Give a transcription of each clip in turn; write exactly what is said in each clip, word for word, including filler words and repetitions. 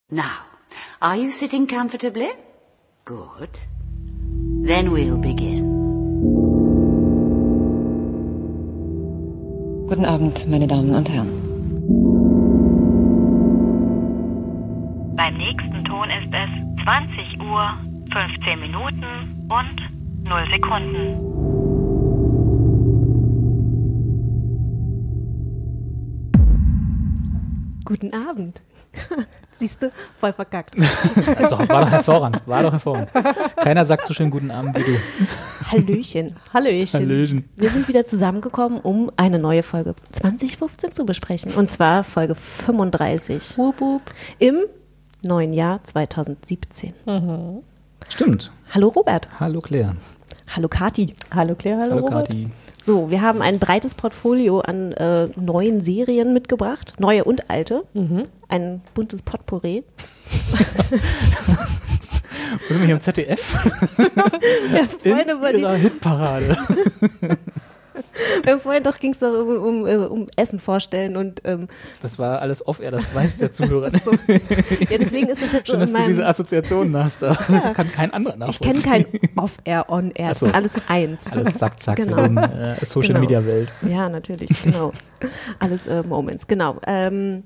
Now, are you sitting comfortably? Good. Then we'll begin. Guten Abend, meine Damen und Herren. Beim nächsten Ton ist es zwanzig Uhr, fünfzehn Minuten und null Sekunden. Guten Abend. Siehst du, voll verkackt. Also, war doch hervorragend, war doch hervorragend. Keiner sagt so schön guten Abend wie du. Hallöchen. Hallöchen. Hallöchen. Wir sind wieder zusammengekommen, um eine neue Folge zwanzig fünfzehn zu besprechen. Und zwar Folge fünfunddreißig. Wup, wup. Im neuen Jahr zwanzig siebzehn. Mhm. Stimmt. Hallo Robert. Hallo Claire. Hallo Kati. Hallo Claire, hallo, Hallo Robert. Kati. So, wir haben ein breites Portfolio an äh, neuen Serien mitgebracht, neue und alte. Mhm. Ein buntes Potpourri. Wo sind wir hier im Z D F? Ja, Freunde, in ihrer Hitparade. Vorhin doch ging es doch um, um, um Essen vorstellen und ähm, das war alles off-air, das weiß der Zuhörer. So. Ja, deswegen ist das jetzt so. Schön, dass in meinem, du diese Assoziationen hast, aber ja. Das kann kein anderer nachvollziehen. Ich kenne kein Off-air, On-air, so. Das ist alles eins. Alles zack, zack, genau. in äh, Social-Media-Welt. Genau. Ja, natürlich, genau. Alles äh, Moments, genau. Ähm.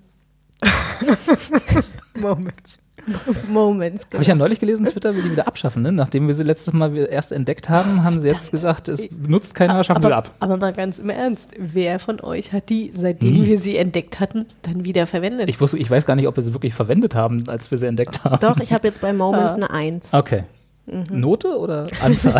Moments. Moments, genau. Habe ich ja neulich gelesen, Twitter will die wieder abschaffen, ne? Nachdem wir sie letztes Mal erst entdeckt haben, haben sie jetzt gesagt, es benutzt keiner, schaffen sie wieder ab. Aber mal ganz im Ernst, wer von euch hat die, seitdem hm. wir sie entdeckt hatten, dann wieder verwendet? Ich wusste, ich weiß gar nicht, ob wir sie wirklich verwendet haben, als wir sie entdeckt haben. Doch, ich habe jetzt bei Moments ja. eine Eins. Okay. Mhm. Note oder Anzahl?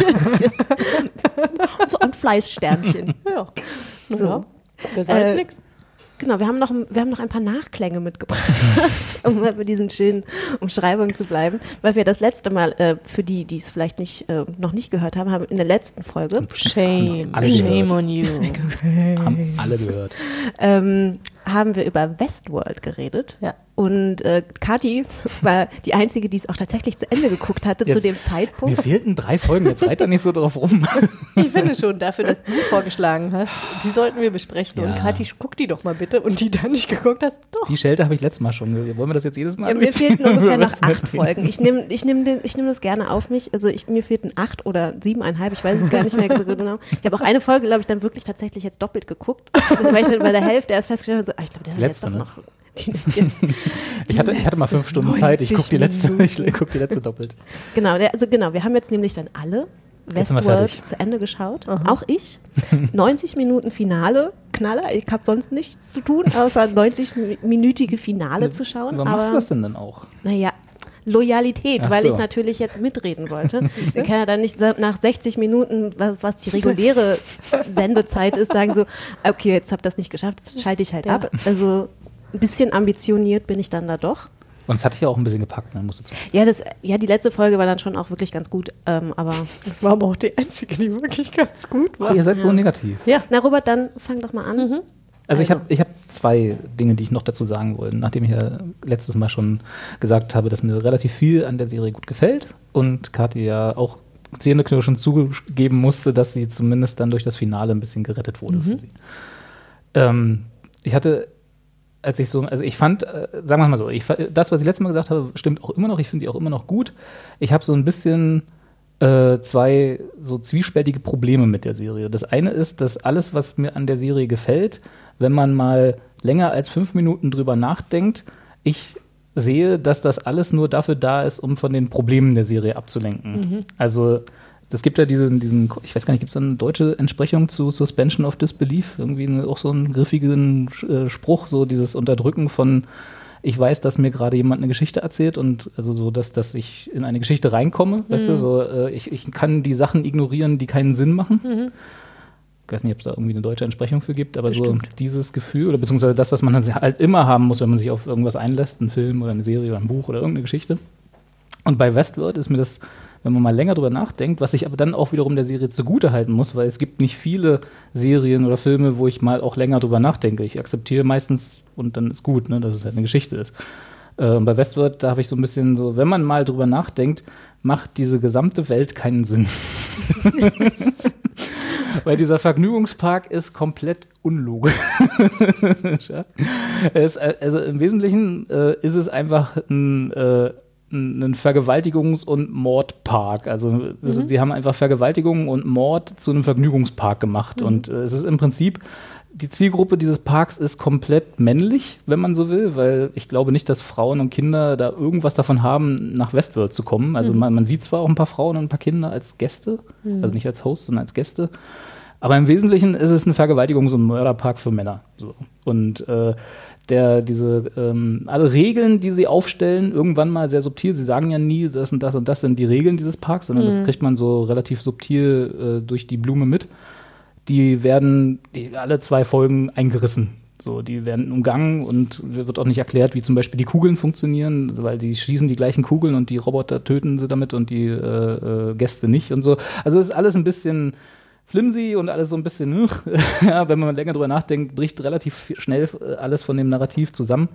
So ein Fleißsternchen. Ja. So. Ja. Das heißt äh, nichts. Genau, wir haben, noch, wir haben noch ein paar Nachklänge mitgebracht, um bei diesen schönen Umschreibungen zu bleiben, weil wir das letzte Mal, äh, für die, die es vielleicht nicht, äh, noch nicht gehört haben, haben in der letzten Folge Shame, shame on you. Haben alle gehört. Ähm, haben wir über Westworld geredet. Ja. Und äh, Kathi war die Einzige, die es auch tatsächlich zu Ende geguckt hatte jetzt, zu dem Zeitpunkt. Mir fehlten drei Folgen, jetzt reit er nicht so drauf rum. Ich finde schon, dafür, dass du vorgeschlagen hast, die sollten wir besprechen. Ja. Und Kathi, guck die doch mal bitte. Und die da nicht geguckt hast, doch. Die Schelte habe ich letztes Mal schon. Wollen wir das jetzt jedes Mal ja, mir fehlten ungefähr noch acht Folgen. Ich nehme ich nehm nehm das gerne auf mich. Also ich, mir fehlten acht oder siebeneinhalb, ich weiß es gar nicht mehr so genau. Ich habe auch eine Folge, glaube ich, dann wirklich tatsächlich jetzt doppelt geguckt. Also, weil ich dann bei der Hälfte erst festgestellt habe, so, ah, ich glaube, der hat jetzt doch noch... Die, die, die ich, hatte, ich hatte mal fünf Stunden Zeit, ich gucke die, guck die letzte doppelt. Genau, also genau, wir haben jetzt nämlich dann alle Westworld zu Ende geschaut, Aha. auch ich. neunzig Minuten Finale, Knaller, ich habe sonst nichts zu tun, außer neunzig-minütige Finale zu schauen. Warum aber, machst du das denn dann auch? Naja, Loyalität, Ach weil so. ich natürlich jetzt mitreden wollte. Ich kann ja dann nicht nach sechzig Minuten, was die reguläre Sendezeit ist, sagen so, okay, jetzt habe ich das nicht geschafft, jetzt schalte ich halt ja. ab. Also ein bisschen ambitioniert bin ich dann da doch. Und es hat dich ja auch ein bisschen gepackt, ne? Musst du zu. Ja, das, ja, die letzte Folge war dann schon auch wirklich ganz gut, ähm, aber... Das war aber auch die einzige, die wirklich ganz gut war. Oh, ihr seid ja. so negativ. Ja, na Robert, dann fang doch mal an. Mhm. Also, also ich habe ich hab zwei Dinge, die ich noch dazu sagen wollte, nachdem ich ja letztes Mal schon gesagt habe, dass mir relativ viel an der Serie gut gefällt und Kathi ja auch zähneknirschend zugeben musste, dass sie zumindest dann durch das Finale ein bisschen gerettet wurde mhm. für sie. Ähm, ich hatte... Als ich so, also ich fand, äh, sagen wir mal so, ich, das, was ich letztes Mal gesagt habe, stimmt auch immer noch, ich finde die auch immer noch gut. Ich habe so ein bisschen äh, zwei so zwiespältige Probleme mit der Serie. Das eine ist, dass alles, was mir an der Serie gefällt, wenn man mal länger als fünf Minuten drüber nachdenkt, ich sehe, dass das alles nur dafür da ist, um von den Problemen der Serie abzulenken. Mhm. Also es gibt ja diesen, diesen, ich weiß gar nicht, gibt es eine deutsche Entsprechung zu Suspension of Disbelief? Irgendwie eine, auch so einen griffigen äh, Spruch, so dieses Unterdrücken von, ich weiß, dass mir gerade jemand eine Geschichte erzählt und also so, dass, dass ich in eine Geschichte reinkomme, mhm. weißt du, so, äh, ich, ich kann die Sachen ignorieren, die keinen Sinn machen. Mhm. Ich weiß nicht, ob es da irgendwie eine deutsche Entsprechung für gibt, aber Bestimmt. so dieses Gefühl oder beziehungsweise das, was man dann halt immer haben muss, wenn man sich auf irgendwas einlässt, einen Film oder eine Serie oder ein Buch oder irgendeine Geschichte. Und bei Westworld ist mir das, wenn man mal länger drüber nachdenkt, was ich aber dann auch wiederum der Serie zugute halten muss, weil es gibt nicht viele Serien oder Filme, wo ich mal auch länger drüber nachdenke. Ich akzeptiere meistens, und dann ist gut, ne, dass es halt eine Geschichte ist. Äh, bei Westworld, da habe ich so ein bisschen so, wenn man mal drüber nachdenkt, macht diese gesamte Welt keinen Sinn. Weil dieser Vergnügungspark ist komplett unlogisch. es, also im Wesentlichen äh, ist es einfach ein, äh, ein Vergewaltigungs- und Mordpark. Also es, mhm. sie haben einfach Vergewaltigung und Mord zu einem Vergnügungspark gemacht. Mhm. Und äh, es ist im Prinzip, die Zielgruppe dieses Parks ist komplett männlich, wenn man so will, weil ich glaube nicht, dass Frauen und Kinder da irgendwas davon haben, nach Westworld zu kommen. Also mhm. man, man sieht zwar auch ein paar Frauen und ein paar Kinder als Gäste, mhm. also nicht als Host, sondern als Gäste. Aber im Wesentlichen ist es ein Vergewaltigungs- und Mörderpark für Männer. So. Und äh, der, diese, ähm, alle Regeln, die sie aufstellen, irgendwann mal sehr subtil, sie sagen ja nie, das und das und das sind die Regeln dieses Parks, sondern mhm. das kriegt man so relativ subtil äh, durch die Blume mit. Die werden die, alle zwei Folgen eingerissen. So, die werden umgangen und wird auch nicht erklärt, wie zum Beispiel die Kugeln funktionieren, weil die schießen die gleichen Kugeln und die Roboter töten sie damit und die äh, äh, Gäste nicht und so. Also es ist alles ein bisschen flimsy und alles so ein bisschen, ja, wenn man länger drüber nachdenkt, bricht relativ schnell alles von dem Narrativ zusammen.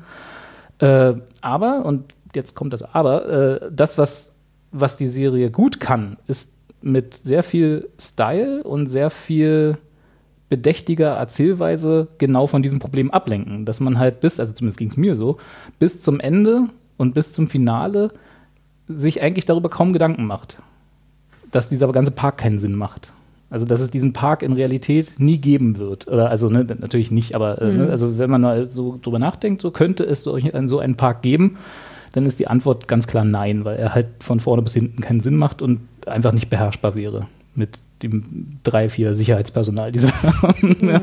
Äh, aber, und jetzt kommt das Aber, äh, das, was, was die Serie gut kann, ist mit sehr viel Style und sehr viel bedächtiger Erzählweise genau von diesem Problem ablenken. Dass man halt bis, also zumindest ging es mir so, bis zum Ende und bis zum Finale sich eigentlich darüber kaum Gedanken macht, dass dieser ganze Park keinen Sinn macht. Also, dass es diesen Park in Realität nie geben wird. Oder, also, ne, natürlich nicht, aber äh, mhm. ne, also, wenn man mal so drüber nachdenkt, so könnte es so, so einen Park geben, dann ist die Antwort ganz klar nein, weil er halt von vorne bis hinten keinen Sinn macht und einfach nicht beherrschbar wäre mit dem drei, vier Sicherheitspersonal dieser mhm. ja.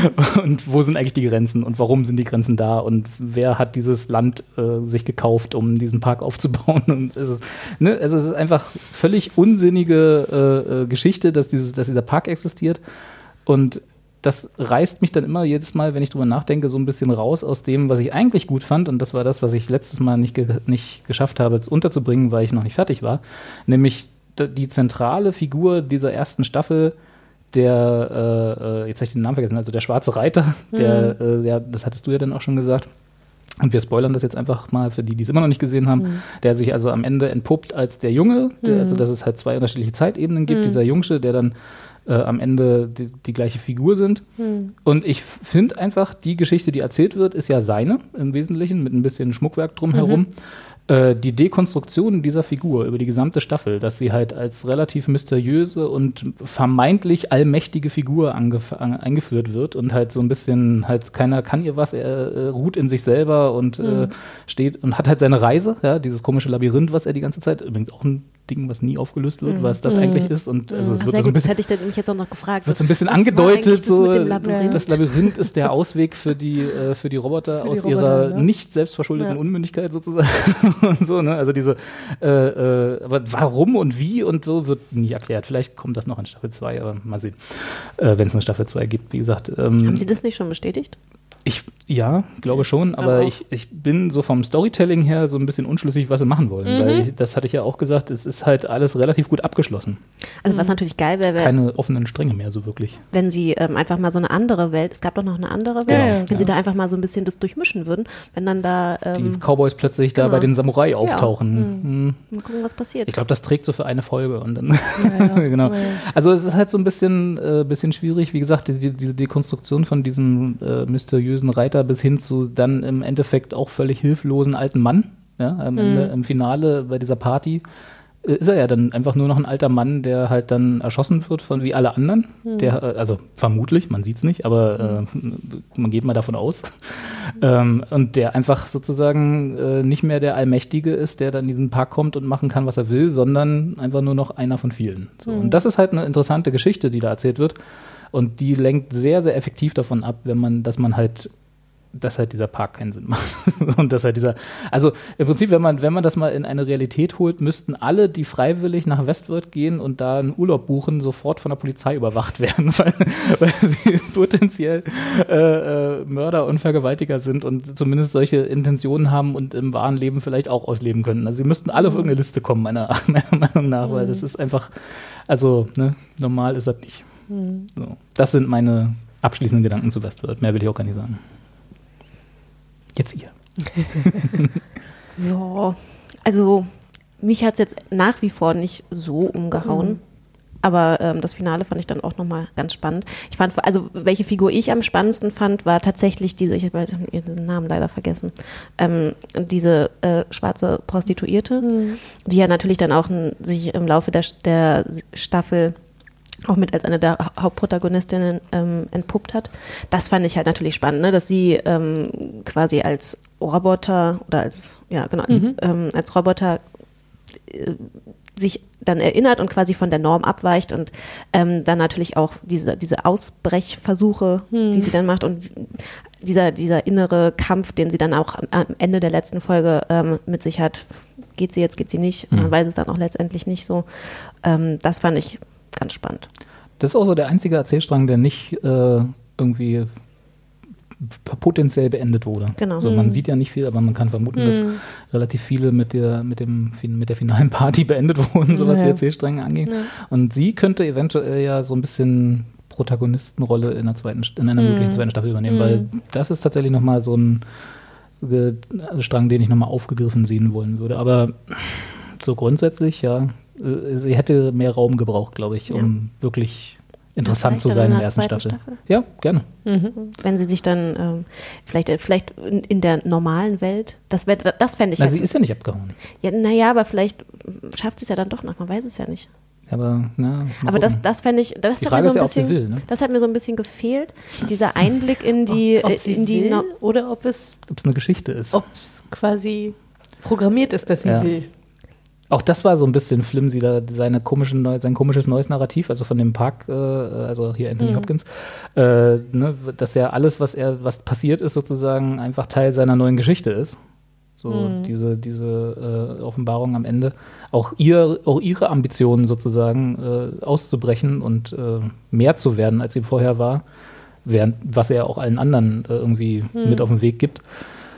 Und wo sind eigentlich die Grenzen und warum sind die Grenzen da und wer hat dieses Land äh, sich gekauft, um diesen Park aufzubauen und es ist, ne, also es ist einfach völlig unsinnige äh, äh, Geschichte, dass, dieses, dass dieser Park existiert und das reißt mich dann immer jedes Mal, wenn ich drüber nachdenke, so ein bisschen raus aus dem, was ich eigentlich gut fand und das war das, was ich letztes Mal nicht, ge- nicht geschafft habe, jetzt unterzubringen, weil ich noch nicht fertig war, nämlich die zentrale Figur dieser ersten Staffel, der, äh, jetzt habe ich den Namen vergessen, also der schwarze Reiter, der, mhm. äh, ja, das hattest du ja dann auch schon gesagt, und wir spoilern das jetzt einfach mal für die, die es immer noch nicht gesehen haben, mhm. der sich also am Ende entpuppt als der Junge, der, mhm. also dass es halt zwei unterschiedliche Zeitebenen gibt, mhm. dieser Jungsche, der dann äh, am Ende die, die gleiche Figur sind. Mhm. Und ich finde einfach, die Geschichte, die erzählt wird, ist ja seine im Wesentlichen, mit ein bisschen Schmuckwerk drumherum. Mhm. Die Dekonstruktion dieser Figur über die gesamte Staffel, dass sie halt als relativ mysteriöse und vermeintlich allmächtige Figur angef- an, eingeführt wird und halt so ein bisschen halt keiner kann ihr was, er äh, ruht in sich selber und mhm. äh, steht und hat halt seine Reise, ja, dieses komische Labyrinth, was er die ganze Zeit, übrigens auch ein Ding, was nie aufgelöst wird, mhm. was das mhm. eigentlich ist und also es Ach, wird sehr so ein gut, bisschen, das hätte ich dann mich jetzt auch noch gefragt. Wird so ein bisschen was angedeutet, das, so Labyrinth? das Labyrinth ist der Ausweg für die äh, für die Roboter für aus die Roboter, ihrer ne? nicht selbstverschuldeten Ja. Unmündigkeit sozusagen und so, ne? Also diese äh, äh, aber warum und wie und so wird nie erklärt. Vielleicht kommt das noch in Staffel zwei, aber mal sehen, äh, wenn es eine Staffel zwei gibt, wie gesagt. Ähm, Haben Sie das nicht schon bestätigt? Ich, ja, glaube schon, aber Aber ich, ich bin so vom Storytelling her so ein bisschen unschlüssig, was sie machen wollen, Mhm. weil ich, das hatte ich ja auch gesagt, es ist halt alles relativ gut abgeschlossen. Also was natürlich geil wäre, wär, Keine offenen Stränge mehr so wirklich. wenn Sie ähm, einfach mal so eine andere Welt, es gab doch noch eine andere Welt, Genau, wenn ja. Sie da einfach mal so ein bisschen das durchmischen würden, wenn dann da, Die ähm, Cowboys plötzlich da genau. bei den Samurai auftauchen. Hm. mal gucken, was passiert. Ich glaube, das trägt so für eine Folge und dann Ja, ja. genau. Ja, ja. Also es ist halt so ein bisschen, äh, bisschen schwierig, wie gesagt, diese, diese Dekonstruktion von diesem äh, mysteriösen Reiter bis hin zu dann im Endeffekt auch völlig hilflosen alten Mann. Ja, am Ende, im Finale bei dieser Party äh, ist er ja dann einfach nur noch ein alter Mann, der halt dann erschossen wird von wie alle anderen. Der, äh, also vermutlich, man sieht es nicht, aber äh, man geht mal davon aus. Ähm, und der einfach sozusagen äh, nicht mehr der Allmächtige ist, der dann in diesen Park kommt und machen kann, was er will, sondern einfach nur noch einer von vielen. So. Und das ist halt eine interessante Geschichte, die da erzählt wird. Und die lenkt sehr, sehr effektiv davon ab, wenn man, dass man halt dass halt dieser Park keinen Sinn macht. Und dass halt dieser, also im Prinzip, wenn man, wenn man das mal in eine Realität holt, müssten alle, die freiwillig nach Westworld gehen und da einen Urlaub buchen, sofort von der Polizei überwacht werden, weil, weil sie potenziell äh, äh, Mörder und Vergewaltiger sind und zumindest solche Intentionen haben und im wahren Leben vielleicht auch ausleben könnten. Also sie müssten alle auf irgendeine Liste kommen, meiner, meiner Meinung nach, weil das ist einfach, also ne, normal ist das nicht. So. Das sind meine abschließenden Gedanken zu Westworld. Mehr will ich auch gar nicht sagen. Jetzt ihr. Ja, also mich hat es jetzt nach wie vor nicht so umgehauen. Aber ähm, das Finale fand ich dann auch nochmal ganz spannend. Ich fand, also welche Figur ich am spannendsten fand, war tatsächlich diese, ich habe ihren Namen leider vergessen, ähm, diese äh, schwarze Prostituierte, mhm. die ja natürlich dann auch n, sich im Laufe der, der Staffel auch mit als eine der Hauptprotagonistinnen ähm, entpuppt hat. Das fand ich halt natürlich spannend, ne? Dass sie ähm, quasi als Roboter oder als, ja genau, mhm. ähm, als Roboter äh, sich dann erinnert und quasi von der Norm abweicht und ähm, dann natürlich auch diese, diese Ausbrechversuche, hm. die sie dann macht und dieser, dieser innere Kampf, den sie dann auch am, am Ende der letzten Folge ähm, mit sich hat, geht sie jetzt, geht sie nicht, hm. man weiß es dann auch letztendlich nicht so. Ähm, das fand ich ganz spannend. Das ist auch so der einzige Erzählstrang, der nicht äh, irgendwie potenziell beendet wurde. Genau. So, man sieht ja nicht viel, aber man kann vermuten, hm. dass relativ viele mit der, mit dem, mit der finalen Party beendet wurden, so was ja. die Erzählstränge angeht. Ja. Und sie könnte eventuell ja so ein bisschen Protagonistenrolle in einer zweiten, in einer hm. möglichen zweiten Staffel übernehmen, hm. weil das ist tatsächlich nochmal so ein äh, Strang, den ich nochmal aufgegriffen sehen wollen würde. Aber so grundsätzlich, ja, äh, sie hätte mehr Raum gebraucht, glaube ich, um ja. wirklich interessant zu sein in der ersten Staffel. Staffel. Ja, gerne. Mhm. Wenn sie sich dann ähm, vielleicht, vielleicht in, in der normalen Welt, das, wär, das fände ich. Na, halt sie so, ist ja nicht abgehauen. Ja, naja, aber vielleicht schafft sie es ja dann doch noch, man weiß es ja nicht. Aber, na, aber das, das fände ich, das die hat mir so ein ja, bisschen, will, ne? das hat mir so ein bisschen gefehlt, dieser Einblick in die, ob sie in die will, no- oder ob es, ob es eine Geschichte ist, ob es quasi programmiert ist, dass sie ja. will. Auch das war so ein bisschen flimsy, da seine komischen, sein komisches neues Narrativ, also von dem Park, äh, also hier Anthony mhm. Hopkins, äh, ne, dass ja alles, was er, was passiert ist, sozusagen einfach Teil seiner neuen Geschichte ist. So mhm. diese, diese äh, Offenbarung am Ende. Auch ihr, auch ihre Ambitionen sozusagen äh, auszubrechen und äh, mehr zu werden, als sie vorher war, während, was er auch allen anderen äh, irgendwie mhm. mit auf den Weg gibt.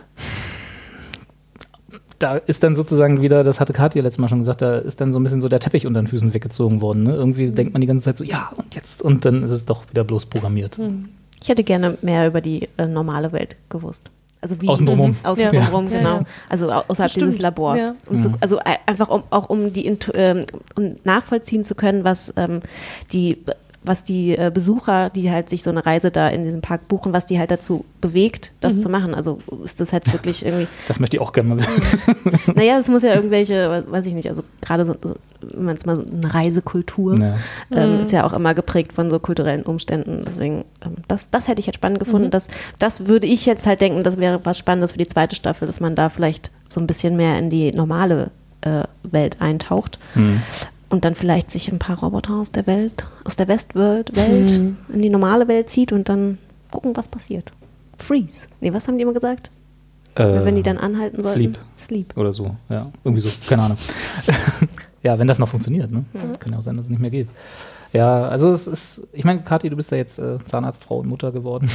Da ist dann sozusagen wieder, das hatte Kathi ja letztes Mal schon gesagt, da ist dann so ein bisschen so der Teppich unter den Füßen weggezogen worden. Ne? Irgendwie mhm. denkt man die ganze Zeit so, ja, und jetzt? Und dann ist es doch wieder bloß programmiert. Mhm. Ich hätte gerne mehr über die äh, normale Welt gewusst. Also wie außen drumherum. Außen ja. drumherum, ja. genau. Ja, ja. Also außerhalb dieses Labors. Ja. Um zu, also einfach um, auch um die ähm, um nachvollziehen zu können, was ähm, die was die äh, Besucher, die halt sich so eine Reise da in diesem Park buchen, was die halt dazu bewegt, das mhm. zu machen. Also ist das halt wirklich irgendwie... Das möchte ich auch gerne mal wissen. Naja, es muss ja irgendwelche, weiß ich nicht, also gerade so, so wenn man es mal so eine Reisekultur, ja. Ähm, mhm. ist ja auch immer geprägt von so kulturellen Umständen. Deswegen, ähm, das, das hätte ich jetzt spannend gefunden. Mhm. Das, das würde ich jetzt halt denken, das wäre was Spannendes für die zweite Staffel, dass man da vielleicht so ein bisschen mehr in die normale äh, Welt eintaucht. Mhm. Und dann vielleicht sich ein paar Roboter aus der Welt, aus der Westworld Welt hm. in die normale Welt zieht und dann gucken, was passiert. Freeze. Nee, was haben die immer gesagt? Äh, wenn die dann anhalten sollten? Sleep. Sleep. Oder so, ja. Irgendwie so, keine Ahnung. Ja, wenn das noch funktioniert, ne? Mhm. Kann ja auch sein, dass es nicht mehr geht. Ja, also es ist, ich meine, Kathi, du bist ja jetzt äh, Zahnarztfrau und Mutter geworden.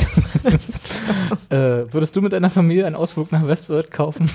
äh, würdest du mit deiner Familie einen Ausflug nach Westworld kaufen?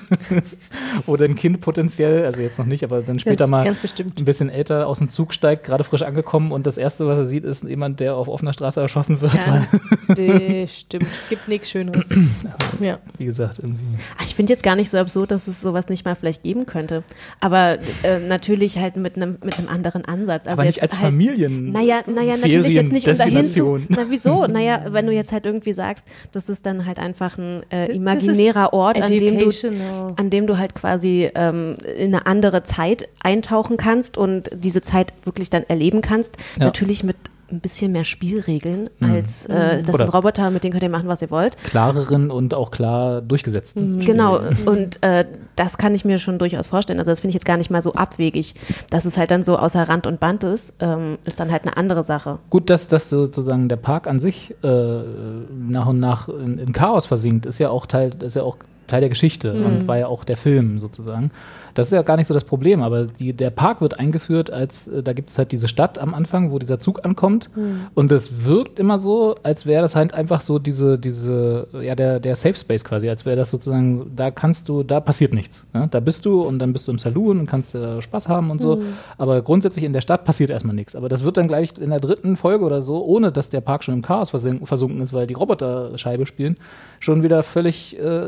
Wo dein Kind potenziell, also jetzt noch nicht, aber dann später ganz, mal ganz bestimmt. ein bisschen älter aus dem Zug steigt, gerade frisch angekommen und das Erste, was er sieht, ist jemand, der auf offener Straße erschossen wird. Ganz bestimmt. Gibt nichts Schöneres. Ja. Wie gesagt, irgendwie. Ich finde jetzt gar nicht so absurd, dass es sowas nicht mal vielleicht geben könnte. Aber äh, natürlich halt mit einem mit einem anderen Ansatz. Also aber nicht als halt, Familien. Naja, naja natürlich jetzt nicht um dahin zu. Na wieso? Naja, wenn du jetzt halt irgendwie sagst, das ist dann halt einfach ein äh, imaginärer Ort, an dem du, an dem du halt quasi ähm, in eine andere Zeit eintauchen kannst und diese Zeit wirklich dann erleben kannst. Ja. Natürlich mit ein bisschen mehr Spielregeln mhm. als äh, das sind Roboter, mit denen könnt ihr machen, was ihr wollt. Klareren und auch klar durchgesetzten. Mhm. Genau, und äh, das kann ich mir schon durchaus vorstellen. Also das finde ich jetzt gar nicht mal so abwegig. Dass es halt dann so außer Rand und Band ist, ähm, ist dann halt eine andere Sache. Gut, dass, dass sozusagen der Park an sich äh, nach und nach in, in Chaos versinkt, ist ja auch Teil, ist ja auch Teil der Geschichte mhm. und war ja auch der Film sozusagen. Das ist ja gar nicht so das Problem, aber die, der Park wird eingeführt als, äh, da gibt es halt diese Stadt am Anfang, wo dieser Zug ankommt mhm. und es wirkt immer so, als wäre das halt einfach so diese, diese, ja der, der Safe Space quasi, als wäre das sozusagen, da kannst du, da passiert nichts. Ne? Da bist du und dann bist du im Saloon und kannst äh, Spaß haben und so, mhm. aber grundsätzlich in der Stadt passiert erstmal nichts. Aber das wird dann gleich in der dritten Folge oder so, ohne dass der Park schon im Chaos versunken, versunken ist, weil die Roboter Scheibe spielen, schon wieder völlig äh, negiert,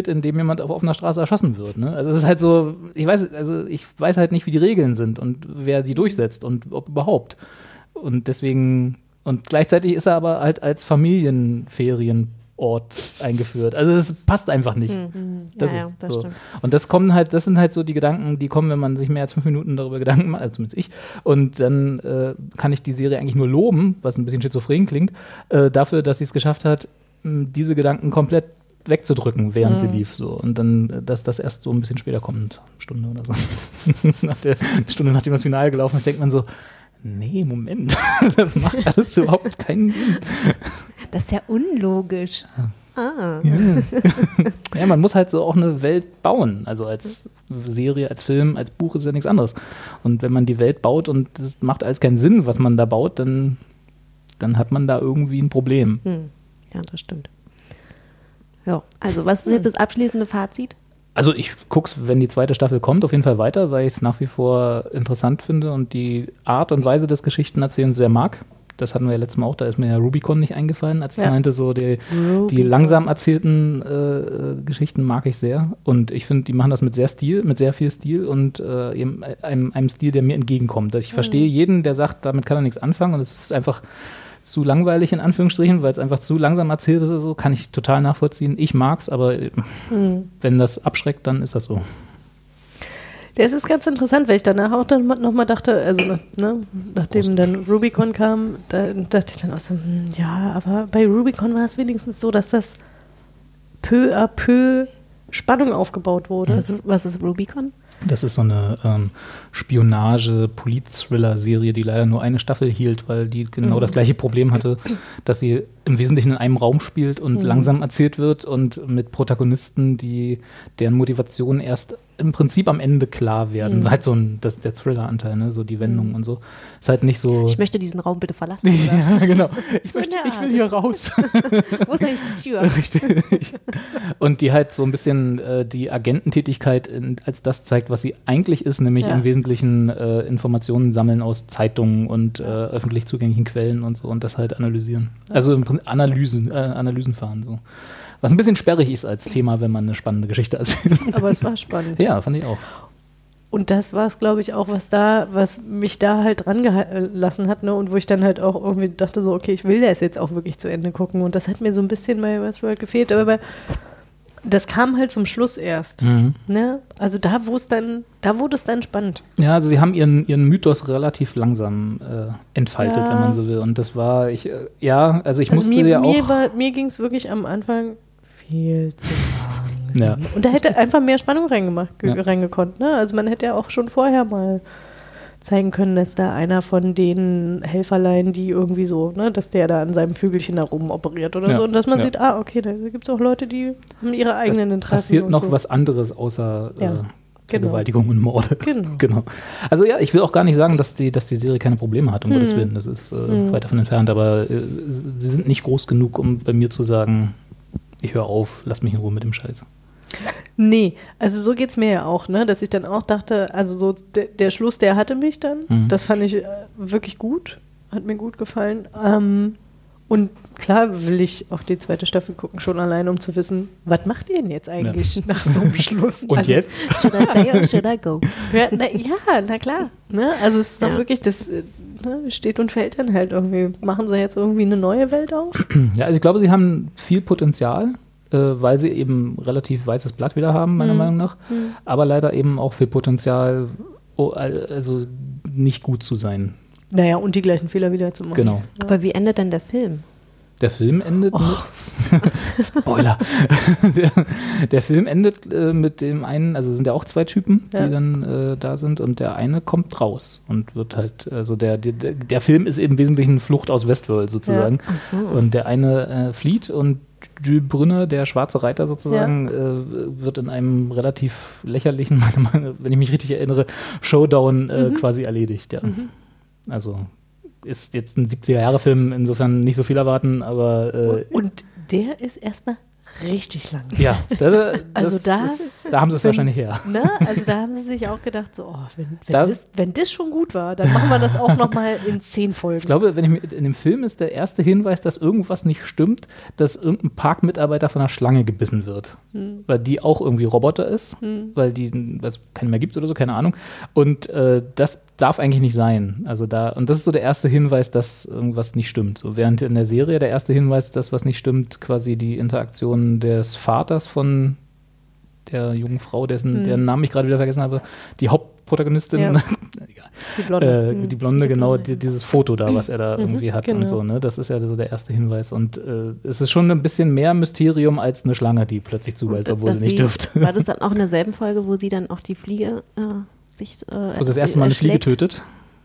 passiert, indem jemand auf offener Straße erschossen wird. Ne? Also es ist halt so, ich weiß, also ich weiß halt nicht, wie die Regeln sind und wer die durchsetzt und ob überhaupt. Und deswegen, und gleichzeitig ist er aber halt als Familienferienort eingeführt. Also es passt einfach nicht. Mhm. Das ja, ja, ist das so. stimmt. Und das kommen halt, das sind halt so die Gedanken, die kommen, wenn man sich mehr als fünf Minuten darüber Gedanken macht, also zumindest ich. Und dann äh, kann ich die Serie eigentlich nur loben, was ein bisschen schizophren klingt, äh, dafür, dass sie es geschafft hat, mh, diese Gedanken komplett wegzudrücken, während mhm. sie lief. So. Und dann, dass das erst so ein bisschen später kommt, eine Stunde oder so. Nach der Stunde, nachdem das Finale gelaufen ist, denkt man so, nee, Moment, das macht alles überhaupt keinen Sinn. Das ist ja unlogisch. Ah. Ja. Ja, man muss halt so auch eine Welt bauen. Also als Serie, als Film, als Buch ist ja nichts anderes. Und wenn man die Welt baut und das macht alles keinen Sinn, was man da baut, dann, dann hat man da irgendwie ein Problem. Hm. Ja, das stimmt. Ja, also was ist jetzt das abschließende Fazit? Also ich guck's, wenn die zweite Staffel kommt, auf jeden Fall weiter, weil ich es nach wie vor interessant finde und die Art und Weise des Geschichtenerzählens sehr mag. Das hatten wir ja letztes Mal auch, da ist mir ja Rubicon nicht eingefallen, als ich ja. meinte, so die, die langsam erzählten äh, Geschichten mag ich sehr. Und ich finde, die machen das mit sehr Stil, mit sehr viel Stil und äh, eben einem, einem Stil, der mir entgegenkommt. Ich mhm. verstehe jeden, der sagt, damit kann er nichts anfangen und es ist einfach zu langweilig in Anführungsstrichen, weil es einfach zu langsam erzählt ist oder so, kann ich total nachvollziehen. Ich mag's, aber mhm. wenn das abschreckt, dann ist das so. Das ist ganz interessant, weil ich danach auch dann nochmal dachte, also ne, nachdem dann Rubicon kam, da dachte ich dann auch so, hm, ja, aber bei Rubicon war es wenigstens so, dass das peu à peu Spannung aufgebaut wurde. Was ist, was ist Rubicon? Das ist so eine ähm, Spionage-Polit-Thriller-Serie, die leider nur eine Staffel hielt, weil die genau mhm. das gleiche Problem hatte, dass sie im Wesentlichen in einem Raum spielt und mhm. langsam erzählt wird und mit Protagonisten, die deren Motivation erst im Prinzip am Ende klar werden. Mhm. Halt so ein, das ist der Thriller-Anteil, ne? So die Wendung mhm. und so. Ist halt nicht so. Ich möchte diesen Raum bitte verlassen. Ja, genau. Ich, so möchte, ich will hier raus. Wo ist eigentlich die Tür? Richtig. Und die halt so ein bisschen äh, die Agententätigkeit in, als das zeigt, was sie eigentlich ist, nämlich ja. im Wesentlichen äh, Informationen sammeln aus Zeitungen und äh, öffentlich zugänglichen Quellen und so und das halt analysieren. Also im Prinzip Analysen, äh, Analysen fahren so. Was ein bisschen sperrig ist als Thema, wenn man eine spannende Geschichte erzählt. Aber es war spannend. Ja, fand ich auch. Und das war es, glaube ich, auch, was da, was mich da halt dran gelassen hat, ne? Und wo ich dann halt auch irgendwie dachte so, okay, ich will das jetzt auch wirklich zu Ende gucken. Und das hat mir so ein bisschen bei Westworld gefehlt. Aber bei, das kam halt zum Schluss erst. Mhm. Ne? Also da, wo es dann, da wurde es dann spannend. Ja, also sie haben ihren, ihren Mythos relativ langsam äh, entfaltet, ja. wenn man so will. Und das war, ich, äh, ja, also ich also musste mir, ja auch. Mir, war, mir ging es wirklich am Anfang viel zu langsam. Ja. Und da hätte einfach mehr Spannung reingemacht, ge- Ja. reingekonnt. Ne? Also man hätte ja auch schon vorher mal zeigen können, dass da einer von den Helferlein, die irgendwie so, ne, dass der da an seinem Vögelchen herum operiert oder Ja. so. Und dass man Ja. sieht, ah, okay, da gibt es auch Leute, die haben ihre eigenen Es Interessen. passiert und noch so. was anderes außer Ja. äh, Vergewaltigung und Morde. Genau. genau. Also ja, ich will auch gar nicht sagen, dass die, dass die Serie keine Probleme hat, um Hm. Gottes Willen. Das ist äh, Hm. weit davon entfernt, aber äh, sie sind nicht groß genug, um bei mir zu sagen, ich höre auf, lass mich in Ruhe mit dem Scheiß. Nee, also so geht es mir ja auch, ne, dass ich dann auch dachte, also so de- der Schluss, der hatte mich dann, Mhm. das fand ich äh, wirklich gut, hat mir gut gefallen. Ähm, und klar will ich auch die zweite Staffel gucken, schon allein, um zu wissen, was macht ihr denn jetzt eigentlich Ja. nach so einem Schluss? Und also, jetzt? Should I stay or should I go? Ja, na, ja, na klar. Ne? Also es ist doch Ja. wirklich, das äh, ne, steht und fällt dann halt irgendwie. Machen sie jetzt irgendwie eine neue Welt auf? Ja, also ich glaube, sie haben viel Potenzial, äh, weil sie eben relativ weißes Blatt wieder haben, meiner Mhm. Meinung nach. Mhm. Aber leider eben auch viel Potenzial, oh, also nicht gut zu sein. Naja, und die gleichen Fehler wieder zu machen. Genau. Aber wie endet denn der Film? Der Film endet mit Spoiler. der, der Film endet äh, mit dem einen, also es sind ja auch zwei Typen, Ja. die dann äh, da sind und der eine kommt raus und wird halt, also der, der, der Film ist im Wesentlichen Flucht aus Westworld sozusagen. Ach so. Und der eine äh, flieht und Jules Brünner, der schwarze Reiter sozusagen, äh, wird in einem relativ lächerlichen, wenn ich mich richtig erinnere, Showdown äh, Mhm. quasi erledigt. Ja. Mhm. Also ist jetzt ein siebziger-Jahre-Film, insofern nicht so viel erwarten, aber äh, Und der ist erstmal richtig lang. Ja, das, das Also da- ist, da haben sie es wenn- wahrscheinlich her. Ne? Also da haben sie sich auch gedacht, so, oh, wenn, wenn, Da- das, wenn das schon gut war, dann machen wir das auch nochmal in zehn Folgen. Ich glaube, wenn ich mir, in dem Film ist der erste Hinweis, dass irgendwas nicht stimmt, dass irgendein Parkmitarbeiter von einer Schlange gebissen wird. Hm. Weil die auch irgendwie Roboter ist, weil die es keine mehr gibt oder so, keine Ahnung. Und äh, das darf eigentlich nicht sein. Also da, und das ist so der erste Hinweis, dass irgendwas nicht stimmt. So, während in der Serie der erste Hinweis, dass was nicht stimmt, quasi die Interaktion des Vaters von der jungen Frau, dessen, deren Namen ich gerade wieder vergessen habe, die Hauptprotagonistin, Ja. egal. Die Blonde. Äh, die Blonde, genau, die, dieses Foto da, was er da irgendwie hat genau. und so, ne? Das ist ja so der erste Hinweis. Und äh, es ist schon ein bisschen mehr Mysterium als eine Schlange, die plötzlich zubeißt, obwohl Dass sie nicht dürfte. War das dann auch in derselben Folge, wo sie dann auch die Fliege äh, sich äh, Also das erste Mal eine Fliege tötet?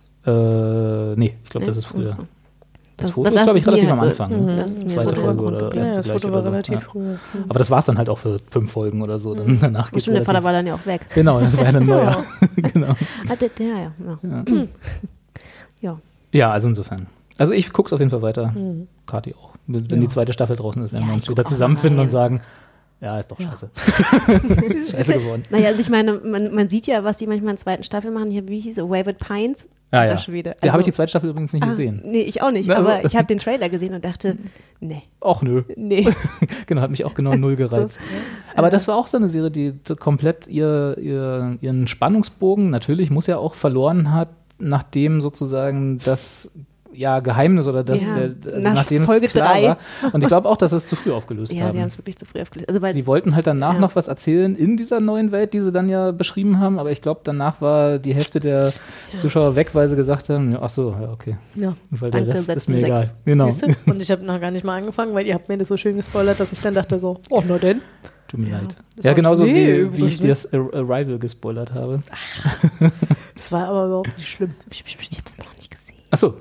Äh, nee, ich glaube, das ist früher. Also. Das, Das- Foto das- ist, glaube ich, das ist relativ mir am halt so- Anfang. ne? das ist mir Zweite so Folge in oder Erinnerung erste Ja, das gleich Foto oder war so. relativ Ja. früh. Hm. Aber das war es dann halt auch für fünf Folgen oder so. Dann danach Und geht's schon der Vater relativ- war dann ja auch weg. Genau, das war ja dann neuer. genau. Ah, der, der, ja. Ja. Ja. Ja, also insofern. Also ich gucke es auf jeden Fall weiter. Kathi auch. Wenn die zweite Staffel draußen ist, werden Ja, wir ich uns guck wieder auch zusammenfinden mal und rein. sagen, ja, ist doch scheiße. scheiße geworden. Naja, also ich meine, man, man sieht ja, was die manchmal in der zweiten Staffel machen. Hier, wie hieß es? Wayward Pines? Ja, Alter ja. Schwede. Da habe ich Also- die zweite Staffel übrigens nicht Ah, gesehen. Nee, ich auch nicht. Also- Aber ich habe den Trailer gesehen und dachte, nee, Ach nö. nee. Genau, hat mich auch genau null gereizt. Aber das war auch so eine Serie, die so komplett ihr, ihr, ihren Spannungsbogen natürlich, muss ja auch verloren hat, nachdem sozusagen das ja, Geheimnis oder das, Ja, der, also nach nachdem Folge es klar drei. war. Und ich glaube auch, dass sie es zu früh aufgelöst Ja, haben. sie haben es wirklich zu früh aufgelöst. Also bei, Sie wollten halt danach Ja. noch was erzählen in dieser neuen Welt, die sie dann ja beschrieben haben, aber ich glaube, danach war die Hälfte der Zuschauer weg, weil sie gesagt haben, ja, ach so, ja, okay. Ja. Weil Danke, der Rest ist setzen mir egal. sechs. Genau. Siehst du? Und ich habe noch gar nicht mal angefangen, weil ihr habt mir das so schön gespoilert, dass ich dann dachte so, oh, na denn. Tut mir leid. das Ja, war genauso nee, wie, wie übrigens ich dir das Ar- Arrival gespoilert habe. Das war aber überhaupt nicht schlimm. ich habe es noch nicht gesehen. Ach so,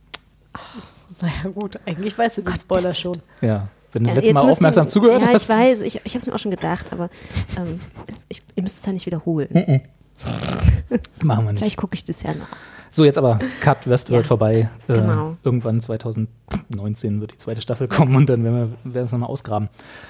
Naja gut, eigentlich weißt du den Spoiler schon. ja. Wenn du Ja, letztes jetzt Mal müsst ihr- aufmerksam zugehört ja, hast. ich weiß, ich, ich habe es mir auch schon gedacht, aber ähm, es, ich, ihr müsst es ja nicht wiederholen. Hm. Machen wir nicht. Vielleicht gucke ich das ja noch. So, jetzt aber Cut, Westworld Ja, vorbei. Äh, genau. Irgendwann zwanzig neunzehn wird die zweite Staffel kommen und dann werden wir, werden wir es nochmal ausgraben.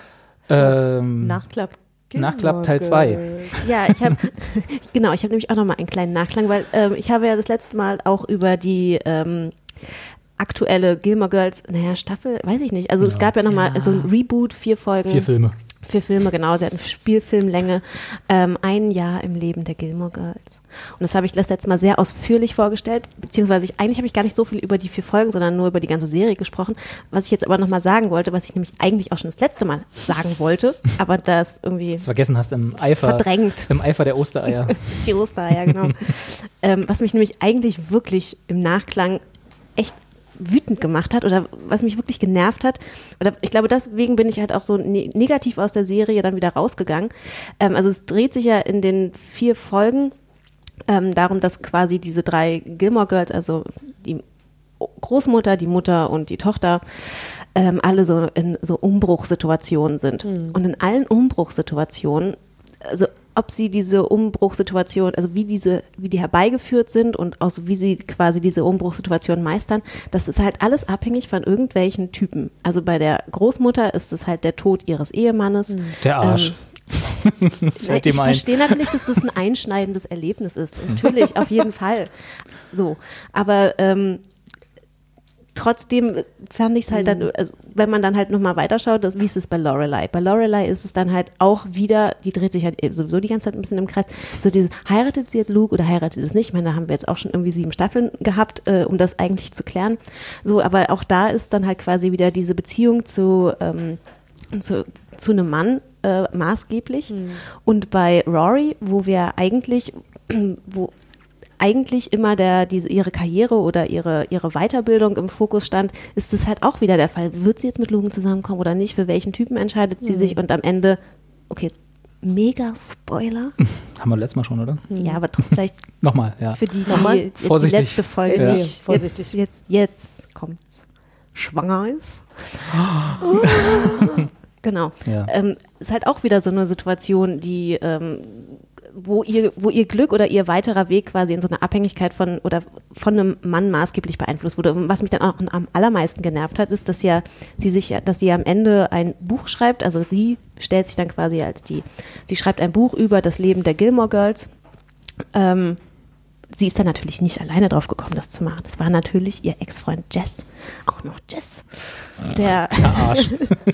Ähm, Nachklapp. Nachklapp Teil zwei. Ja, ich habe genau, ich habe nämlich auch noch mal einen kleinen Nachklang, weil ähm, ich habe ja das letzte Mal auch über die ähm, aktuelle Gilmore Girls, naja, Staffel, weiß ich nicht. Also es Ja. gab ja noch mal so ein Reboot, vier Folgen. Vier Filme. Vier Filme, genau. Sie hatten Spielfilmlänge. Ähm, ein Jahr im Leben der Gilmore Girls. Und das habe ich das letzte Mal sehr ausführlich vorgestellt, beziehungsweise ich, eigentlich habe ich gar nicht so viel über die vier Folgen, sondern nur über die ganze Serie gesprochen. Was ich jetzt aber nochmal sagen wollte, was ich nämlich eigentlich auch schon das letzte Mal sagen wollte, aber das irgendwie Das vergessen hast im Eifer. verdrängt. Im Eifer der Ostereier. Die Ostereier, genau. ähm, was mich nämlich eigentlich wirklich im Nachklang echt wütend gemacht hat oder was mich wirklich genervt hat. Oder ich glaube, deswegen bin ich halt auch so ne- negativ aus der Serie dann wieder rausgegangen. Ähm, also es dreht sich ja in den vier Folgen ähm, darum, dass quasi diese drei Gilmore Girls, also die Großmutter, die Mutter und die Tochter, ähm, alle so in so Umbruchssituationen sind. Und in allen Umbruchssituationen, also ob sie diese Umbruchssituation, also wie diese, wie die herbeigeführt sind und auch so, wie sie quasi diese Umbruchssituation meistern, das ist halt alles abhängig von irgendwelchen Typen. Also bei der Großmutter ist es halt der Tod ihres Ehemannes. Der Arsch. Ähm, Das fällt ich dem ein. verstehe natürlich, dass das ein einschneidendes Erlebnis ist. Natürlich, auf jeden Fall. So, aber ähm, trotzdem fand ich es halt dann, also wenn man dann halt nochmal weiterschaut, das, wie ist es bei Lorelei? Bei Lorelei ist es dann halt auch wieder, die dreht sich halt sowieso die ganze Zeit ein bisschen im Kreis, so dieses, heiratet sie jetzt Luke oder heiratet es nicht? Ich meine, da haben wir jetzt auch schon irgendwie sieben Staffeln gehabt, äh, um das eigentlich zu klären. So, aber auch da ist dann halt quasi wieder diese Beziehung zu, ähm, zu, zu einem Mann äh, maßgeblich. Und bei Rory, wo wir eigentlich, wo eigentlich immer der, diese, ihre Karriere oder ihre, ihre Weiterbildung im Fokus stand, ist es halt auch wieder der Fall. Wird sie jetzt mit Logan zusammenkommen oder nicht? Für welchen Typen entscheidet sie sich? Und am Ende, okay, mega Spoiler. Haben wir letztes Mal schon, oder? Ja, aber doch vielleicht Nochmal, ja. für die, die, Nochmal? die, die Vorsichtig. letzte Folge Ja. nicht Vorsichtig. jetzt, jetzt, jetzt kommt's. Schwanger ist. Genau. Ja. Ähm, ist halt auch wieder so eine Situation, die ähm, wo ihr, wo ihr Glück oder ihr weiterer Weg quasi in so eine Abhängigkeit von oder von einem Mann maßgeblich beeinflusst wurde. Und was mich dann auch am allermeisten genervt hat, ist, dass ja sie sich, dass sie am Ende ein Buch schreibt. Also sie stellt sich dann quasi als die, sie schreibt ein Buch über das Leben der Gilmore Girls. Ähm, Sie ist dann natürlich nicht alleine drauf gekommen, das zu machen. Das war natürlich ihr Ex-Freund Jess. Auch noch Jess. Der, der Arsch.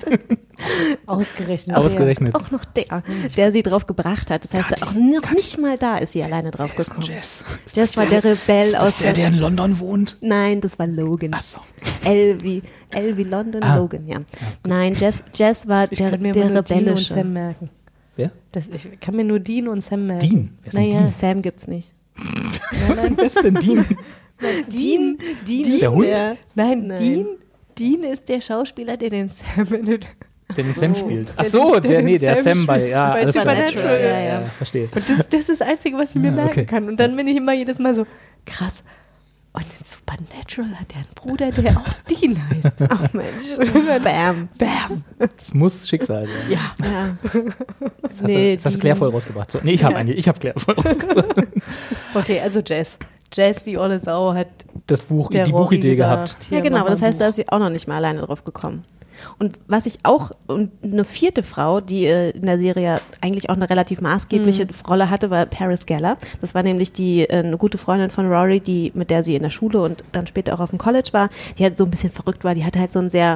Ausgerechnet. Ausgerechnet. Auch noch der, der sie drauf gebracht hat. Das heißt, Kathi, auch noch Kathi. nicht mal da ist sie alleine drauf gekommen. Jess. Ist Jess das war der Rebell ist das aus der, der in London wohnt? Nein, das war Logan. Ach so. L wie, L wie London, Ah. Logan, ja. Nein, Jess, Jess war Ich der, kann mir der nur Dean und Rebellische. Sam merken. Wer? Das, ich kann mir nur Dean und Sam merken. Dean? Wer ist denn Naja. Dean? Sam gibt's nicht. Wer ist denn Dean? Dean, Dean ist Der Hund? der, Nein, Nein. Dean, Dean ist der Schauspieler, der den Sam in den Der den Sam spielt. Ach Der so, den- der, der nee, den der Sam Sam bei, ja, bei alles klar. Supernatural, ja, ja, ja, ja. verstehe. Und das, das ist das Einzige, was ich mir Ja, merken okay. kann. Und dann bin ich immer jedes Mal so, krass. Und in Supernatural hat er einen Bruder, der auch Dean heißt. Ach Mensch. Bam. Bam. Das muss Schicksal sein. Ja. Ja. Jetzt hast, Nee, du, jetzt hast du Dean- Claire voll rausgebracht. So, nee, ich habe Ja. eigentlich, ich habe Claire voll rausgebracht. Okay, also Jess. Jess, die olle Sau, hat Das Buch, der die Rory Buchidee gesagt, gehabt. Ja, hier, genau, mach aber das mal ein heißt, da Buch. ist sie auch noch nicht mal alleine drauf gekommen. Und was ich auch, und eine vierte Frau, die äh, in der Serie eigentlich auch eine relativ maßgebliche Rolle hatte, war Paris Geller. Das war nämlich die äh, eine gute Freundin von Rory, die mit der sie in der Schule und dann später auch auf dem College war, die halt so ein bisschen verrückt war. Die hatte halt so einen sehr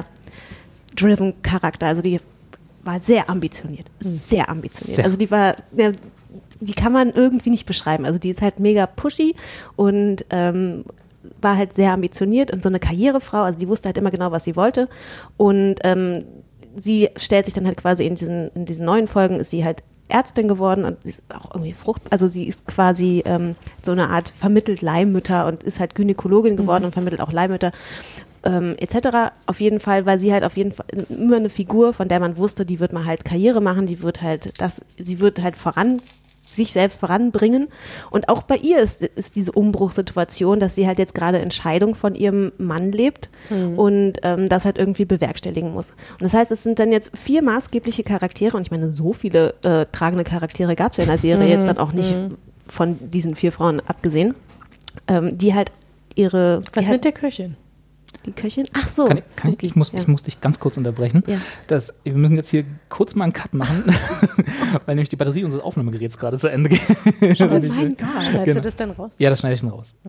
driven Charakter. Also die war sehr ambitioniert. Sehr ambitioniert. Sehr. Also die war, ja, die kann man irgendwie nicht beschreiben. Also die ist halt mega pushy und ähm, war halt sehr ambitioniert und so eine Karrierefrau, also die wusste halt immer genau, was sie wollte und ähm, sie stellt sich dann halt quasi in diesen, in diesen neuen Folgen, ist sie halt Ärztin geworden und ist auch irgendwie Frucht, also sie ist quasi ähm, so eine Art vermittelt Leihmütter und ist halt Gynäkologin geworden und vermittelt auch Leihmütter ähm, et cetera. Auf jeden Fall, weil sie halt auf jeden Fall immer eine Figur, von der man wusste, die wird mal halt Karriere machen, die wird halt das, sie wird halt voran sich selbst voranbringen. Und auch bei ihr ist, ist diese Umbruchssituation, dass sie halt jetzt gerade Entscheidung von ihrem Mann lebt Mhm. und ähm, das halt irgendwie bewerkstelligen muss. Und das heißt, es sind dann jetzt vier maßgebliche Charaktere und ich meine, so viele äh, tragende Charaktere gab es ja in der Serie Mhm. jetzt dann auch nicht von diesen vier Frauen abgesehen, ähm, die halt ihre... Was die mit halt, der Köchin? die Köchin? Ach so. Kann ich, kann ich, ich, muss, ja. ich muss dich ganz kurz unterbrechen. Ja. Das, wir müssen jetzt hier kurz mal einen Cut machen, weil nämlich die Batterie unseres Aufnahmegeräts gerade zu Ende geht. Oh mein Gott. Schneidest Genau. du das dann raus? Ja, das schneide ich schon raus.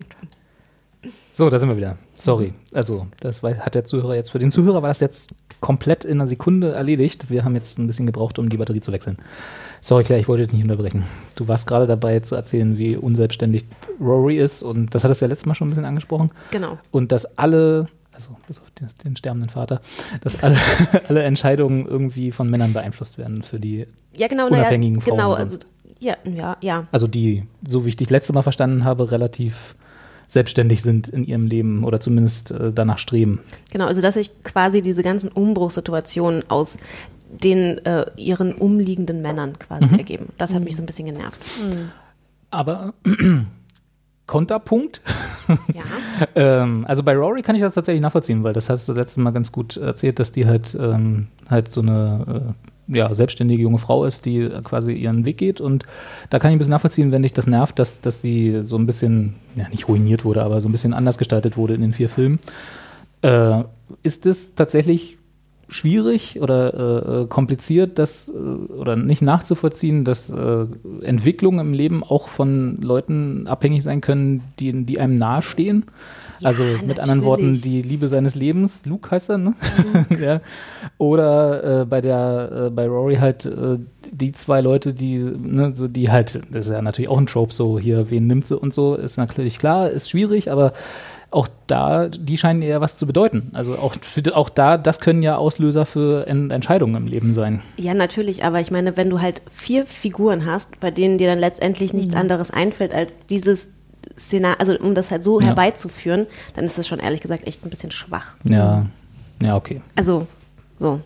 So, da sind wir wieder. Sorry. Also, das war, hat der Zuhörer jetzt, für den Zuhörer war das jetzt komplett in einer Sekunde erledigt. Wir haben jetzt ein bisschen gebraucht, um die Batterie zu wechseln. Sorry, Claire, ich wollte dich nicht unterbrechen. Du warst gerade dabei zu erzählen, wie unselbstständig Rory ist und das hattest du ja letztes Mal schon ein bisschen angesprochen. Genau. Und dass alle, also bis auf den, den sterbenden Vater, dass alle, alle Entscheidungen irgendwie von Männern beeinflusst werden für die, Ja, genau. unabhängigen naja, Frauen genau, sonst. also, ja, ja, ja. also die, so wie ich dich letztes Mal verstanden habe, relativ selbstständig sind in ihrem Leben oder zumindest äh, danach streben. Genau, also dass sich quasi diese ganzen Umbruchssituationen aus den äh, ihren umliegenden Männern quasi Mhm. ergeben. Das hat mich so ein bisschen genervt. Aber Konterpunkt. Ja. ähm, also bei Rory kann ich das tatsächlich nachvollziehen, weil das hast du letztes Mal ganz gut erzählt, dass die halt, ähm, halt so eine äh, ja, selbstständige junge Frau ist, die quasi ihren Weg geht. Und da kann ich ein bisschen nachvollziehen, wenn dich das nervt, dass, dass sie so ein bisschen, ja nicht ruiniert wurde, aber so ein bisschen anders gestaltet wurde in den vier Filmen. Äh, ist es tatsächlich schwierig oder äh, kompliziert, das äh, oder nicht nachzuvollziehen, dass äh, Entwicklungen im Leben auch von Leuten abhängig sein können, die, die einem nahestehen? Also mit anderen Worten, natürlich. die Liebe seines Lebens, Luke heißt er, ne? ja. Oder äh, bei der, äh, bei Rory halt äh, die zwei Leute, die, ne, so die halt, das ist ja natürlich auch ein Trope, so hier, wen nimmt sie und so, ist natürlich klar, ist schwierig, aber auch da, die scheinen eher was zu bedeuten. Also auch, für, auch da, das können ja Auslöser für En- Entscheidungen im Leben sein. Ja, natürlich, aber ich meine, wenn du halt vier Figuren hast, bei denen dir dann letztendlich nichts anderes einfällt als dieses Szenario, also um das halt so Ja. herbeizuführen, dann ist das schon ehrlich gesagt echt ein bisschen schwach. Ja, ja, okay. Also, so.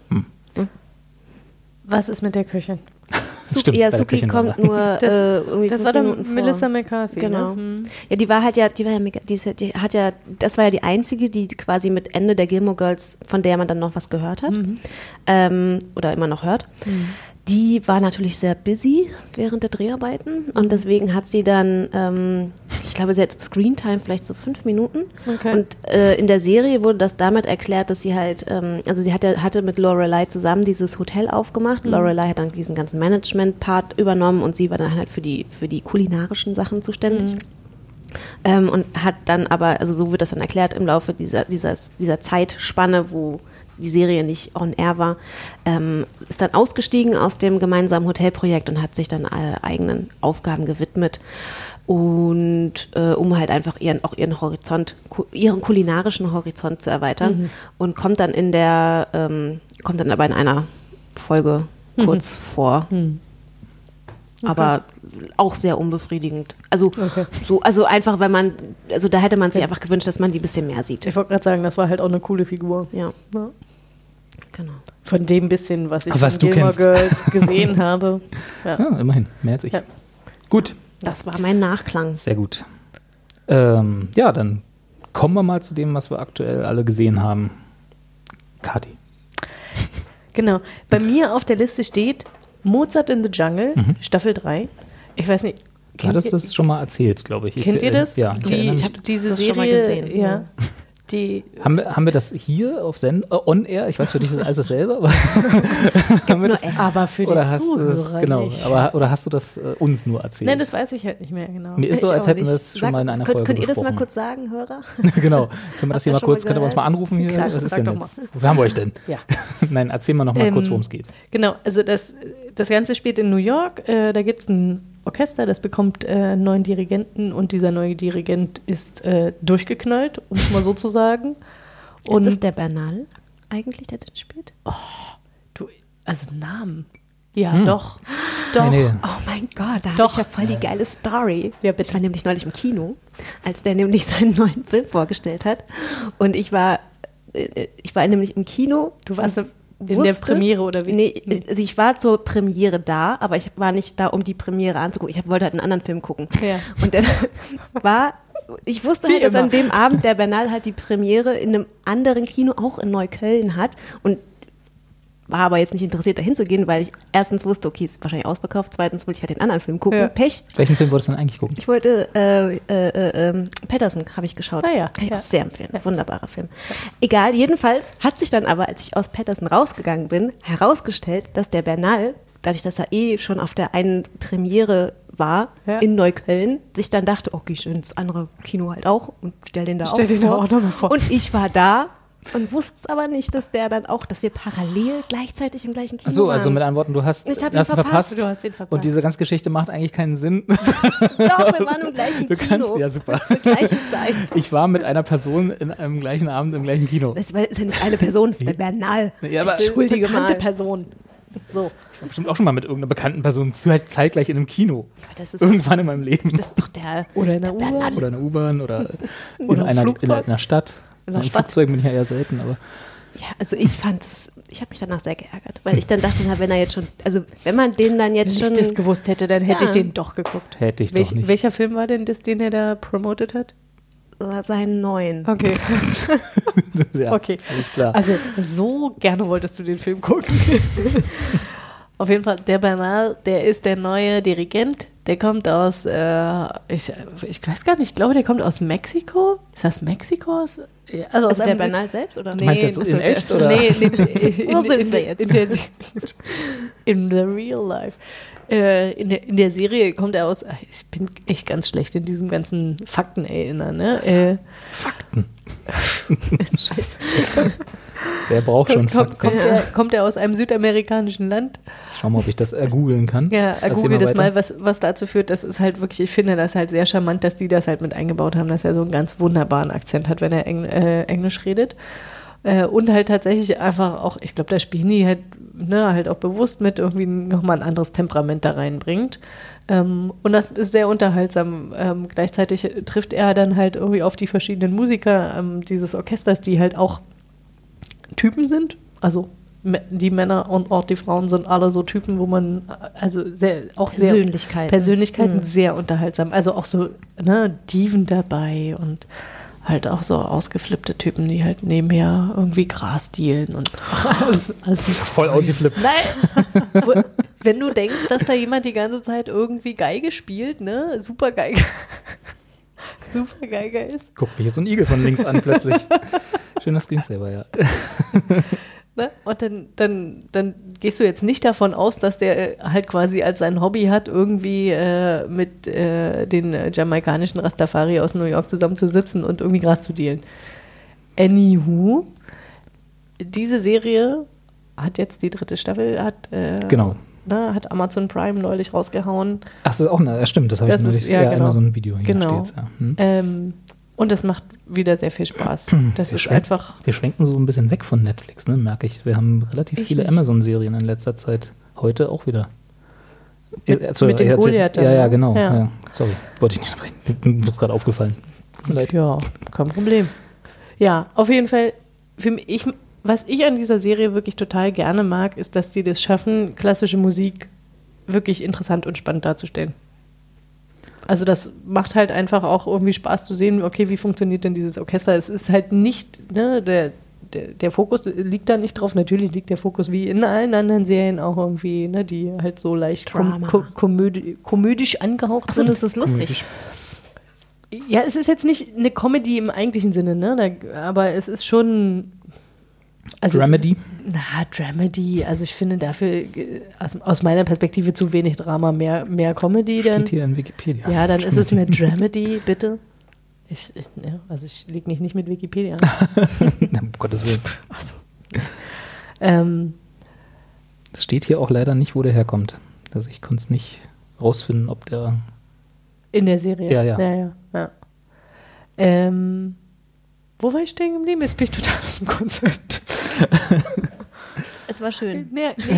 Was ist mit der Köchin? Suki, Stimmt, ja, bei der Suki Köchin kommt war nur Das- äh, irgendwie Das fünf war dann Minuten vor. Melissa McCarthy. Genau. Ne? Hm. Ja, die war halt ja, die war ja mega, die, ist ja, die hat ja, das war ja die einzige, die quasi mit Ende der Gilmore Girls, von der man dann noch was gehört hat. Ähm, oder immer noch hört. die war natürlich sehr busy während der Dreharbeiten und deswegen hat sie dann, ähm, ich glaube, sie hat Screentime vielleicht so fünf Minuten Okay. und äh, in der Serie wurde das damit erklärt, dass sie halt, ähm, also sie hatte, hatte mit Lorelei zusammen dieses Hotel aufgemacht. Mhm. Lorelei hat dann diesen ganzen Management-Part übernommen und sie war dann halt für die, für die kulinarischen Sachen zuständig. Mhm. Ähm, und hat dann aber, also so wird das dann erklärt im Laufe dieser, dieser, dieser Zeitspanne, wo die Serie nicht on air war, ähm, ist dann ausgestiegen aus dem gemeinsamen Hotelprojekt und hat sich dann äh, eigenen Aufgaben gewidmet und äh, um halt einfach ihren, auch ihren Horizont, ku- ihren kulinarischen Horizont zu erweitern mhm. und kommt dann in der, ähm, kommt dann aber in einer Folge kurz mhm. vor. Mhm. Okay. Aber auch sehr unbefriedigend. Also okay. so, also einfach, weil man, also da hätte man sich ja. einfach gewünscht, dass man die ein bisschen mehr sieht. Ich wollte gerade sagen, das war halt auch eine coole Figur. Ja. ja. Genau. Von dem bisschen, was ich was von du Gilmore kennst. Girls gesehen habe. Ja. Ja, immerhin, mehr als ich. Ja. Gut. Das war mein Nachklang. Sehr gut. Ähm, ja, dann kommen wir mal zu dem, was wir aktuell alle gesehen haben. Kathi. Genau. Bei mir auf der Liste steht Mozart in the Jungle, mhm. Staffel drei. Ich weiß nicht. Du hattest das schon mal erzählt, glaube ich. Kennt ich, ihr das? Ja. Die, ich, ich habe diese das Serie schon mal gesehen. Ja. Die haben, wir, haben wir das hier auf Send äh, on air? Ich weiß für dich ist alles dasselbe, aber, haben wir das, aber für die oder hast Zuhörer du das, genau, nicht. Aber, oder hast du das äh, uns nur erzählt? Nein, das weiß ich halt nicht mehr genau. Mir ist so, ich als hätten wir das nicht. schon Sag, mal in einer könnt, Folge Könnt ihr das besprochen. mal kurz sagen, Hörer? Genau. Können wir das hier mal kurz, mal könnt ihr uns mal anrufen hier? Klar, was ist sag denn doch jetzt? Wo haben wir euch denn? Ja. Nein, erzähl mal noch mal ähm, kurz, worum es geht. Genau, also das, das Ganze spielt in New York. Äh, da gibt es ein Orchester, das bekommt äh, einen neuen Dirigenten und dieser neue Dirigent ist äh, durchgeknallt, um es mal so zu sagen. Und ist das der Bernal eigentlich, der den spielt? Oh, du, also Namen. Ja, hm. doch. Doch. Nee, nee. Oh mein Gott, da habe Doch. ich ja voll die geile Story. Ja, bitte. Ich war nämlich neulich im Kino, als der nämlich seinen neuen Film vorgestellt hat. Und ich war, äh, ich war nämlich im Kino. Du warst in wusste, der Premiere oder wie? Nee, also ich war zur Premiere da, aber ich war nicht da, um die Premiere anzugucken. Ich wollte halt einen anderen Film gucken. Ja. Und der war... Ich wusste halt, Wie dass immer. an dem Abend der Bernal halt die Premiere in einem anderen Kino, auch in Neukölln, hat und war aber jetzt nicht interessiert, dahin zu gehen, weil ich erstens wusste, okay, ist wahrscheinlich ausverkauft, zweitens wollte ich halt den anderen Film gucken. Ja. Pech. Welchen Film wolltest du denn eigentlich gucken? Ich wollte, äh, äh, äh, äh, Patterson habe ich geschaut. Ah ja, Kann ich ja. auch sehr empfehlen. Wunderbarer Film. Egal, jedenfalls hat sich dann aber, als ich aus Patterson rausgegangen bin, herausgestellt, dass der Bernal, dadurch, dass er eh schon auf der einen Premiere war, Ja. in Neukölln, sich dann dachte, okay, schön, das andere Kino halt auch und stell den da Stell auch den vor. da auch noch mal vor. Und ich war da und wusste es aber nicht, dass der dann auch, dass wir parallel gleichzeitig im gleichen Kino Achso, waren. also mit anderen Worten, du hast, Ich hab du ihn hast ihn verpasst. verpasst. Du hast ihn verpasst. Und diese ganze Geschichte macht eigentlich keinen Sinn. Doch, wir waren im gleichen Du Kino. kannst, ja, super. Zur gleichen Zeit. Ich war mit einer Person in einem gleichen Abend im gleichen Kino. Das ist ja nicht eine Person, das ist der Bernal. Ja, aber- Entschuldige Bekannte mal. Person. So. Ich war bestimmt auch schon mal mit irgendeiner bekannten Person zu- zeitgleich in einem Kino. Aber das ist, Irgendwann in meinem Leben. das ist doch der, Oder in der der Bernal. Oder in der U-Bahn oder, in, Oder im einer, in, Flugzeug. einer, in einer Stadt. In einer Im Stadt. Flugzeug bin ich ja eher selten, aber Ja, also ich fand es, ich habe mich danach sehr geärgert, weil ich dann dachte, na, wenn er jetzt schon, also wenn man den dann jetzt Wenn schon, ich das gewusst hätte, dann hätte Ja. ich den doch geguckt. hätte ich Welch, doch nicht. welcher Film war denn das, den er da promotet hat? seinen neuen. Okay. ja, Okay. alles klar. Also so gerne wolltest du den Film gucken. Auf jeden Fall, der Bernal, der ist der neue Dirigent. Der kommt aus, äh, ich, ich weiß gar nicht, ich glaube, der kommt aus Mexiko. Ist das Mexiko? Aus- ja, Also, aus Also der einem- Bernal selbst, oder? Nee, Meinst du jetzt in also der- echt, oder? Nee, nee, in, Wo in, sind in, wir jetzt? in, der, in the real life. Äh, in, der, in der Serie kommt er aus, ich bin echt ganz schlecht in diesem ganzen Fakten erinnern, ne? Äh, Fakten. Scheiße. Wer braucht schon kommt, Fakten? kommt, er, kommt er aus einem südamerikanischen Land? Schau mal, ob ich das ergoogeln kann. Ja, Erzähl google das weiter. mal, was, was dazu führt, das ist halt wirklich, ich finde das halt sehr charmant, dass die das halt mit eingebaut haben, dass er so einen ganz wunderbaren Akzent hat, wenn er Engl äh, Englisch redet. Äh, und halt tatsächlich einfach auch, ich glaube, da spielen die halt, ne, halt auch bewusst mit irgendwie nochmal ein anderes Temperament da reinbringt. Ähm, und das ist sehr unterhaltsam. Ähm, gleichzeitig trifft er dann halt irgendwie auf die verschiedenen Musiker ähm, dieses Orchesters, die halt auch Typen sind. Also me- die Männer und auch die Frauen sind alle so Typen, wo man äh, also sehr, auch sehr Persönlichkeiten. Persönlichkeiten Mhm. sehr unterhaltsam. Also auch so ne, Diven dabei und halt auch so ausgeflippte Typen, die halt nebenher irgendwie Gras dealen und alles, alles voll ausgeflippt. Nein, wo, wenn du denkst, dass da jemand die ganze Zeit irgendwie Geige spielt, ne, super Geige, super Geiger ist. Guck mich jetzt so ein Igel von links an plötzlich. Schöner Screensaver, ja. Ne? Und dann, dann, dann gehst du jetzt nicht davon aus, dass der halt quasi als sein Hobby hat, irgendwie äh, mit äh, den jamaikanischen Rastafari aus New York zusammenzusitzen und irgendwie Gras zu dealen. Anywho, diese Serie hat jetzt die dritte Staffel, hat, äh, genau. ne, hat Amazon Prime neulich rausgehauen. Ach, das ist auch eine, ja, stimmt, das habe ich neulich, ja, ja, genau. immer so ein Video hier Genau. steht's, ja. Hm. Ähm, und das macht wieder sehr viel Spaß. Das wir ist schwenken, einfach. Wir schwenken so ein bisschen weg von Netflix, ne, merke ich. Wir haben relativ Ich viele nicht. Amazon-Serien in letzter Zeit. Heute auch wieder. Mit, Erzähl- mit dem erzähl- Goliath dann, Ja, ja, ne? genau. Ja. Ja. Sorry, wollte ich nicht sprechen. Mir ist gerade aufgefallen. Tut mir leid. Ja, kein Problem. Ja, auf jeden Fall, für mich, ich, was ich an dieser Serie wirklich total gerne mag, ist, dass die das schaffen, klassische Musik wirklich interessant und spannend darzustellen. Also das macht halt einfach auch irgendwie Spaß zu sehen, okay, wie funktioniert denn dieses Orchester? Es ist halt nicht, ne, der, der, der Fokus liegt da nicht drauf. Natürlich liegt der Fokus wie in allen anderen Serien auch irgendwie, ne, die halt so leicht kom Drama. ko komödi komödisch angehaucht Achso, sind. das ist lustig. Ja, es ist jetzt nicht eine Comedy im eigentlichen Sinne, ne? Da, aber es ist schon. Also Dramedy? Es, na, Dramedy. Also ich finde dafür äh, aus, aus meiner Perspektive zu wenig Drama, mehr, mehr Comedy. Dann, Steht hier in Wikipedia. ja, dann ist es eine Dramedy, bitte. Ich, ich, ja, also ich liege nicht, nicht mit Wikipedia. Um Gottes Willen. Ach so. ähm, Es steht hier auch leider nicht, wo der herkommt. Also ich konnte es nicht rausfinden, ob der. in der Serie. Ja, ja. ja, ja, ja. Ähm, wo war ich stehen geblieben? Jetzt bin ich total aus dem Konzept. Es war schön. Nee, nee.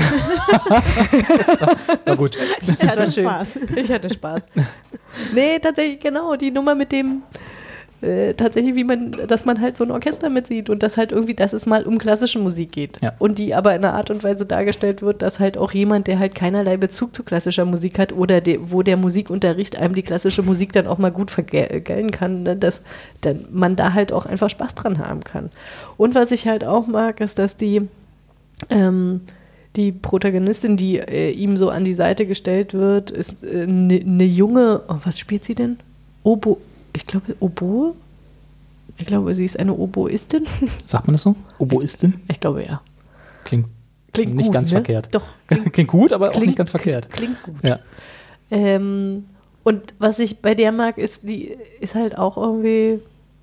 Na gut. Es hatte war schön. Spaß. Ich hatte Spaß. Nee, tatsächlich, genau, die Nummer mit dem, äh, tatsächlich, wie man, dass man halt so ein Orchester mitsieht und dass halt irgendwie, dass es mal um klassische Musik geht. Ja. Und die aber in einer Art und Weise dargestellt wird, dass halt auch jemand, der halt keinerlei Bezug zu klassischer Musik hat oder de, wo der Musikunterricht einem die klassische Musik dann auch mal gut vergällen kann, ne, dass dann man da halt auch einfach Spaß dran haben kann. Und was ich halt auch mag, ist, dass die ähm, die Protagonistin, die äh, ihm so an die Seite gestellt wird, ist eine äh, ne, ne junge, oh, was spielt sie denn? Obo, ich glaube Oboe? Ich glaube, sie ist eine Oboistin. Sagt man das so? Oboistin? Ich glaube, ja. Klingt, Klingt nicht gut, ganz ne? verkehrt. Doch. Klingt, gut, aber auch Klingt- nicht ganz verkehrt. Klingt gut. Ja. Ähm, und was ich bei der mag, ist, die ist halt auch irgendwie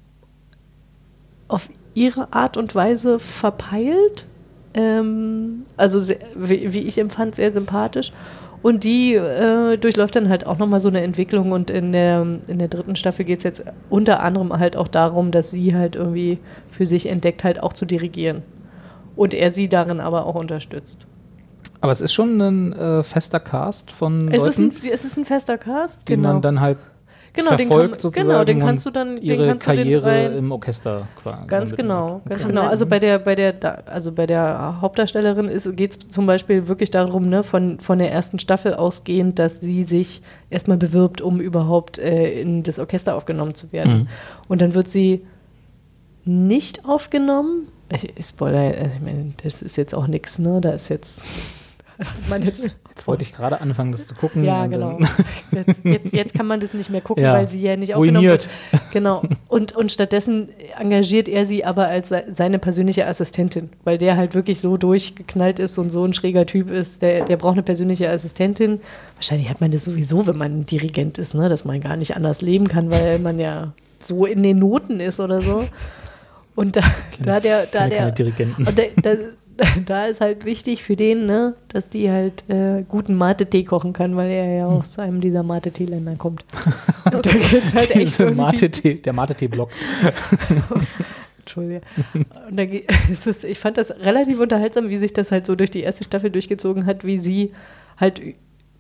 auf ihre Art und Weise verpeilt. Ähm, also sehr, wie, wie ich empfand, sehr sympathisch. Und die äh, durchläuft dann halt auch nochmal so eine Entwicklung und in der, in der dritten Staffel geht es jetzt unter anderem halt auch darum, dass sie halt irgendwie für sich entdeckt, halt auch zu dirigieren. Und er sie darin aber auch unterstützt. Aber es ist schon ein äh, fester Cast von Es ist, ein, Leuten, es ist ein fester Cast, die genau. man dann halt Genau, den verfolgt kann- sozusagen genau, den und kannst du dann- den ihre kannst du den Karriere dreien- im Orchester quasi. Ganz genau, ganz Okay. genau. Also bei der, bei der, da- also bei der Hauptdarstellerin geht es zum Beispiel wirklich darum, ne, von, von der ersten Staffel ausgehend, dass sie sich erstmal bewirbt, um überhaupt äh, in das Orchester aufgenommen zu werden. Mhm. Und dann wird sie nicht aufgenommen. Ich, ich Spoiler, also ich meine, das ist jetzt auch nichts, ne? Da ist jetzt. man jetzt Jetzt wollte ich gerade anfangen, das zu gucken. ja, und genau. dann- Jetzt, jetzt, jetzt kann man das nicht mehr gucken, Ja. weil sie ja nicht aufgenommen Ruiniert. wird. Genau. Und, und stattdessen engagiert er sie aber als se- seine persönliche Assistentin, weil der halt wirklich so durchgeknallt ist und so ein schräger Typ ist. Der, der braucht eine persönliche Assistentin. Wahrscheinlich hat man das sowieso, wenn man ein Dirigent ist, ne? Dass man gar nicht anders leben kann, weil man ja so in den Noten ist oder so. Und da, da der, da keine- der, keine Dirigenten. und da, da, da ist halt wichtig für den, ne, dass die halt äh, guten Mate-Tee kochen kann, weil er ja aus einem dieser Mate-Tee-Länder kommt. Und da geht's halt echt Diese irgendwie- Mate-Tee, der Mate-Tee-Block. Entschuldige. Und da ge- ist es, ich fand das relativ unterhaltsam, wie sich das halt so durch die erste Staffel durchgezogen hat, wie sie halt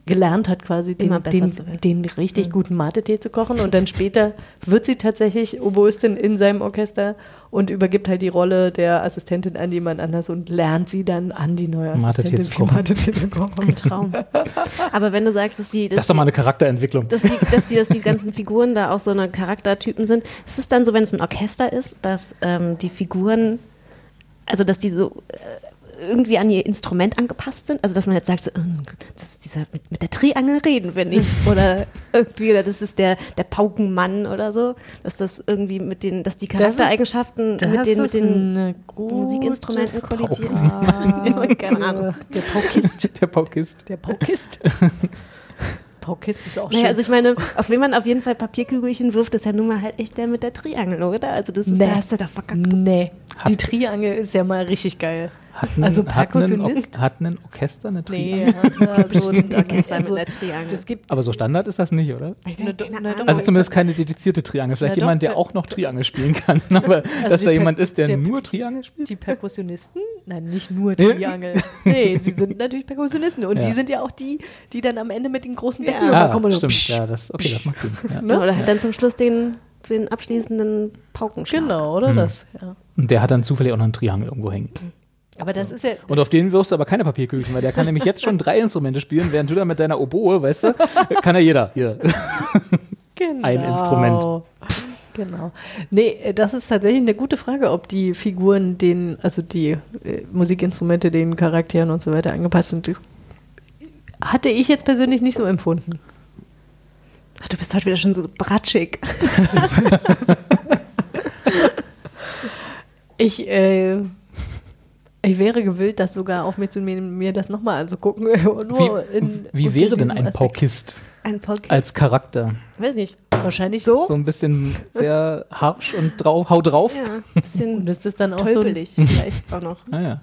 gelernt hat, quasi den, Immer besser den, zu werden. den richtig guten Mate-Tee zu kochen. Und dann später wird sie tatsächlich Oboistin in seinem Orchester und übergibt halt die Rolle der Assistentin an jemand anders und lernt sie dann an, die neue Mate-Tee Assistentin zu kochen. Mate-Tee zu kochen. Ein Traum. Aber wenn du sagst, dass die, Das dass ist doch mal eine Charakterentwicklung. dass die, dass die, dass die ganzen Figuren da auch so eine Charaktertypen sind. Ist es dann so, wenn es ein Orchester ist, dass ähm, die Figuren, also dass die so äh, irgendwie an ihr Instrument angepasst sind? Also dass man jetzt sagt, so, äh, das ist dieser, mit, mit der Triangel reden wir nicht. Oder irgendwie, oder das ist der, der Paukenmann oder so. Dass das irgendwie mit den, dass die Charaktereigenschaften Das mit den, mit ist den eine gute Musikinstrumenten kollidieren. Frage. Keine Ahnung. Der Paukist. Der Paukist. Der Paukist. Paukist ist auch schön. Naja, also ich meine, auf wen man auf jeden Fall Papierkügelchen wirft, ist ja nun mal halt echt der mit der Triangel, oder? Also das ist, Nee. da hast du da verkackt. nee, die Hat- Triangel ist ja mal richtig geil. Hat ein, Also hat ein, Perkussionist? Or- hat ein Orchester eine Nee, Triangel? also, Bestimmt Orchester also, mit der Triangel. es gibt Aber so Standard ist das nicht, oder? eine, Keine eine, Ahnung. Also zumindest keine dedizierte Triangel. Vielleicht Na doch, jemand, der per- auch noch Triangel spielen kann. Aber dass die da Per- jemand ist, der der- nur Triangel spielt? die Perkussionisten, nein, nicht nur Triangel. Nee, sie sind natürlich Perkussionisten. Und Ja. die sind ja auch die, die dann am Ende mit den großen Ja. Decken Ah, rüberkommen. und so, stimmt. psch, Ja, das, okay, das macht Sinn. Ja. ne? Oder halt dann zum Schluss den, den abschließenden Paukenschlag. Genau, oder Mhm. das? Ja. Und der hat dann zufällig auch noch einen Triangel irgendwo hängen. Aber das ist ja. Und auf den wirfst du aber keine Papierkügelchen, weil der kann nämlich jetzt schon drei Instrumente spielen, während du da mit deiner Oboe, weißt du, kann ja jeder. Hier. Genau. Ein Instrument. Genau. Nee, äh, das ist tatsächlich eine gute Frage, ob die Figuren den, also die äh, Musikinstrumente den Charakteren und so weiter angepasst sind. Das hatte ich jetzt persönlich nicht so empfunden. Ach, du bist heute wieder schon so bratschig. Ich, äh, ich wäre gewillt, das sogar auf mich zu nehmen, mir das nochmal anzugucken. Nur Wie, in, wie unter wäre denn diesem ein Aspekt. Paukist Ein Paukist. als Charakter? Weiß nicht. Wahrscheinlich So? So ein bisschen sehr harsch und drau, hau drauf? Ja, ein bisschen Und ist das dann auch so ein, tölpelig vielleicht auch noch. Ah, ja.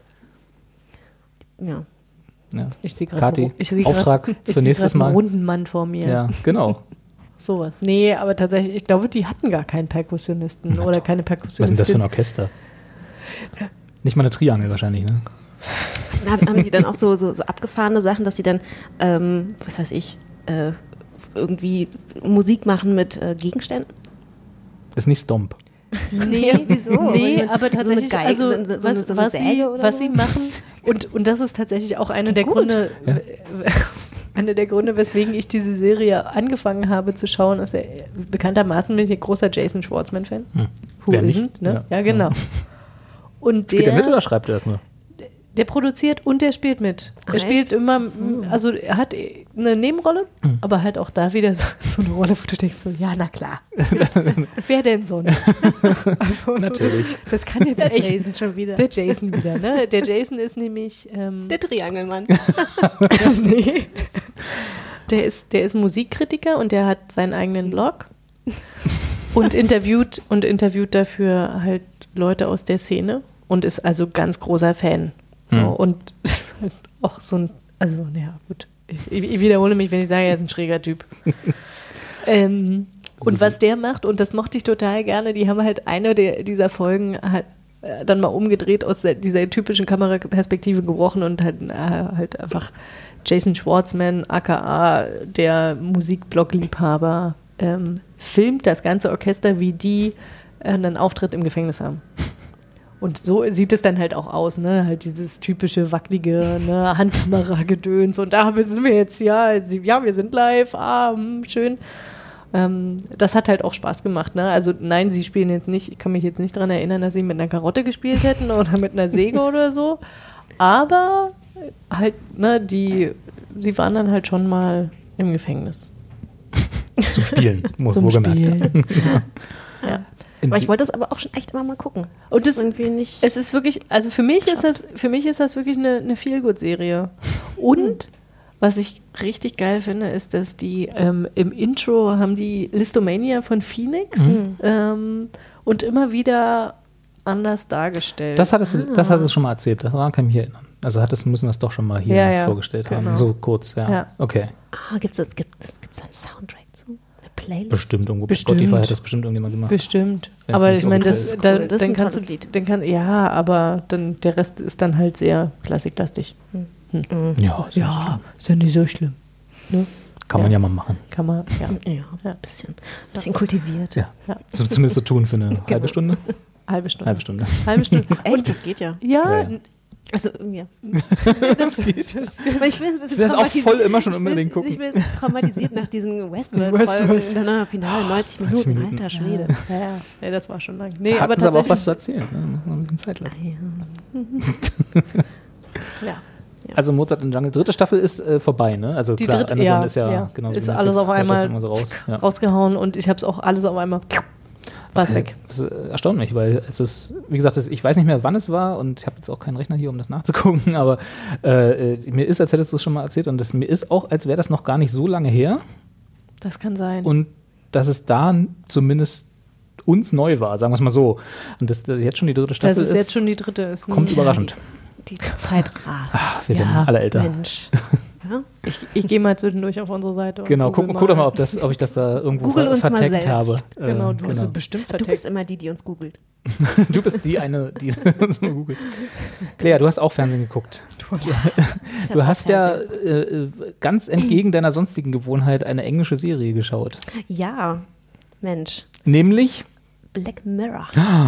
Ja. Ja. ich sehe Kathi, gerade ich sehe Auftrag grad- für ich sehe nächstes grad einen Mal. runden Mann vor mir. Ja, genau. Sowas. Nee, aber tatsächlich, ich glaube, die hatten gar keinen Perkussionisten oder keine Was ist Perkussionistin. denn das für ein Orchester? Nicht mal eine Triangel wahrscheinlich, ne? Haben, haben die dann auch so, so, so abgefahrene Sachen, dass sie dann, ähm, was weiß ich, äh, irgendwie Musik machen mit äh, Gegenständen? Das ist nicht Stomp. Nee, Ja, wieso? Nee, So eine aber tatsächlich, Geige, also so eine- so was, eine- so eine was, sie, Säge oder was so? sie machen, und, und das ist tatsächlich auch einer der klingt gut. Gründe, Ja. einer der Gründe, weswegen ich diese Serie angefangen habe zu schauen, ist ja, bekanntermaßen bin ich ein großer Jason Schwartzman-Fan. Hm. Who Wer nicht? isn't, ne? Ja. Ja, genau. Und Spielt er mit der, oder schreibt er das nur? der produziert und der spielt mit. Ach, Er spielt echt? immer, also er hat eine Nebenrolle, Hm. aber halt auch da wieder so, so eine Rolle, wo du denkst so, ja, na klar. Wer denn sonst? Also, Natürlich. So, das, das kann jetzt Der echt Jason schon wieder. der Jason wieder, ne? Der Jason ist nämlich, ähm, Der Triangelmann. nee. der ist, der ist Musikkritiker und der hat seinen eigenen Blog und interviewt und interviewt dafür halt Leute aus der Szene und ist also ganz großer Fan. So, Hm. und ist halt auch so ein, also naja, gut. Ich, ich wiederhole mich, wenn ich sage, er ist ein schräger Typ. ähm, und was der macht, und das mochte ich total gerne, die haben halt eine der, dieser Folgen halt äh, dann mal umgedreht, aus der, dieser typischen Kameraperspektive gebrochen und halt, äh, halt einfach Jason Schwartzman, aka der Musikblog-Liebhaber, ähm, filmt das ganze Orchester, wie die äh, einen Auftritt im Gefängnis haben. Und so sieht es dann halt auch aus, ne? Halt dieses typische wackelige, ne? Handkamera-Gedöns. Und da sind wir jetzt, ja, sie- ja, wir sind live, ah, hm, schön. Ähm, das hat halt auch Spaß gemacht, ne? Also nein, sie spielen jetzt nicht, ich kann mich jetzt nicht daran erinnern, dass sie mit einer Karotte gespielt hätten oder mit einer Säge oder so. Aber halt, ne, die, sie waren dann halt schon mal im Gefängnis. Zum Spielen, wo, Zum wohlgemerkt. Spielen. Ja. In Aber die- ich wollte das aber auch schon echt immer mal gucken. Und das, Irgendwie nicht. es ist wirklich, also für mich ist das, für mich ist das wirklich eine, eine Feel-Good-Serie. Und was ich richtig geil finde, ist, dass die ähm, im Intro haben die Listomania von Phoenix ähm, und immer wieder anders dargestellt. Das hattest du, das hattest du schon mal erzählt, daran kann ich mich erinnern. Also hattest, müssen wir es doch schon mal hier Ja, ja, vorgestellt genau. haben. So kurz, ja. Ja. Okay. Ah, gibt's das, gibt es gibt's einen Soundtrack zu? Eine Playlist? Bestimmt irgendwo. Bei Bestimmt. Spotify hat das bestimmt irgendjemand gemacht. Bestimmt. Wenn's Aber nicht ich meine, offiziell das, ist. da, Cool, das ist dann ein kannst tolles du, Lied. dann kann, ja, aber dann der Rest ist dann halt sehr klassiklastig. Ja, Ja, ist ja nicht so schlimm. Ne? Kann man ja mal machen. Kann man, ja. Ja, ein bisschen, bisschen kultiviert. Ja. Ja. So, zumindest so tun für eine halbe Stunde. Halbe Stunde. Halbe Stunde. Halbe Stunde. Echt, das geht ja. Ja, Ja, ja. Also, ja. Das geht. Aber ich bin ein bisschen Ich will das auch voll immer schon ich unbedingt bin, gucken. Ich bin traumatisiert nach diesen Westworld-Folgen. Westworld. Dann nach Finale neunzig Minuten, neunzig Minuten. alter Schwede. ja, ja. ja, das war schon lang. Nee, Da aber hatten sie aber auch tatsächlich. was zu erzählen. Ne? Noch ein bisschen Zeit lassen. Ja. Also Mozart in Jungle, dritte Staffel ist äh, vorbei, ne? Also Die klar, dritte, Amazon ja, ist ja, ja. genau. Ist so alles Netflix auf haut einmal das immer so raus. Ja. rausgehauen und ich habe es auch alles auf einmal war es weg. Das äh, erstaunt mich, weil es ist, wie gesagt, das, ich weiß nicht mehr, wann es war und ich habe jetzt auch keinen Rechner hier, um das nachzugucken, aber äh, äh, mir ist, als hättest du es schon mal erzählt und das, mir ist auch, als wäre das noch gar nicht so lange her Das kann sein. und dass es da zumindest uns neu war, sagen wir es mal so. Und dass das jetzt schon die dritte Staffel das ist, ist jetzt schon die dritte. Ist kommt hm. überraschend. Die Zeit rast. Wir werden alle älter. Mensch. Ja? Ich, ich gehe mal zwischendurch auf unsere Seite. und Genau, guck, google guck doch mal, ob, das, ob ich das da irgendwo Google ver uns mal vertaggt selbst. habe. Genau, Äh, du hast es bestimmt Du verteckt. bist immer die, die uns googelt. Du bist die eine, die so googelt. Claire, du hast auch Fernsehen geguckt. Ich hab Du auch hast ja Fernsehen. äh, ganz entgegen deiner sonstigen Gewohnheit eine englische Serie geschaut. Ja, Mensch. Nämlich Black Mirror.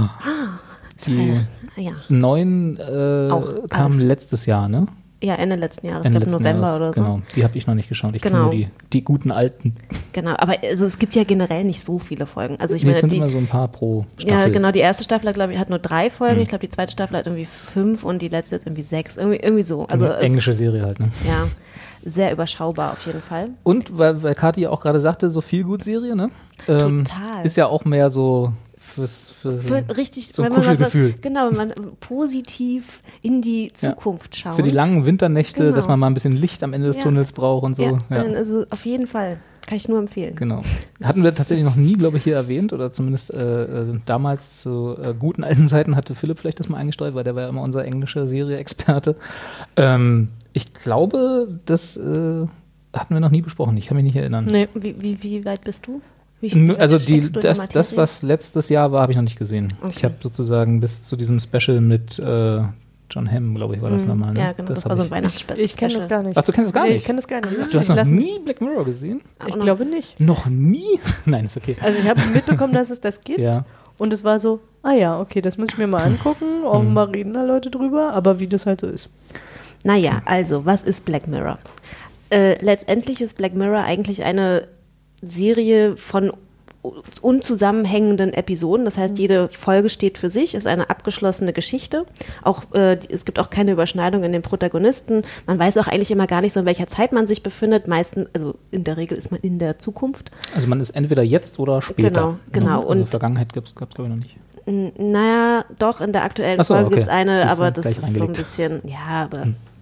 die Ja. neuen äh, Auch kamen alles. letztes Jahr, ne? Ja, Ende letzten Jahres, Ende ich glaube letzten November Jahres. oder so. Genau, die habe ich noch nicht geschaut. Ich Genau. kenne nur die, die guten alten. Genau, aber also es gibt ja generell nicht so viele Folgen. Also ich Die meine, sind die, immer so ein paar pro Staffel. ja genau, die erste Staffel hat, glaube ich, hat nur drei Folgen. Mhm. Ich glaube, die zweite Staffel hat irgendwie fünf und die letzte jetzt irgendwie sechs. Irgendwie, irgendwie so. Also Eine es- englische Serie halt, ne? Ja, sehr überschaubar auf jeden Fall. Und, weil, weil Kathi ja auch gerade sagte, so viel gut Serie, ne? Ähm, Total. Ist ja auch mehr so fürs, für, Für richtig, so ein wenn man mal- Kuschelgefühl. genau, wenn man positiv in die Zukunft schaut. Für die langen Winternächte, Genau. dass man mal ein bisschen Licht am Ende des Ja. Tunnels braucht und so. Ja, Ja. also auf jeden Fall. Kann ich nur empfehlen. Genau. Hatten wir tatsächlich noch nie, glaube ich, hier erwähnt oder zumindest äh, äh, damals zu äh, guten alten Zeiten hatte Philipp vielleicht das mal eingestreut, weil der war ja immer unser englischer Serie-Experte. Ähm, ich glaube, das äh, hatten wir noch nie besprochen. Ich kann mich nicht erinnern. Nee. Wie, wie, wie weit bist du? Wie, Nö, wie Also weit die, steckst du in der das, das, Materie? was letztes Jahr war, habe ich noch nicht gesehen. Okay. Ich habe sozusagen bis zu diesem Special mit äh, John Hamm, glaube ich, war das Mhm. nochmal. Ne? Ja, genau, das, hab war so ein ich- Weihnachtsspecial. Ich kenne das gar nicht. Ach, du kennst es gar Nee, nicht? ich kenne das gar nicht. Du hast Ich noch lass- nie Black Mirror gesehen? Auch Ich noch- glaube nicht. Noch nie? Nein, ist okay. Also ich habe mitbekommen, dass es das gibt. Ja. Und es war so, ah ja, okay, das muss ich mir mal angucken. Offenbar reden da Leute drüber, aber wie das halt so ist. Naja, also, was ist Black Mirror? Äh, letztendlich ist Black Mirror eigentlich eine Serie von unzusammenhängenden Episoden. Das heißt, jede Folge steht für sich, ist eine abgeschlossene Geschichte. Auch, äh, es gibt auch keine Überschneidung in den Protagonisten. Man weiß auch eigentlich immer gar nicht so, in welcher Zeit man sich befindet. Meistens, also in der Regel ist man in der Zukunft. Also man ist entweder jetzt oder später. Genau, genau. Ne? Und- also Vergangenheit gab es, glaube ich, noch nicht. N- Naja, doch, in der aktuellen Ach so, Folge okay. gibt es eine, Siehst du, aber das gleich ist so ein reingelegt. bisschen, ja, aber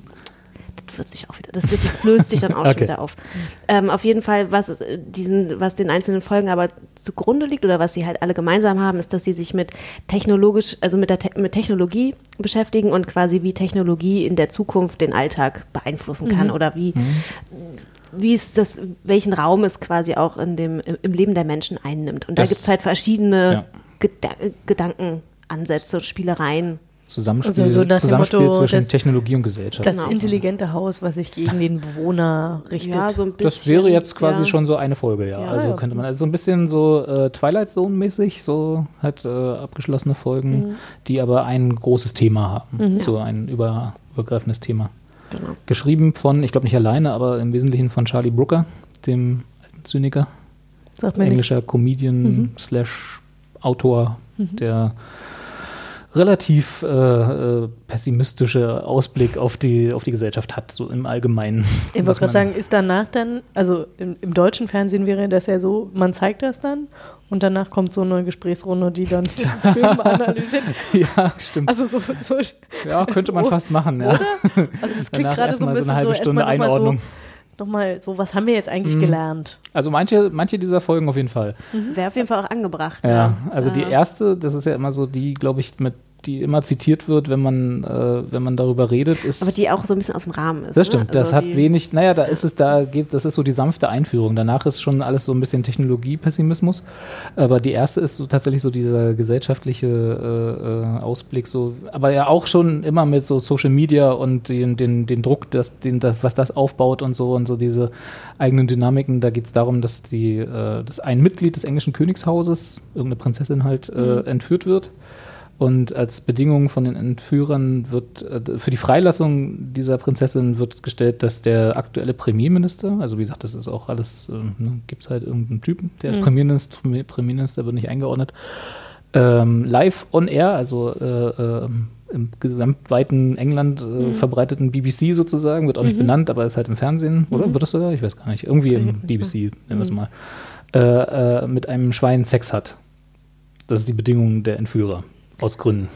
das wird sich auch wieder, das, wird, das löst sich dann auch schon Okay. wieder auf. Ähm, auf jeden Fall, was es, äh, diesen, was den einzelnen Folgen aber zugrunde liegt oder was sie halt alle gemeinsam haben, ist, dass sie sich mit technologisch, also mit der Te mit Technologie beschäftigen und quasi wie Technologie in der Zukunft den Alltag beeinflussen kann oder wie wie es das, welchen Raum es quasi auch in dem, im Leben der Menschen einnimmt. Und Das- da gibt es halt verschiedene ja. Geda Gedankenansätze, Spielereien. Zusammenspiel, Also so nach dem Zusammenspiel Motto, zwischen das- Technologie und Gesellschaft. Das Genau. intelligente Haus, was sich gegen den Bewohner richtet. Ja, so ein bisschen, Das wäre jetzt quasi ja. schon so eine Folge, ja. Ja, also ja. könnte man, also so ein bisschen so äh, Twilight Zone-mäßig, so halt äh, abgeschlossene Folgen, die aber ein großes Thema haben. So ein über, übergreifendes Thema. Genau. Geschrieben von, ich glaube nicht alleine, aber im Wesentlichen von Charlie Brooker, dem alten Zyniker, Sagt mir nicht. englischer Comedian slash Autor, der relativ äh, äh, pessimistische Ausblick auf die, auf die Gesellschaft hat, so im Allgemeinen. Ich Was wollte gerade man- sagen, ist danach dann, also im, im deutschen Fernsehen wäre das ja so, man zeigt das dann und danach kommt so eine Gesprächsrunde, die dann den Film analysiert. Ja, stimmt. Also so, so Ja, könnte man fast machen, ja. also es klingt Danach gerade so erstmal ein so bisschen eine halbe so, Stunde erstmal noch mal Einordnung. So, nochmal so, was haben wir jetzt eigentlich gelernt? Also manche, manche dieser Folgen auf jeden Fall. Wäre auf jeden Fall auch angebracht. Ja, Ja, also die Ja. erste, das ist ja immer so die, glaube ich, mit die immer zitiert wird, wenn man, äh, wenn man darüber redet, ist. Aber die auch so ein bisschen aus dem Rahmen ist. Das stimmt, ne? das also hat wenig, naja, da ist es, da geht, das ist so die sanfte Einführung. Danach ist schon alles so ein bisschen Technologie-Pessimismus. Aber die erste ist so tatsächlich so dieser gesellschaftliche äh, äh, Ausblick, so, aber ja auch schon immer mit so Social Media und den, den, den Druck, das, den, das, was das aufbaut und so und so diese eigenen Dynamiken. Da geht es darum, dass die, äh, dass ein Mitglied des englischen Königshauses, irgendeine Prinzessin halt, äh, Mhm. entführt wird. Und als Bedingung von den Entführern wird, äh, für die Freilassung dieser Prinzessin wird gestellt, dass der aktuelle Premierminister, also wie gesagt, das ist auch alles, äh, ne, gibt es halt irgendeinen Typen, der ist Mhm. Premierminister, Premierminister wird nicht eingeordnet, ähm, live on air, also äh, äh, im gesamtweiten England äh, Mhm. verbreiteten B B C sozusagen, wird auch nicht Mhm. benannt, aber ist halt im Fernsehen, oder? Wird das sogar? Ich weiß gar nicht. Irgendwie im B B C, nennen wir es mal, äh, äh, mit einem Schwein Sex hat. Das ist die Bedingung der Entführer. Aus Gründen.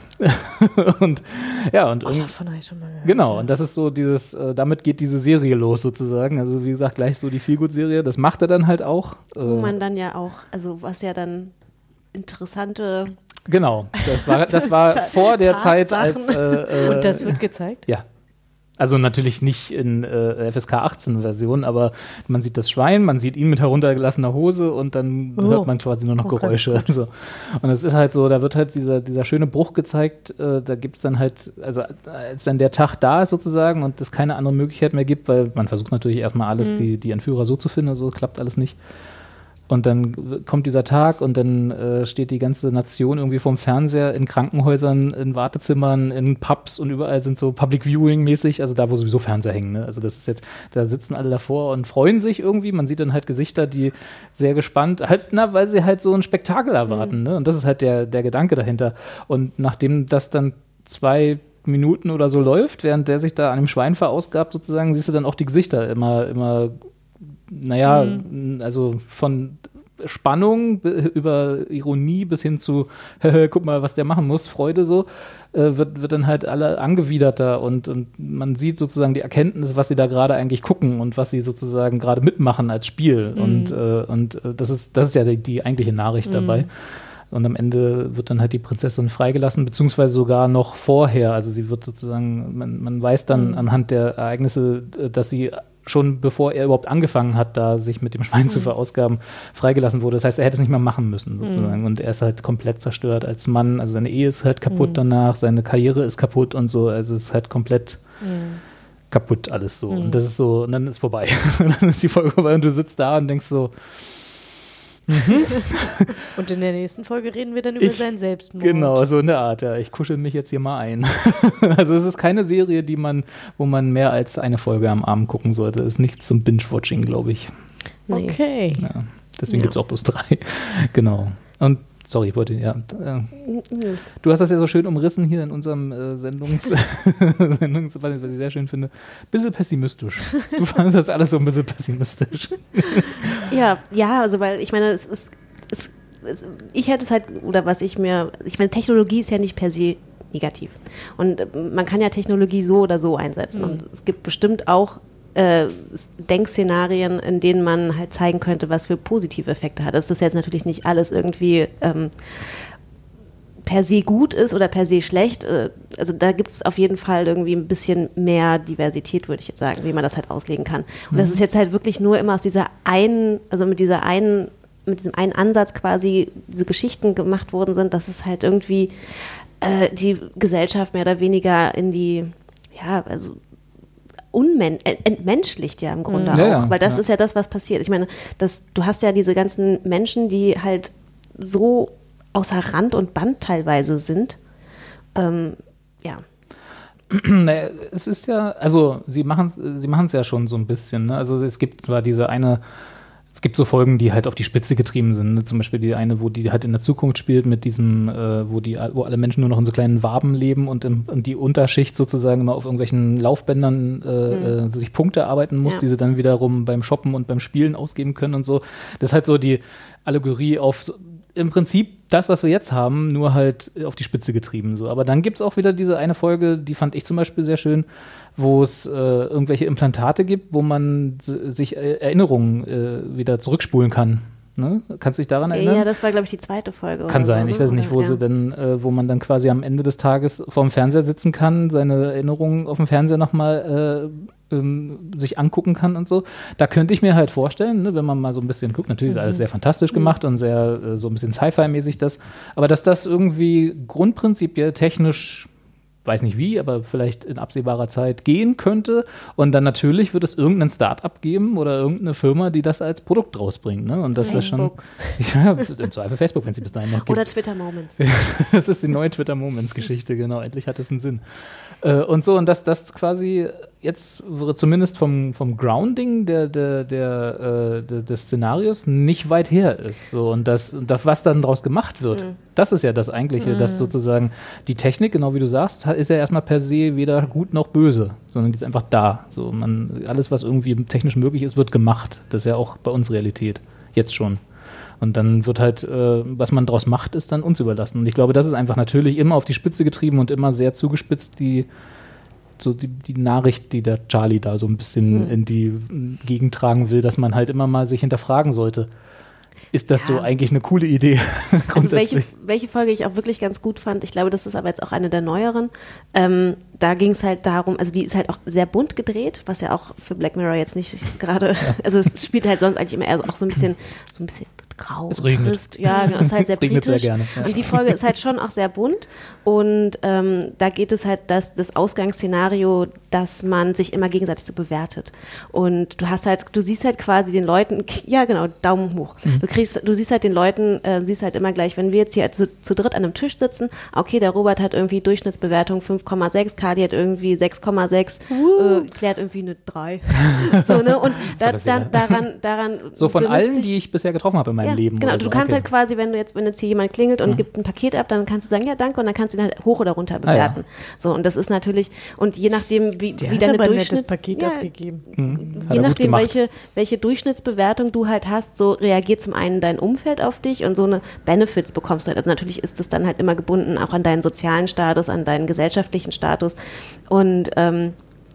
und ja, und Oh, irgendwie- davon habe ich schon mal gehört. genau, und das ist so dieses, äh, damit geht diese Serie los sozusagen. Also wie gesagt, gleich so die Feelgood-Serie, das macht er dann halt auch. Äh, Wo man dann ja auch, also was ja dann interessante genau, das war, das war vor der Zeit als Tatsachen. äh, äh, Und das wird gezeigt? ja. Also natürlich nicht in äh, F S K achtzehn Version, aber man sieht das Schwein, man sieht ihn mit heruntergelassener Hose und dann Oh. hört man quasi nur noch Oh, Geräusche. So. Und es ist halt so, da wird halt dieser, dieser schöne Bruch gezeigt, äh, da gibt es dann halt, also als dann der Tag da ist sozusagen und es keine andere Möglichkeit mehr gibt, weil man versucht natürlich erstmal alles, Mhm. die, die Entführer so zu finden, so klappt alles nicht. Und dann kommt dieser Tag und dann äh, steht die ganze Nation irgendwie vorm Fernseher in Krankenhäusern, in Wartezimmern, in Pubs und überall sind so Public Viewing mäßig, also da, wo sowieso Fernseher hängen. Ne? Also das ist jetzt, da sitzen alle davor und freuen sich irgendwie. Man sieht dann halt Gesichter, die sehr gespannt, halt, na, weil sie halt so ein Spektakel erwarten. Ne? Und das ist halt der, der Gedanke dahinter. Und nachdem das dann zwei Minuten oder so läuft, während der sich da an dem Schwein verausgabt sozusagen, siehst du dann auch die Gesichter immer, immer naja, mhm. also von Spannung be- über Ironie bis hin zu, guck mal, was der machen muss, Freude so, äh, wird, wird dann halt alle angewiderter und, und man sieht sozusagen die Erkenntnis, was sie da gerade eigentlich gucken und was sie sozusagen gerade mitmachen als Spiel. Mhm. Und, äh, und äh, das ist, das ist ja die, die eigentliche Nachricht mhm. dabei. Und am Ende wird dann halt die Prinzessin freigelassen, beziehungsweise sogar noch vorher. Also sie wird sozusagen, man, man weiß dann mhm. anhand der Ereignisse, dass sie schon bevor er überhaupt angefangen hat, da sich mit dem Schwein mhm. zu verausgaben, freigelassen wurde. Das heißt, er hätte es nicht mehr machen müssen, sozusagen. Mhm. Und er ist halt komplett zerstört als Mann. Also seine Ehe ist halt kaputt mhm. danach, seine Karriere ist kaputt und so. Also es ist halt komplett mhm. kaputt alles so. Mhm. Und das ist so, und dann ist vorbei. Und dann ist die Folge vorbei und du sitzt da und denkst so, Mhm. Und in der nächsten Folge reden wir dann über ich, seinen Selbstmord. Genau, so in der Art, ja. Ich kuschel mich jetzt hier mal ein. Also es ist keine Serie, die man, wo man mehr als eine Folge am Abend gucken sollte. Es ist nichts zum Binge-Watching, glaube ich. Nee. Okay. Ja, deswegen Ja. gibt es auch bloß drei. Genau. Und sorry, ich wollte, ja. Äh, du hast das ja so schön umrissen hier in unserem äh, Sendungs, Sendungs was ich sehr schön finde. Bisschen pessimistisch. Du fandest das alles so ein bisschen pessimistisch. Ja, ja, also weil ich meine, es ist, es, es, ich hätte es halt, oder was ich mir, ich meine, Technologie ist ja nicht per se negativ. Und äh, man kann ja Technologie so oder so einsetzen. Mhm. Und es gibt bestimmt auch äh, Denkszenarien, in denen man halt zeigen könnte, was für positive Effekte hat. Das ist jetzt natürlich nicht alles irgendwie ähm, per se gut ist oder per se schlecht. Äh, also da gibt es auf jeden Fall irgendwie ein bisschen mehr Diversität, würde ich jetzt sagen, wie man das halt auslegen kann. Und Mhm. das ist jetzt halt wirklich nur immer aus dieser einen, also mit dieser einen, mit diesem einen Ansatz quasi diese Geschichten gemacht worden sind, dass es halt irgendwie äh, die Gesellschaft mehr oder weniger in die, ja, also unmen entmenschlicht ja im Grunde Ja, auch, ja, weil das ja. ist ja das, was passiert. Ich meine, das, du hast ja diese ganzen Menschen, die halt so außer Rand und Band teilweise sind. Ähm, ja. Naja, es ist ja, also sie machen es sie machen's ja schon so ein bisschen. Ne? Also es gibt zwar diese eine, es gibt so Folgen, die halt auf die Spitze getrieben sind. Ne? Zum Beispiel die eine, wo die halt in der Zukunft spielt mit diesem, äh, wo die, wo alle Menschen nur noch in so kleinen Waben leben und, im, und die Unterschicht sozusagen immer auf irgendwelchen Laufbändern äh, äh, sich Punkte arbeiten muss, Ja. die sie dann wiederum beim Shoppen und beim Spielen ausgeben können und so. Das ist halt so die Allegorie auf so, im Prinzip das, was wir jetzt haben, nur halt auf die Spitze getrieben. So. Aber dann gibt es auch wieder diese eine Folge, die fand ich zum Beispiel sehr schön, wo es äh, irgendwelche Implantate gibt, wo man s- sich äh, Erinnerungen äh, wieder zurückspulen kann. Ne? Kannst du dich daran erinnern? Ja, das war, glaube ich, die zweite Folge. Kann oder sein, so, ich weiß nicht, wo ja. sie denn, äh, wo man dann quasi am Ende des Tages vorm Fernseher sitzen kann, seine Erinnerungen auf dem Fernseher nochmal äh, ähm, sich angucken kann und so. Da könnte ich mir halt vorstellen, ne, wenn man mal so ein bisschen guckt, natürlich ist alles sehr fantastisch gemacht und sehr äh, so ein bisschen Sci-Fi-mäßig das, aber dass das irgendwie grundprinzipiell technisch, weiß nicht wie, aber vielleicht in absehbarer Zeit gehen könnte. Und dann natürlich wird es irgendein Start-up geben oder irgendeine Firma, die das als Produkt rausbringt. Ne? Und dass das schon, ja, im Zweifel Facebook, wenn sie bis dahin noch gibt. Oder Twitter Moments. Das ist die neue Twitter Moments-Geschichte, genau. Endlich hat es einen Sinn. Äh, und so, und dass das quasi jetzt zumindest vom, vom Grounding der, der, der, äh, des Szenarios nicht weit her ist. So, und das, und das, was dann daraus gemacht wird, mhm. das ist ja das Eigentliche, mhm. dass sozusagen die Technik, genau wie du sagst, ist ja erstmal per se weder gut noch böse, sondern die ist einfach da. So, man, alles, was irgendwie technisch möglich ist, wird gemacht. Das ist ja auch bei uns Realität, jetzt schon. Und dann wird halt, äh, was man daraus macht, ist dann uns überlassen. Und ich glaube, das ist einfach natürlich immer auf die Spitze getrieben und immer sehr zugespitzt, die so die, die Nachricht, die der Charlie da so ein bisschen mhm. in die Gegend tragen will, dass man halt immer mal sich hinterfragen sollte. Ist das ja. so eigentlich eine coole Idee? Also welche, welche Folge ich auch wirklich ganz gut fand, ich glaube, das ist aber jetzt auch eine der neueren, ähm, da ging es halt darum, also die ist halt auch sehr bunt gedreht, was ja auch für Black Mirror jetzt nicht gerade, also es spielt halt sonst eigentlich immer eher auch so ein bisschen, so ein bisschen grau, es regnet. trist. Ja, genau, es ist halt sehr britisch. Sehr gerne, ja. Und die Folge ist halt schon auch sehr bunt und ähm, da geht es halt, dass das Ausgangsszenario, dass man sich immer gegenseitig so bewertet. Und du hast halt, du siehst halt quasi den Leuten, ja genau, Daumen hoch. Mhm. Du kriegst, du siehst halt den Leuten, äh, siehst halt immer gleich, wenn wir jetzt hier zu, zu dritt an einem Tisch sitzen, okay, der Robert hat irgendwie Durchschnittsbewertung fünf Komma sechs, Kadi hat irgendwie sechs Komma sechs, uh. äh, Claire hat irgendwie eine drei. So, ne? Und da, da, daran, daran so von allen, die ich bisher getroffen habe in meinem ja, Leben. Genau, oder du so. kannst okay. halt quasi, wenn du jetzt, wenn jetzt hier jemand klingelt und mhm. gibt ein Paket ab, dann kannst du sagen, ja, danke, und dann kannst du ihn halt hoch oder runter bewerten. Ah, ja. So, und das ist natürlich, und je nachdem, wie, Der wie hat deine aber ein Durchschnitts... nettes Paket ja, abgegeben. Mhm. Je nachdem, welche, welche Durchschnittsbewertung du halt hast, so reagiert zum einen dein Umfeld auf dich und so eine Benefits bekommst du halt. Also natürlich ist das dann halt immer gebunden auch an deinen sozialen Status, an deinen gesellschaftlichen Status und ähm,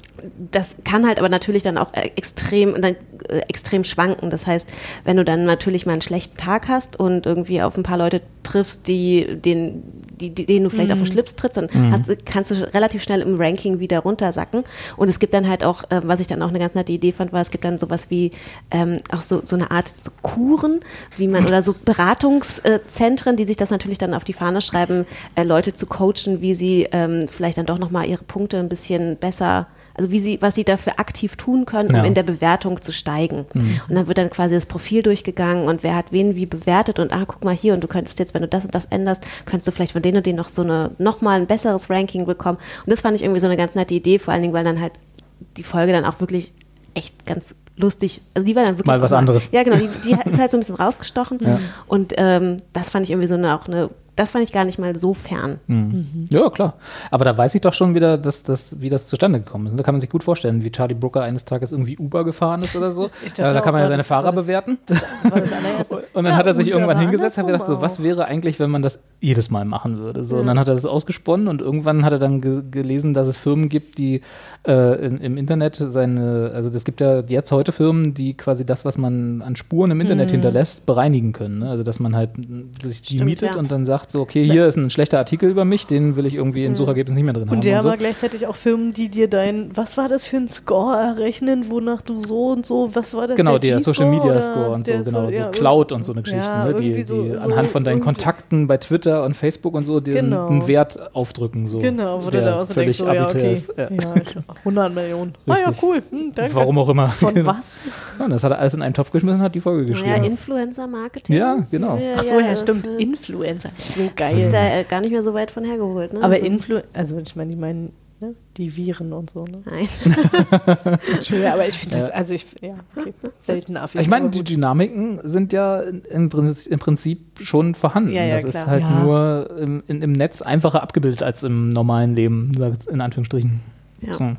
das kann halt aber natürlich dann auch extrem, dann, äh, extrem schwanken. Das heißt, wenn du dann natürlich mal einen schlechten Tag hast und irgendwie auf ein paar Leute triffst, die, den, die, die, denen du vielleicht mhm. auf den Schlips trittst, dann mhm. hast, kannst du relativ schnell im Ranking wieder runtersacken. Und es gibt dann halt auch, äh, was ich dann auch eine ganz nette Idee fand, war, es gibt dann sowas wie ähm, auch so, so eine Art so Kuren, wie man, oder so Beratungszentren, die sich das natürlich dann auf die Fahne schreiben, äh, Leute zu coachen, wie sie ähm, vielleicht dann doch nochmal ihre Punkte ein bisschen besser, also wie sie, was sie dafür aktiv tun können, um ja. in der Bewertung zu steigen. Mhm. Und dann wird dann quasi das Profil durchgegangen und wer hat wen wie bewertet und ah, guck mal hier, und du könntest jetzt, wenn du das und das änderst, könntest du vielleicht von denen und denen noch so eine, nochmal ein besseres Ranking bekommen. Und das fand ich irgendwie so eine ganz nette Idee, vor allen Dingen, weil dann halt die Folge dann auch wirklich echt ganz lustig, also die war dann wirklich mal was mal, anderes. Ja, genau, die, die ist halt so ein bisschen rausgestochen ja. und ähm, das fand ich irgendwie so eine, auch eine, das fand ich gar nicht mal so fern. Mhm. Mhm. Ja, klar. Aber da weiß ich doch schon wieder, dass das, wie das zustande gekommen ist. Da kann man sich gut vorstellen, wie Charlie Brooker eines Tages irgendwie Uber gefahren ist oder so. Ich dachte, da kann man ja seine Fahrer das, bewerten. Das, das war das allererste. Und dann ja, hat er sich irgendwann hingesetzt und hat gedacht, so, was wäre eigentlich, wenn man das jedes Mal machen würde? So, ja. Und dann hat er das ausgesponnen und irgendwann hat er dann ge- gelesen, dass es Firmen gibt, die äh, in, im Internet seine, also es gibt ja jetzt heute Firmen, die quasi das, was man an Spuren im Internet mhm. hinterlässt, bereinigen können. Ne? Also dass man halt sich die Stimmt, mietet ja. und dann sagt so, okay, hier ist ein schlechter Artikel über mich, den will ich irgendwie im Suchergebnis nicht mehr drin haben. Und die haben so. aber gleichzeitig auch Firmen, die dir dein, was war das für ein Score errechnen, wonach du so und so, was war das? Genau, der, der Social Media Score und so, genau, so, ja, Cloud und so eine Geschichte, ja, ne, die, die so, anhand von deinen Kontakten bei Twitter und Facebook und so dir genau. einen Wert aufdrücken. So, genau, wo du da auch so denkst, so, ja, okay, ist. Ja. Ja, hundert Millionen. Richtig. Ah ja, cool, hm, danke. Warum auch immer. Von genau. was? Ja, das hat er alles in einen Topf geschmissen und hat die Folge geschrieben. Ja, Influencer-Marketing. Ja, genau. Ja, Ach so, ja, ja stimmt, Influencer. So geil. Das ist da gar nicht mehr so weit von hergeholt. Ne? Aber also, Influ- also ich meine, die meinen ne? die Viren und so. Ne? Nein. Entschuldigung, aber ich finde das, also ich, ja, okay, selten affig. Ich meine, die Dynamiken sind ja im Prinzip, im Prinzip schon vorhanden. Ja, ja, das klar. ist halt ja. nur im, in, im Netz einfacher abgebildet als im normalen Leben, in Anführungsstrichen. Ja. So.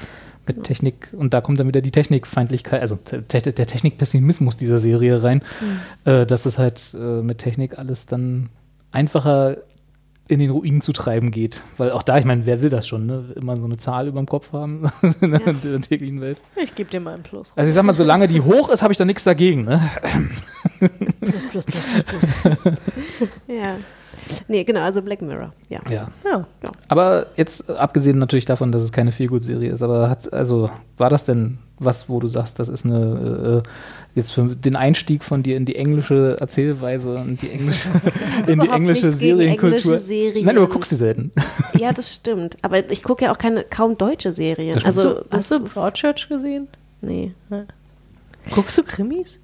Mit Technik, und da kommt dann wieder die Technikfeindlichkeit, also te- der Technikpessimismus dieser Serie rein, mhm. äh, dass es halt äh, mit Technik alles dann einfacher in den Ruinen zu treiben geht. Weil auch da, ich meine, wer will das schon, ne? Immer so eine Zahl über dem Kopf haben in der, ja. in der täglichen Welt. Ich gebe dir mal einen Plus. Also ich sag mal, solange die hoch ist, habe ich da nichts dagegen. Ne? Plus, plus, plus, plus, plus. Ja. Nee, genau, also Black Mirror, ja. Ja. Ja. Ja. Aber jetzt, abgesehen natürlich davon, dass es keine Feelgood-Serie ist, aber hat, also, war das denn was, wo du sagst, das ist eine, äh, jetzt für den Einstieg von dir in die englische Erzählweise und die englische, in die Überhaupt englische nichts gegen Serienkultur? englische Serien. Nein, du guckst sie selten. Ja, das stimmt. Aber ich gucke ja auch keine, kaum deutsche Serien. Das Also, Hast du, das hast du ist- Broadchurch gesehen? Nee. Guckst du Krimis?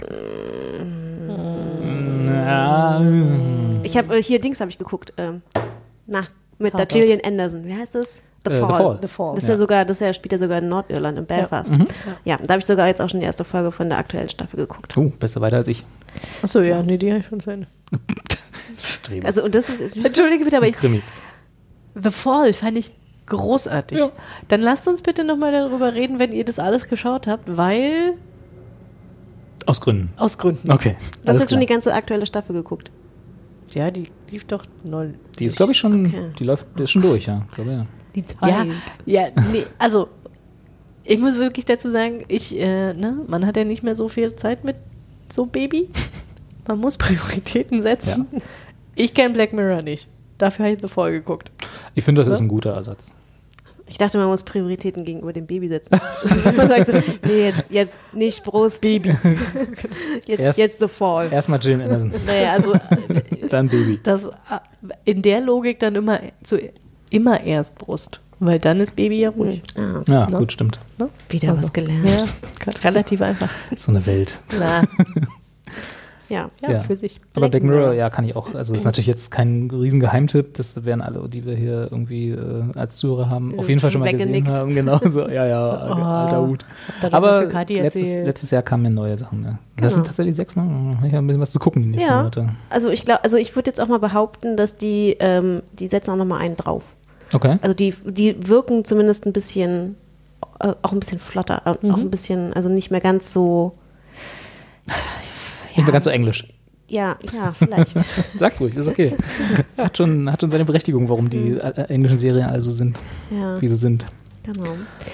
Ja. Ich habe äh, hier Dings habe ich geguckt. Ähm, na, mit der Tatort. Gillian Anderson. Wie heißt das? The Äh, The Fall. Fall. The Fall. Das ist Ja. ja sogar, das ist ja, spielt ja sogar in Nordirland, in Belfast. Ja, da habe ich sogar jetzt auch schon die erste Folge von der aktuellen Staffel geguckt. Oh, besser weiter als ich. Achso, ja, nee, die habe ich schon zu Ende. Streben. Also und das ist Entschuldige bitte, aber ich, Krimi. The Fall fand ich großartig. Ja. Dann lasst uns bitte nochmal darüber reden, wenn ihr das alles geschaut habt, weil, Aus Gründen. aus Gründen. Okay. Du hast alles jetzt schon die klar. ganze aktuelle Staffel geguckt. Ja, die lief doch neu. Die ist, glaube ich, schon, Okay. die läuft, die ist schon durch, ja. Ich glaube, ja. Die Ja, ja, nee, also ich muss wirklich dazu sagen, ich, äh, ne, man hat ja nicht mehr so viel Zeit mit so Baby. Man muss Prioritäten setzen. Ich kenne Black Mirror nicht. Dafür habe ich The Fall geguckt. Ich finde, das ist Ja. ein guter Ersatz. Ich dachte, man muss Prioritäten gegenüber dem Baby setzen. Dass man sagt so, nee, jetzt, jetzt nicht Brust. Baby. Jetzt, Erst- jetzt The Fall. Erstmal Gillian Anderson, Naja, also dann Baby. das äh, in der Logik dann immer zu immer erst Brust. Weil dann ist Baby ja ruhig. Ah, Ja, Ne? gut, stimmt. Ne? wieder Also, was gelernt. Ja, relativ einfach. So eine Welt. Na, Ja. ja, Ja. für sich. Aber Black Mirror, ja, kann ich auch. Also ist natürlich jetzt kein riesen Geheimtipp. Das werden alle, die wir hier irgendwie äh, als Zuhörer haben, auf jeden Fall schon mal gesehen weggenickt. haben. Genau, so, ja, ja, So, alter oh, Hut. Hab da doch Aber mal für Kathi letztes, erzählt. letztes Jahr kamen ja neue Sachen. Ne? Das Genau. sind tatsächlich sechs, ne? Ich habe ein bisschen was zu gucken die nächsten Ja. Monate. Also ich glaube, also ich würde jetzt auch mal behaupten, dass die, ähm, die setzen auch noch mal einen drauf. Okay. Also die, die wirken zumindest ein bisschen, äh, auch ein bisschen flotter, äh, Mhm. auch ein bisschen, also nicht mehr ganz so. Nicht mehr ganz so englisch. Ja, ja, vielleicht. Sag's ruhig, ist okay. Das hat schon, hat schon seine Berechtigung, warum die Mhm. äh, englischen Serien also sind, Ja, wie sie sind. genau.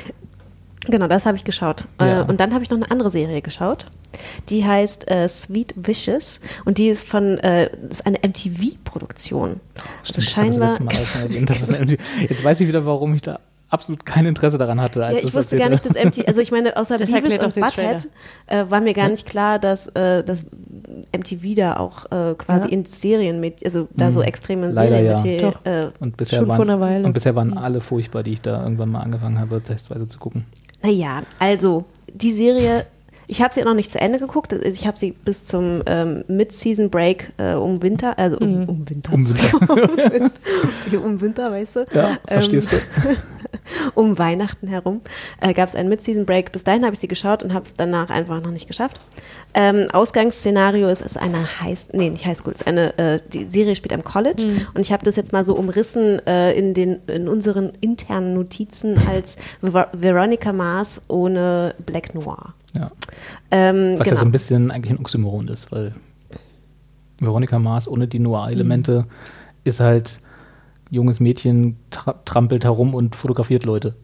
Genau, das habe ich geschaut. Ja. Äh, und dann habe ich noch eine andere Serie geschaut. Die heißt äh, Sweet Vicious und die ist von, äh, das ist eine M T V-Produktion. Also Stimmt, das scheinbar. hat das letzte Mal auch schon erwähnt, dass es eine M T V Jetzt weiß ich wieder, warum ich da absolut kein Interesse daran hatte. Als Ja, das ich wusste erzählt gar nicht, hast. dass M T V, also ich meine, außer Das Beavis erklärt und doch den Butthead äh, war mir gar nicht klar, dass, äh, dass M T V da auch äh, quasi Ja. in Serien mit, also da so extrem in Mhm. Leider Serien ja. mit Doch. äh, Und bisher, Schon waren, vor einer Weile. und bisher waren alle furchtbar, die ich da irgendwann mal angefangen habe, testweise zu gucken. Naja, also die Serie, ich habe sie noch nicht zu Ende geguckt. Also ich habe sie bis zum ähm, Mid-Season-Break äh, um Winter, also um, um Winter. Um Winter. um Winter, weißt du? Ja, verstehst du? Um Weihnachten herum äh, gab es einen Mid-Season-Break. Bis dahin habe ich sie geschaut und habe es danach einfach noch nicht geschafft. Ähm, Ausgangsszenario ist, ist eine High, nee, nicht Highschool, ist eine, äh, die Serie spielt am College und ich habe das jetzt mal so umrissen äh, in, den, in unseren internen Notizen als Ver Veronica Mars ohne Black Noir. Ja. Ähm, Was genau. ja so ein bisschen eigentlich ein Oxymoron ist, weil Veronica Mars ohne die Noir-Elemente Mhm. ist halt junges Mädchen tra trampelt herum und fotografiert Leute.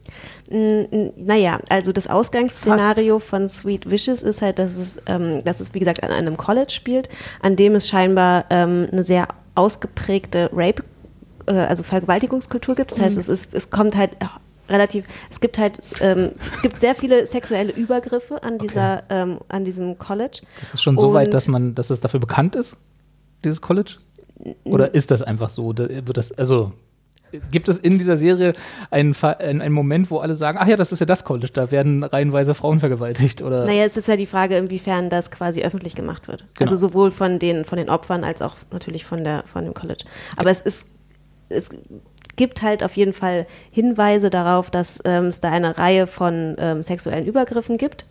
N- Naja, also das Ausgangsszenario von Sweet Vicious ist halt, dass es, ähm, dass es wie gesagt an einem College spielt, an dem es scheinbar ähm, eine sehr ausgeprägte Rape, äh, also Vergewaltigungskultur gibt. Das heißt, es ist, es kommt halt relativ, es gibt halt, ähm, es gibt sehr viele sexuelle Übergriffe an dieser, ähm, an diesem College. Das ist schon so weit, Und- dass man, dass es dafür bekannt ist, dieses College? Oder ist das einfach so? Da wird das, also gibt es in dieser Serie einen, Fa- einen, einen Moment, wo alle sagen, ach ja, das ist ja das College, da werden reihenweise Frauen vergewaltigt? Oder? Naja, es ist ja die Frage, inwiefern das quasi öffentlich gemacht wird. Genau. Also sowohl von den, von den Opfern als auch natürlich von, der, von dem College. Aber es ist, es gibt halt auf jeden Fall Hinweise darauf, dass ähm, es da eine Reihe von ähm, sexuellen Übergriffen gibt.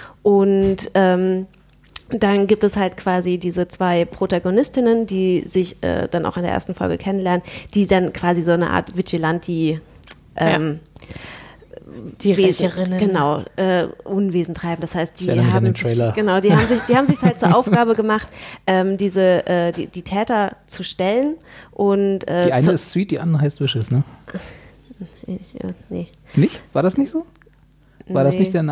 Und ähm, dann gibt es halt quasi diese zwei Protagonistinnen, die sich äh, dann auch in der ersten Folge kennenlernen, die dann quasi so eine Art Vigilante ähm, Die Wesen, Rächerinnen. genau, äh, Unwesen treiben. Das heißt, die Ich erinnere mich an haben den sich, Trailer. genau, die haben sich, die haben sich halt zur Aufgabe gemacht, ähm, diese, äh, die, die Täter zu stellen und äh, Die eine zu, ist Sweet, die andere heißt Vicious, ne? ja, nee. Nicht? War das nicht so? War das Nee. nicht der Name?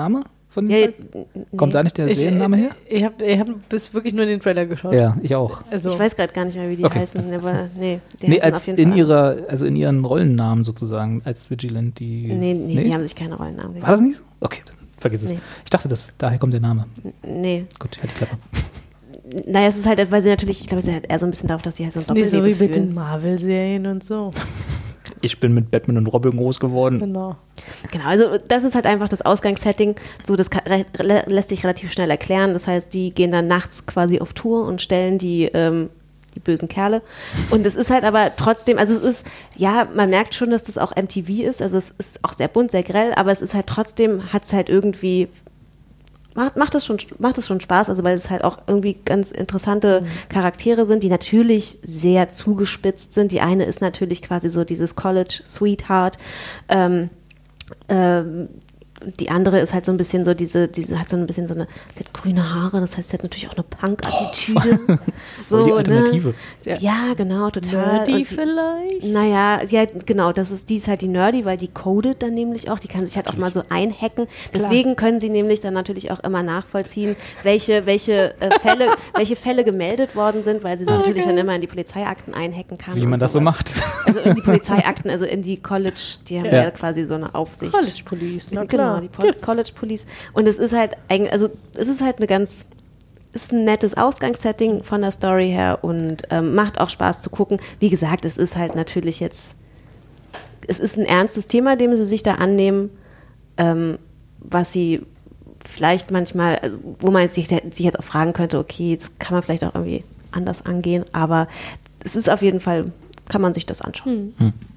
von Ja, den beiden? Kommt da nicht der Serienname her? Ich habe ich hab bis wirklich nur den Trailer geschaut. Ja, ich auch. Also, Ich weiß gerade gar nicht mehr, wie die Okay. heißen, aber nee, die Nee, heißen als auf jeden in Fall. ihrer, also in ihren Rollennamen sozusagen, als Vigilante. Nee, nee, die haben sich keine Rollennamen gegeben. War das nicht so? Okay, dann vergiss es. Nee. Ich dachte, das, daher kommt der Name. Nee. Gut, halt die Klappe. Naja, es ist halt, weil sie natürlich, ich glaube, es ist halt eher so ein bisschen darauf, dass sie halt so ein nicht so wie Doppelleben mit den führen. Marvel-Serien und so. Ich bin mit Batman und Robin groß geworden. Genau. Genau, also das ist halt einfach das Ausgangssetting. So, das kann, lä- lässt sich relativ schnell erklären. Das heißt, die gehen dann nachts quasi auf Tour und stellen die, ähm, die bösen Kerle. Und es ist halt aber trotzdem, also es ist, ja, man merkt schon, dass das auch M T V ist. Also es ist auch sehr bunt, sehr grell, aber es ist halt trotzdem, hat es halt irgendwie, macht, macht es schon, macht es schon Spaß, also weil es halt auch irgendwie ganz interessante Charaktere sind, die natürlich sehr zugespitzt sind. Die eine ist natürlich quasi so dieses College Sweetheart, ähm, ähm, die andere ist halt so ein bisschen so diese, diese hat so ein bisschen so eine, sie hat grüne Haare, das heißt, sie hat natürlich auch eine Punk-Attitüde. Voll die Alternative. Ne? Ja, genau, total. Nerdy Und die- vielleicht? Naja, ja, genau, das ist, die ist halt die Nerdy, weil die codet dann nämlich auch, die kann sich halt auch mal so einhacken. Deswegen können sie nämlich dann natürlich auch immer nachvollziehen, welche, welche äh, Fälle, welche Fälle gemeldet worden sind, weil sie sich natürlich dann immer in die Polizeiakten einhacken kann. Wie und man das so sowas. macht. Also in die Polizeiakten, also in die College, die haben ja, Ja. quasi so eine Aufsicht. College Police, na Genau, klar. die Pol Gibt's. College Police. Und es ist halt eigentlich, also es ist halt eine ganz, ist ein nettes Ausgangssetting von der Story her und ähm, macht auch Spaß zu gucken. Wie gesagt, es ist halt natürlich jetzt, es ist ein ernstes Thema, dem sie sich da annehmen, ähm, was sie vielleicht manchmal, also wo man sich, sich jetzt auch fragen könnte, okay, jetzt kann man vielleicht auch irgendwie anders angehen, aber es ist auf jeden Fall, kann man sich das anschauen.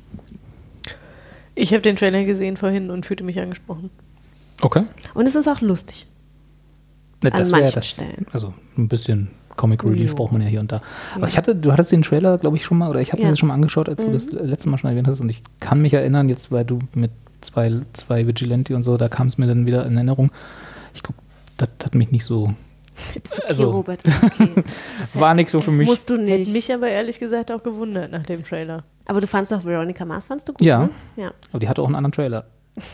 Ich habe den Trailer gesehen vorhin und fühlte mich angesprochen. Okay. Und es ist auch lustig. Ne, An das wäre manchen das. Stellen. Also ein bisschen Comic Relief Jo. braucht man ja hier und da. Aber Ja. ich hatte, du hattest den Trailer, glaube ich, schon mal, oder ich habe Ja. mir das schon mal angeschaut, als du das letzte Mal schon erwähnt hast. Und ich kann mich erinnern, jetzt, weil du mit zwei, zwei Vigilante und so, da kam es mir dann wieder in Erinnerung. Ich glaube, das hat mich nicht so. Ist okay, Also- Robert, ist okay. Das War nicht so für mich. musst du Hätte nicht. mich aber ehrlich gesagt auch gewundert nach dem Trailer. Aber du fandst auch Veronica Mars, fandst du gut? Ja. Ne? Ja. Aber die hatte auch einen anderen Trailer.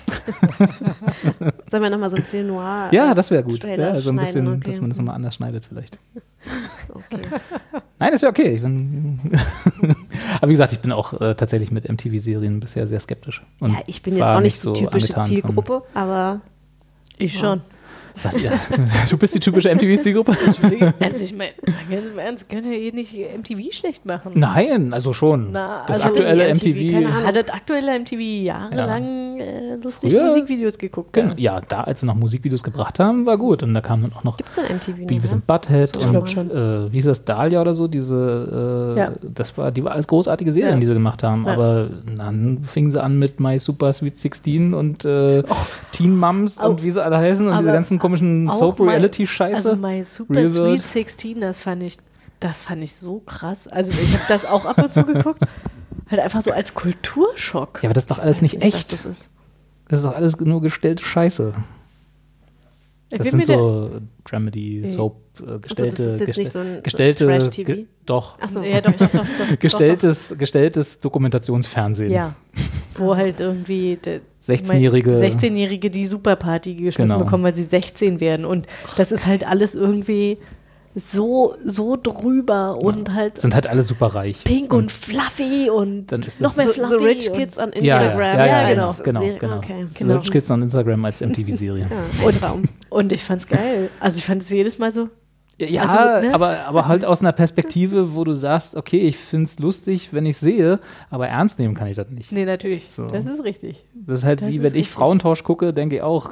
Sollen wir nochmal so ein Film Noir? Ja, äh, das wäre gut. Trailer Ja, so ein schneiden? bisschen, Okay. dass man das nochmal anders schneidet vielleicht. Okay. Nein, ist ja okay. Ich bin aber wie gesagt, ich bin auch äh, tatsächlich mit M T V-Serien bisher sehr skeptisch. Und Ja, ich bin jetzt war auch nicht die so typische angetan von- Zielgruppe, aber Ich schon. Was, ja. Du bist die typische M T V-Zielgruppe? Also ich meine, ganz im Ernst, könnt ihr hier nicht M T V schlecht machen? Nein, also schon. Na, das also aktuelle die M M T T V. V, keine Ahnung. Hat das aktuelle M T V jahrelang äh, lustig Früher- Musikvideos geguckt? Genau. Ja. Ja, da, als sie noch Musikvideos gebracht haben, war gut. Und da kam dann auch noch gibt es denn M T V noch? Beavis ne? and Butthead Ich und glaub schon. äh, wie hieß das, Dahlia oder so, diese, äh, Ja. das war, die war alles großartige Serien, Ja. die sie gemacht haben. Ja. Aber dann fingen sie an mit My Super Sweet sixteen und äh, Teen Moms und Au. wie sie alle heißen und diese Aber ganzen komischen auch Soap-Reality-Scheiße. Also My Super Real Sweet World. sixteen, das fand ich, das fand ich so krass. Also ich habe das auch ab und zu geguckt. Halt einfach so als Kulturschock. Ja, aber das ist doch alles nicht Weiß nicht, was echt. das ist. Das ist doch alles nur gestellte Scheiße. Ich Das bin sind mir so Dramedy, Soap, äh, gestellte, ist jetzt geste- nicht so ein gestellte, Trash-T V? ge doch, Ach so. der, ja, doch, doch, doch, doch, gestelltes, gestelltes Dokumentationsfernsehen. Doch, ja. Wo halt irgendwie der, sechzehnjährige sechzehnjährige die Superparty geschmissen Genau. bekommen, weil sie sechzehn werden. Und das ist halt alles irgendwie so, so drüber und halt sind halt alle super reich. pink und fluffy und Dann ist noch es- mehr So, fluffy. so Rich und- Kids on Ja, ja, Instagram. ja, ja, Ja, als genau, Serie. genau. Okay. So Genau. Rich Kids on Instagram als M T V-Serie. Ja, ein Traum. Und ich fand's geil. Also ich fand es jedes Mal so, Ja, ja Also, ne? aber, aber halt aus einer Perspektive, wo du sagst, okay, ich find's lustig, wenn ich sehe, aber ernst nehmen kann ich das nicht. nee, natürlich, So. das ist richtig. Das ist halt Das wie, ist wenn ich richtig. Frauentausch gucke, denke ich auch.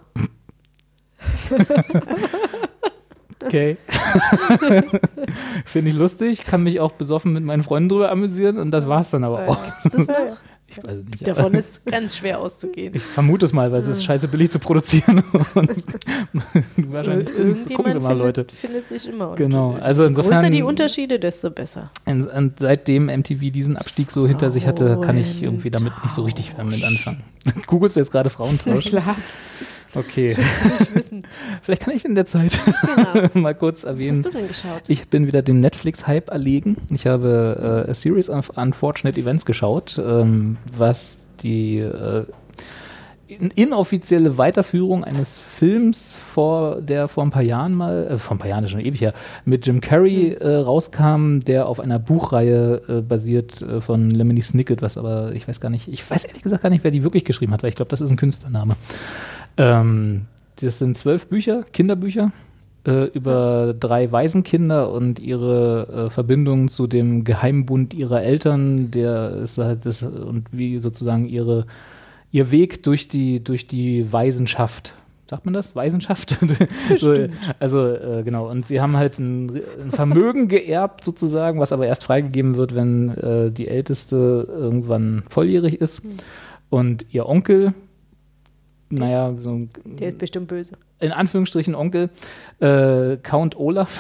Okay. Finde ich lustig, kann mich auch besoffen mit meinen Freunden drüber amüsieren und das war's dann aber auch. Ist das noch? Ich weiß es nicht. Davon aber ist ganz schwer auszugehen. ich vermute es mal, weil es ist scheiße billig zu produzieren. Und wahrscheinlich gucken sie Irgendjemand mal, Leute. findet, findet sich immer. Und Genau, also Je insofern. größer die Unterschiede, desto besser. Und, und seitdem M T V diesen Abstieg so hinter sich hatte, kann ich irgendwie damit nicht so richtig Frauentausch. damit anfangen. Googlest du jetzt gerade Frauentausch? Klar, Okay. das will ich wissen. Vielleicht kann ich in der Zeit Genau. mal kurz Was erwähnen. hast du denn geschaut? Ich bin wieder dem Netflix-Hype erlegen. Ich habe äh, A Series of Unfortunate Events geschaut, ähm, was die äh, in, inoffizielle Weiterführung eines Films, vor, der vor ein paar Jahren mal, äh, vor ein paar Jahren ist schon ewig her, mit Jim Carrey äh, rauskam, der auf einer Buchreihe äh, basiert äh, von Lemony Snicket, was aber, ich weiß gar nicht, ich weiß ehrlich gesagt gar nicht, wer die wirklich geschrieben hat, weil ich glaube, das ist ein Künstlername. Ähm, das sind zwölf Bücher, Kinderbücher, über drei Waisenkinder und ihre äh, Verbindung zu dem Geheimbund ihrer Eltern, der ist halt das, und wie sozusagen ihre, ihr Weg durch die, durch die Waisenschaft. Sagt man das? Waisenschaft? so, also, äh, genau. Und sie haben halt ein, ein Vermögen geerbt, sozusagen, was aber erst freigegeben wird, wenn äh, die Älteste irgendwann volljährig ist. Hm. Und ihr Onkel, naja, so der ist bestimmt böse. In Anführungsstrichen Onkel, äh, Count Olaf.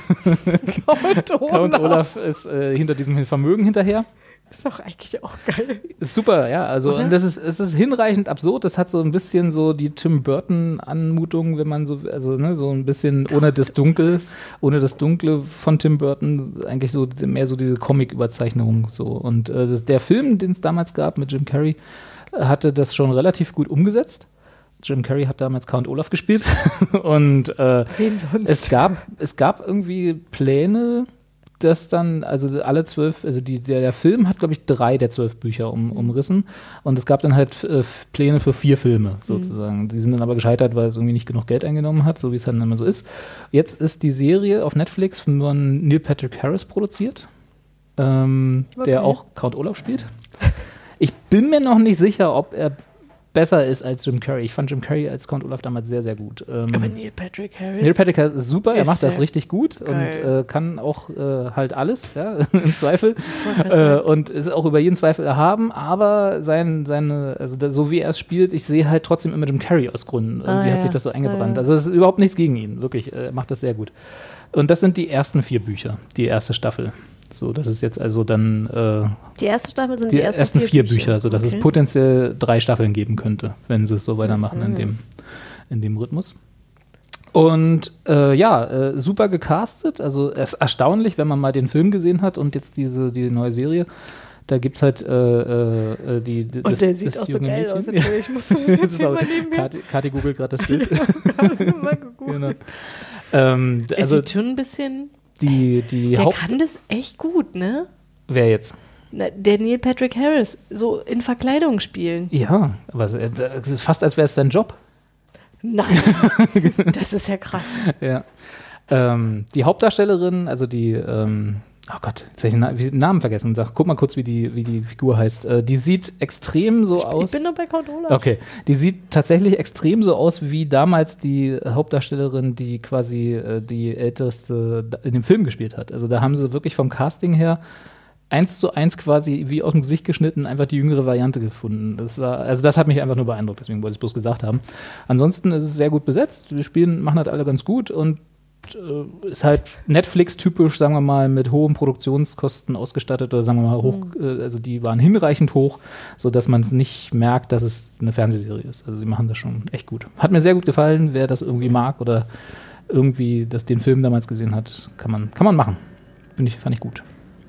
Count Olaf. Count Olaf ist äh, hinter diesem Vermögen hinterher. Ist doch eigentlich auch geil. Ist super, ja. Also, und das ist, es ist hinreichend absurd. Das hat so ein bisschen so die Tim Burton-Anmutung, wenn man so, also ne, so ein bisschen ohne das Dunkel, ohne das Dunkle von Tim Burton, eigentlich so mehr so diese Comic-Überzeichnung. So. Und äh, der Film, den es damals gab mit Jim Carrey, hatte das schon relativ gut umgesetzt. Jim Carrey hat damals Count Olaf gespielt und äh, Wen sonst? es gab es gab irgendwie Pläne, dass dann, also alle zwölf, also die, der, der Film hat, glaube ich, drei der zwölf Bücher um, umrissen und es gab dann halt äh, Pläne für vier Filme sozusagen. Mhm. Die sind dann aber gescheitert, weil es irgendwie nicht genug Geld eingenommen hat, so wie es dann immer so ist. Jetzt ist die Serie auf Netflix von Neil Patrick Harris produziert, ähm, okay. der auch Count Olaf spielt. Ich bin mir noch nicht sicher, ob er besser ist als Jim Carrey. Ich fand Jim Carrey als Count Olaf damals sehr, sehr gut. Ähm, Aber Neil Patrick Harris? Neil Patrick Harris ist super, er ist macht das richtig gut geil. und äh, kann auch äh, halt alles, ja, im Zweifel. äh, und ist auch über jeden Zweifel erhaben, aber sein, seine, also das, so wie er es spielt, ich sehe halt trotzdem immer Jim Carrey aus Gründen. Irgendwie ah, hat ja. sich das so eingebrannt. Ah, ja. Also es ist überhaupt nichts gegen ihn, wirklich. Er macht das sehr gut. Und das sind die ersten vier Bücher, die erste Staffel. So, das ist jetzt also dann äh, die erste Staffel sind die, die ersten, ersten vier, vier Bücher, Bücher, sodass okay. es potenziell drei Staffeln geben könnte, wenn sie es so weitermachen mhm. in dem, in dem Rhythmus. Und äh, ja, äh, super gecastet, also es ist erstaunlich, wenn man mal den Film gesehen hat und jetzt diese die neue Serie. Da gibt es halt äh, äh, die, die Und das, der sieht das auch so junge geil Mädchen. aus. Ich muss das jetzt hier mal nehmen. Kathi, Kathi googelt gerade das Bild. mal gegoogelt. Genau. Ähm, er also sieht schon ein bisschen... die, die der Haupt- kann das echt gut, ne? Wer jetzt? Na, der Neil Patrick Harris, so in Verkleidung spielen. Ja, aber es ist fast, als wäre es sein Job. Nein, das ist ja krass. Ja. Ähm, die Hauptdarstellerin, also die, ähm, oh Gott, jetzt habe ich den Na- den Namen vergessen. Sag, guck mal kurz, wie die, wie die Figur heißt. Äh, die sieht extrem so ich, aus. Ich bin doch bei Count Olaf. Okay, die sieht tatsächlich extrem so aus wie damals die Hauptdarstellerin, die quasi äh, die älteste in dem Film gespielt hat. Also da haben sie wirklich vom Casting her eins zu eins quasi wie aus dem Gesicht geschnitten einfach die jüngere Variante gefunden. Das war, also das hat mich einfach nur beeindruckt, deswegen wollte ich es bloß gesagt haben. Ansonsten ist es sehr gut besetzt. Wir spielen, machen halt alle ganz gut und äh, ist halt Netflix-typisch, sagen wir mal, mit hohen Produktionskosten ausgestattet oder sagen wir mal hoch, mhm. äh, also die waren hinreichend hoch, sodass man es nicht merkt, dass es eine Fernsehserie ist. Also sie machen das schon echt gut. Hat mir sehr gut gefallen, wer das irgendwie mag oder irgendwie das, den Film damals gesehen hat, kann man, kann man machen. Bin ich, fand ich gut.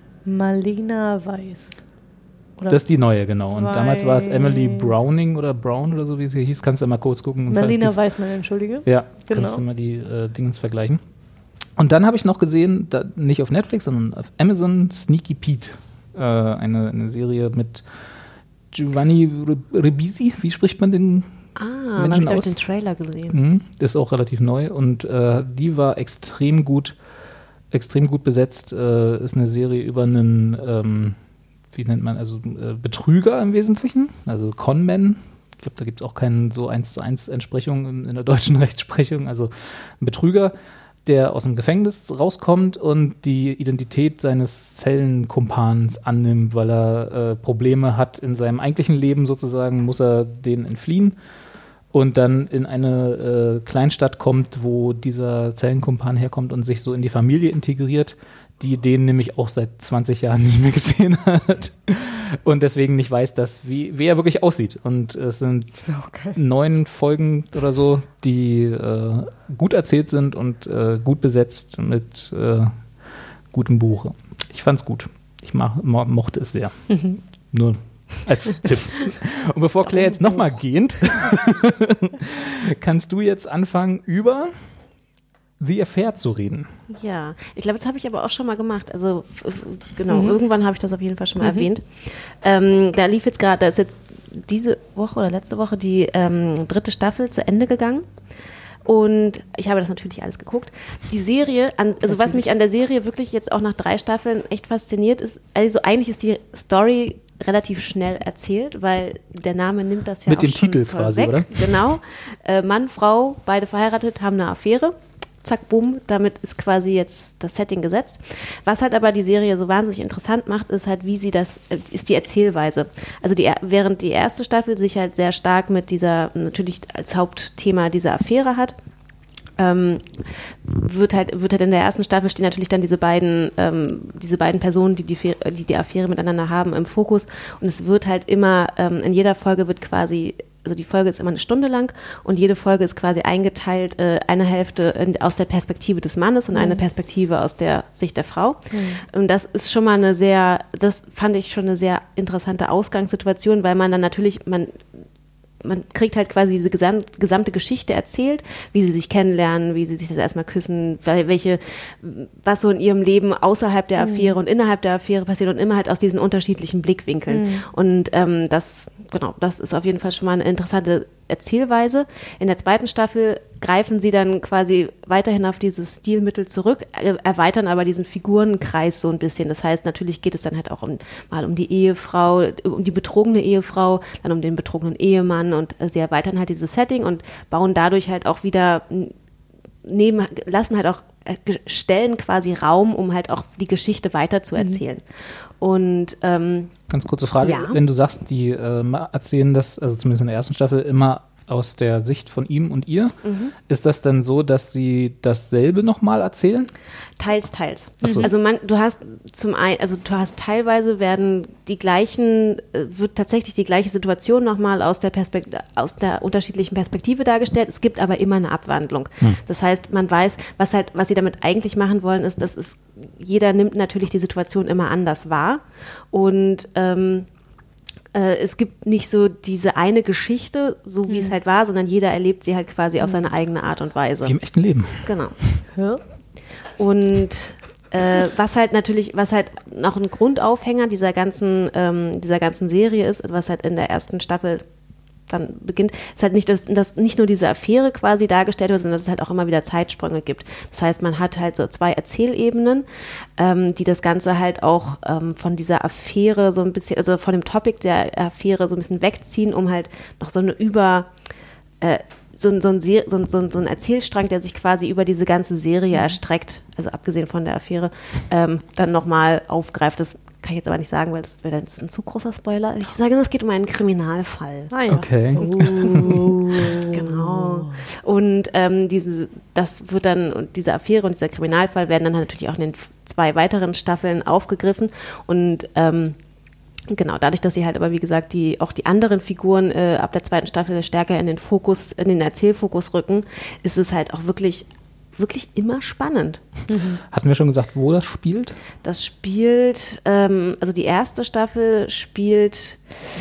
Marlena Weiss. Oder Das ist die neue, genau. Und Weiß. damals war es Emily Browning oder Brown oder so, wie sie hieß. Kannst du ja mal kurz gucken. Marlena die, Weiss, meine Entschuldige. Ja, Genau. kannst du mal die äh, Dingens vergleichen. Und dann habe ich noch gesehen, da, nicht auf Netflix, sondern auf Amazon, Sneaky Pete. Äh, eine, eine Serie mit Giovanni Ribisi. Wie spricht man den Ah, Menschen habe ich aus? den Trailer gesehen. Mhm, ist auch relativ neu und äh, die war extrem gut, extrem gut besetzt. Äh, ist eine Serie über einen, ähm, wie nennt man, also äh, Betrüger im Wesentlichen, also Conman. Ich glaube, da gibt es auch keine so eins zu eins Entsprechung in, in der deutschen Rechtsprechung. Also ein Betrüger, der aus dem Gefängnis rauskommt und die Identität seines Zellenkumpans annimmt, weil er äh, Probleme hat in seinem eigentlichen Leben sozusagen, muss er denen entfliehen und dann in eine äh, Kleinstadt kommt, wo dieser Zellenkumpan herkommt und sich so in die Familie integriert, die den nämlich auch seit zwanzig Jahren nicht mehr gesehen hat und deswegen nicht weiß, dass, wie, wie er wirklich aussieht. Und es sind Okay. neun Folgen oder so, die äh, gut erzählt sind und äh, gut besetzt mit äh, gutem Buch. Ich fand's gut. Ich mach, mo- mochte es sehr. Mhm. Nur Als Tipp. Und bevor Claire jetzt nochmal gähnt, kannst du jetzt anfangen, über The Affair zu reden. Ja, ich glaube, das habe ich aber auch schon mal gemacht. Also f- genau, Mhm. irgendwann habe ich das auf jeden Fall schon mal erwähnt. Ähm, da lief jetzt gerade, da ist jetzt diese Woche oder letzte Woche die ähm, dritte Staffel zu Ende gegangen. Und ich habe das natürlich alles geguckt. Die Serie, an, also was mich an der Serie wirklich jetzt auch nach drei Staffeln echt fasziniert ist, also eigentlich ist die Story relativ schnell erzählt, weil der Name nimmt das ja Mit auch dem schon Titel quasi, vorweg. oder? Genau. Äh, Mann, Frau, beide verheiratet, haben eine Affäre. Zack, bumm, damit ist quasi jetzt das Setting gesetzt. Was halt aber die Serie so wahnsinnig interessant macht, ist halt, wie sie das, äh, ist die Erzählweise. Also die, während die erste Staffel sich halt sehr stark mit dieser, natürlich als Hauptthema diese Affäre hat, ähm, wird halt, wird halt in der ersten Staffel stehen natürlich dann diese beiden, ähm, diese beiden Personen, die die, die die Affäre miteinander haben, im Fokus. Und es wird halt immer, ähm, in jeder Folge wird quasi, also die Folge ist immer eine Stunde lang und jede Folge ist quasi eingeteilt, äh, eine Hälfte in, aus der Perspektive des Mannes und mhm. eine Perspektive aus der Sicht der Frau. Mhm. Und das ist schon mal eine sehr, das fand ich schon eine sehr interessante Ausgangssituation, weil man dann natürlich, man man kriegt halt quasi diese gesamt, gesamte Geschichte erzählt, wie sie sich kennenlernen, wie sie sich das erstmal küssen, welche, was so in ihrem Leben außerhalb der Affäre mhm. und innerhalb der Affäre passiert und immer halt aus diesen unterschiedlichen Blickwinkeln. Mhm. Und ähm, das, genau, das ist auf jeden Fall schon mal eine interessante Erzählweise. In der zweiten Staffel greifen sie dann quasi weiterhin auf dieses Stilmittel zurück, erweitern aber diesen Figurenkreis so ein bisschen. Das heißt, natürlich geht es dann halt auch um, mal um die Ehefrau, um die betrogene Ehefrau, dann um den betrogenen Ehemann und sie erweitern halt dieses Setting und bauen dadurch halt auch wieder neben, lassen halt auch, stellen quasi Raum, um halt auch die Geschichte weiter zu erzählen. Mhm. Und ähm, ganz kurze Frage, ja. wenn du sagst, die äh, erzählen das, also zumindest in der ersten Staffel, immer aus der Sicht von ihm und ihr, mhm. ist das dann so, dass sie dasselbe nochmal erzählen? Teils, teils. Ach so. Also man, du hast zum einen, also du hast teilweise werden die gleichen, wird tatsächlich die gleiche Situation nochmal aus der Perspekt- aus der unterschiedlichen Perspektive dargestellt. Es gibt aber immer eine Abwandlung. Hm. Das heißt, man weiß, was halt, was sie damit eigentlich machen wollen, ist, dass es, jeder nimmt natürlich die Situation immer anders wahr und ähm, es gibt nicht so diese eine Geschichte, so wie mhm. es halt war, sondern jeder erlebt sie halt quasi auf seine eigene Art und Weise. Wie im echten Leben. Genau. Ja. Und äh, was halt natürlich, was halt noch ein Grundaufhänger dieser ganzen, ähm, dieser ganzen Serie ist, was halt in der ersten Staffel dann beginnt, ist halt nicht, dass, dass nicht nur diese Affäre quasi dargestellt wird, sondern dass es halt auch immer wieder Zeitsprünge gibt. Das heißt, man hat halt so zwei Erzählebenen, ähm, die das Ganze halt auch ähm, von dieser Affäre so ein bisschen, also von dem Topic der Affäre so ein bisschen wegziehen, um halt noch so eine über, äh, so, so, ein, so, ein, so, ein, so ein Erzählstrang, der sich quasi über diese ganze Serie erstreckt, also abgesehen von der Affäre, ähm, dann nochmal aufgreift. Das kann ich jetzt aber nicht sagen, weil das wäre dann ein zu großer Spoiler. Ich sage nur, es geht um einen Kriminalfall. Ah, ja. Okay. Uh, genau. Und ähm, diese, das wird dann, und diese Affäre und dieser Kriminalfall werden dann natürlich auch in den zwei weiteren Staffeln aufgegriffen. Und ähm, genau, dadurch, dass sie halt aber, wie gesagt, die auch die anderen Figuren äh, ab der zweiten Staffel stärker in den Fokus, in den Erzählfokus rücken, ist es halt auch wirklich wirklich immer spannend. Mhm. Hatten wir schon gesagt, wo das spielt? Das spielt, ähm, also die erste Staffel spielt,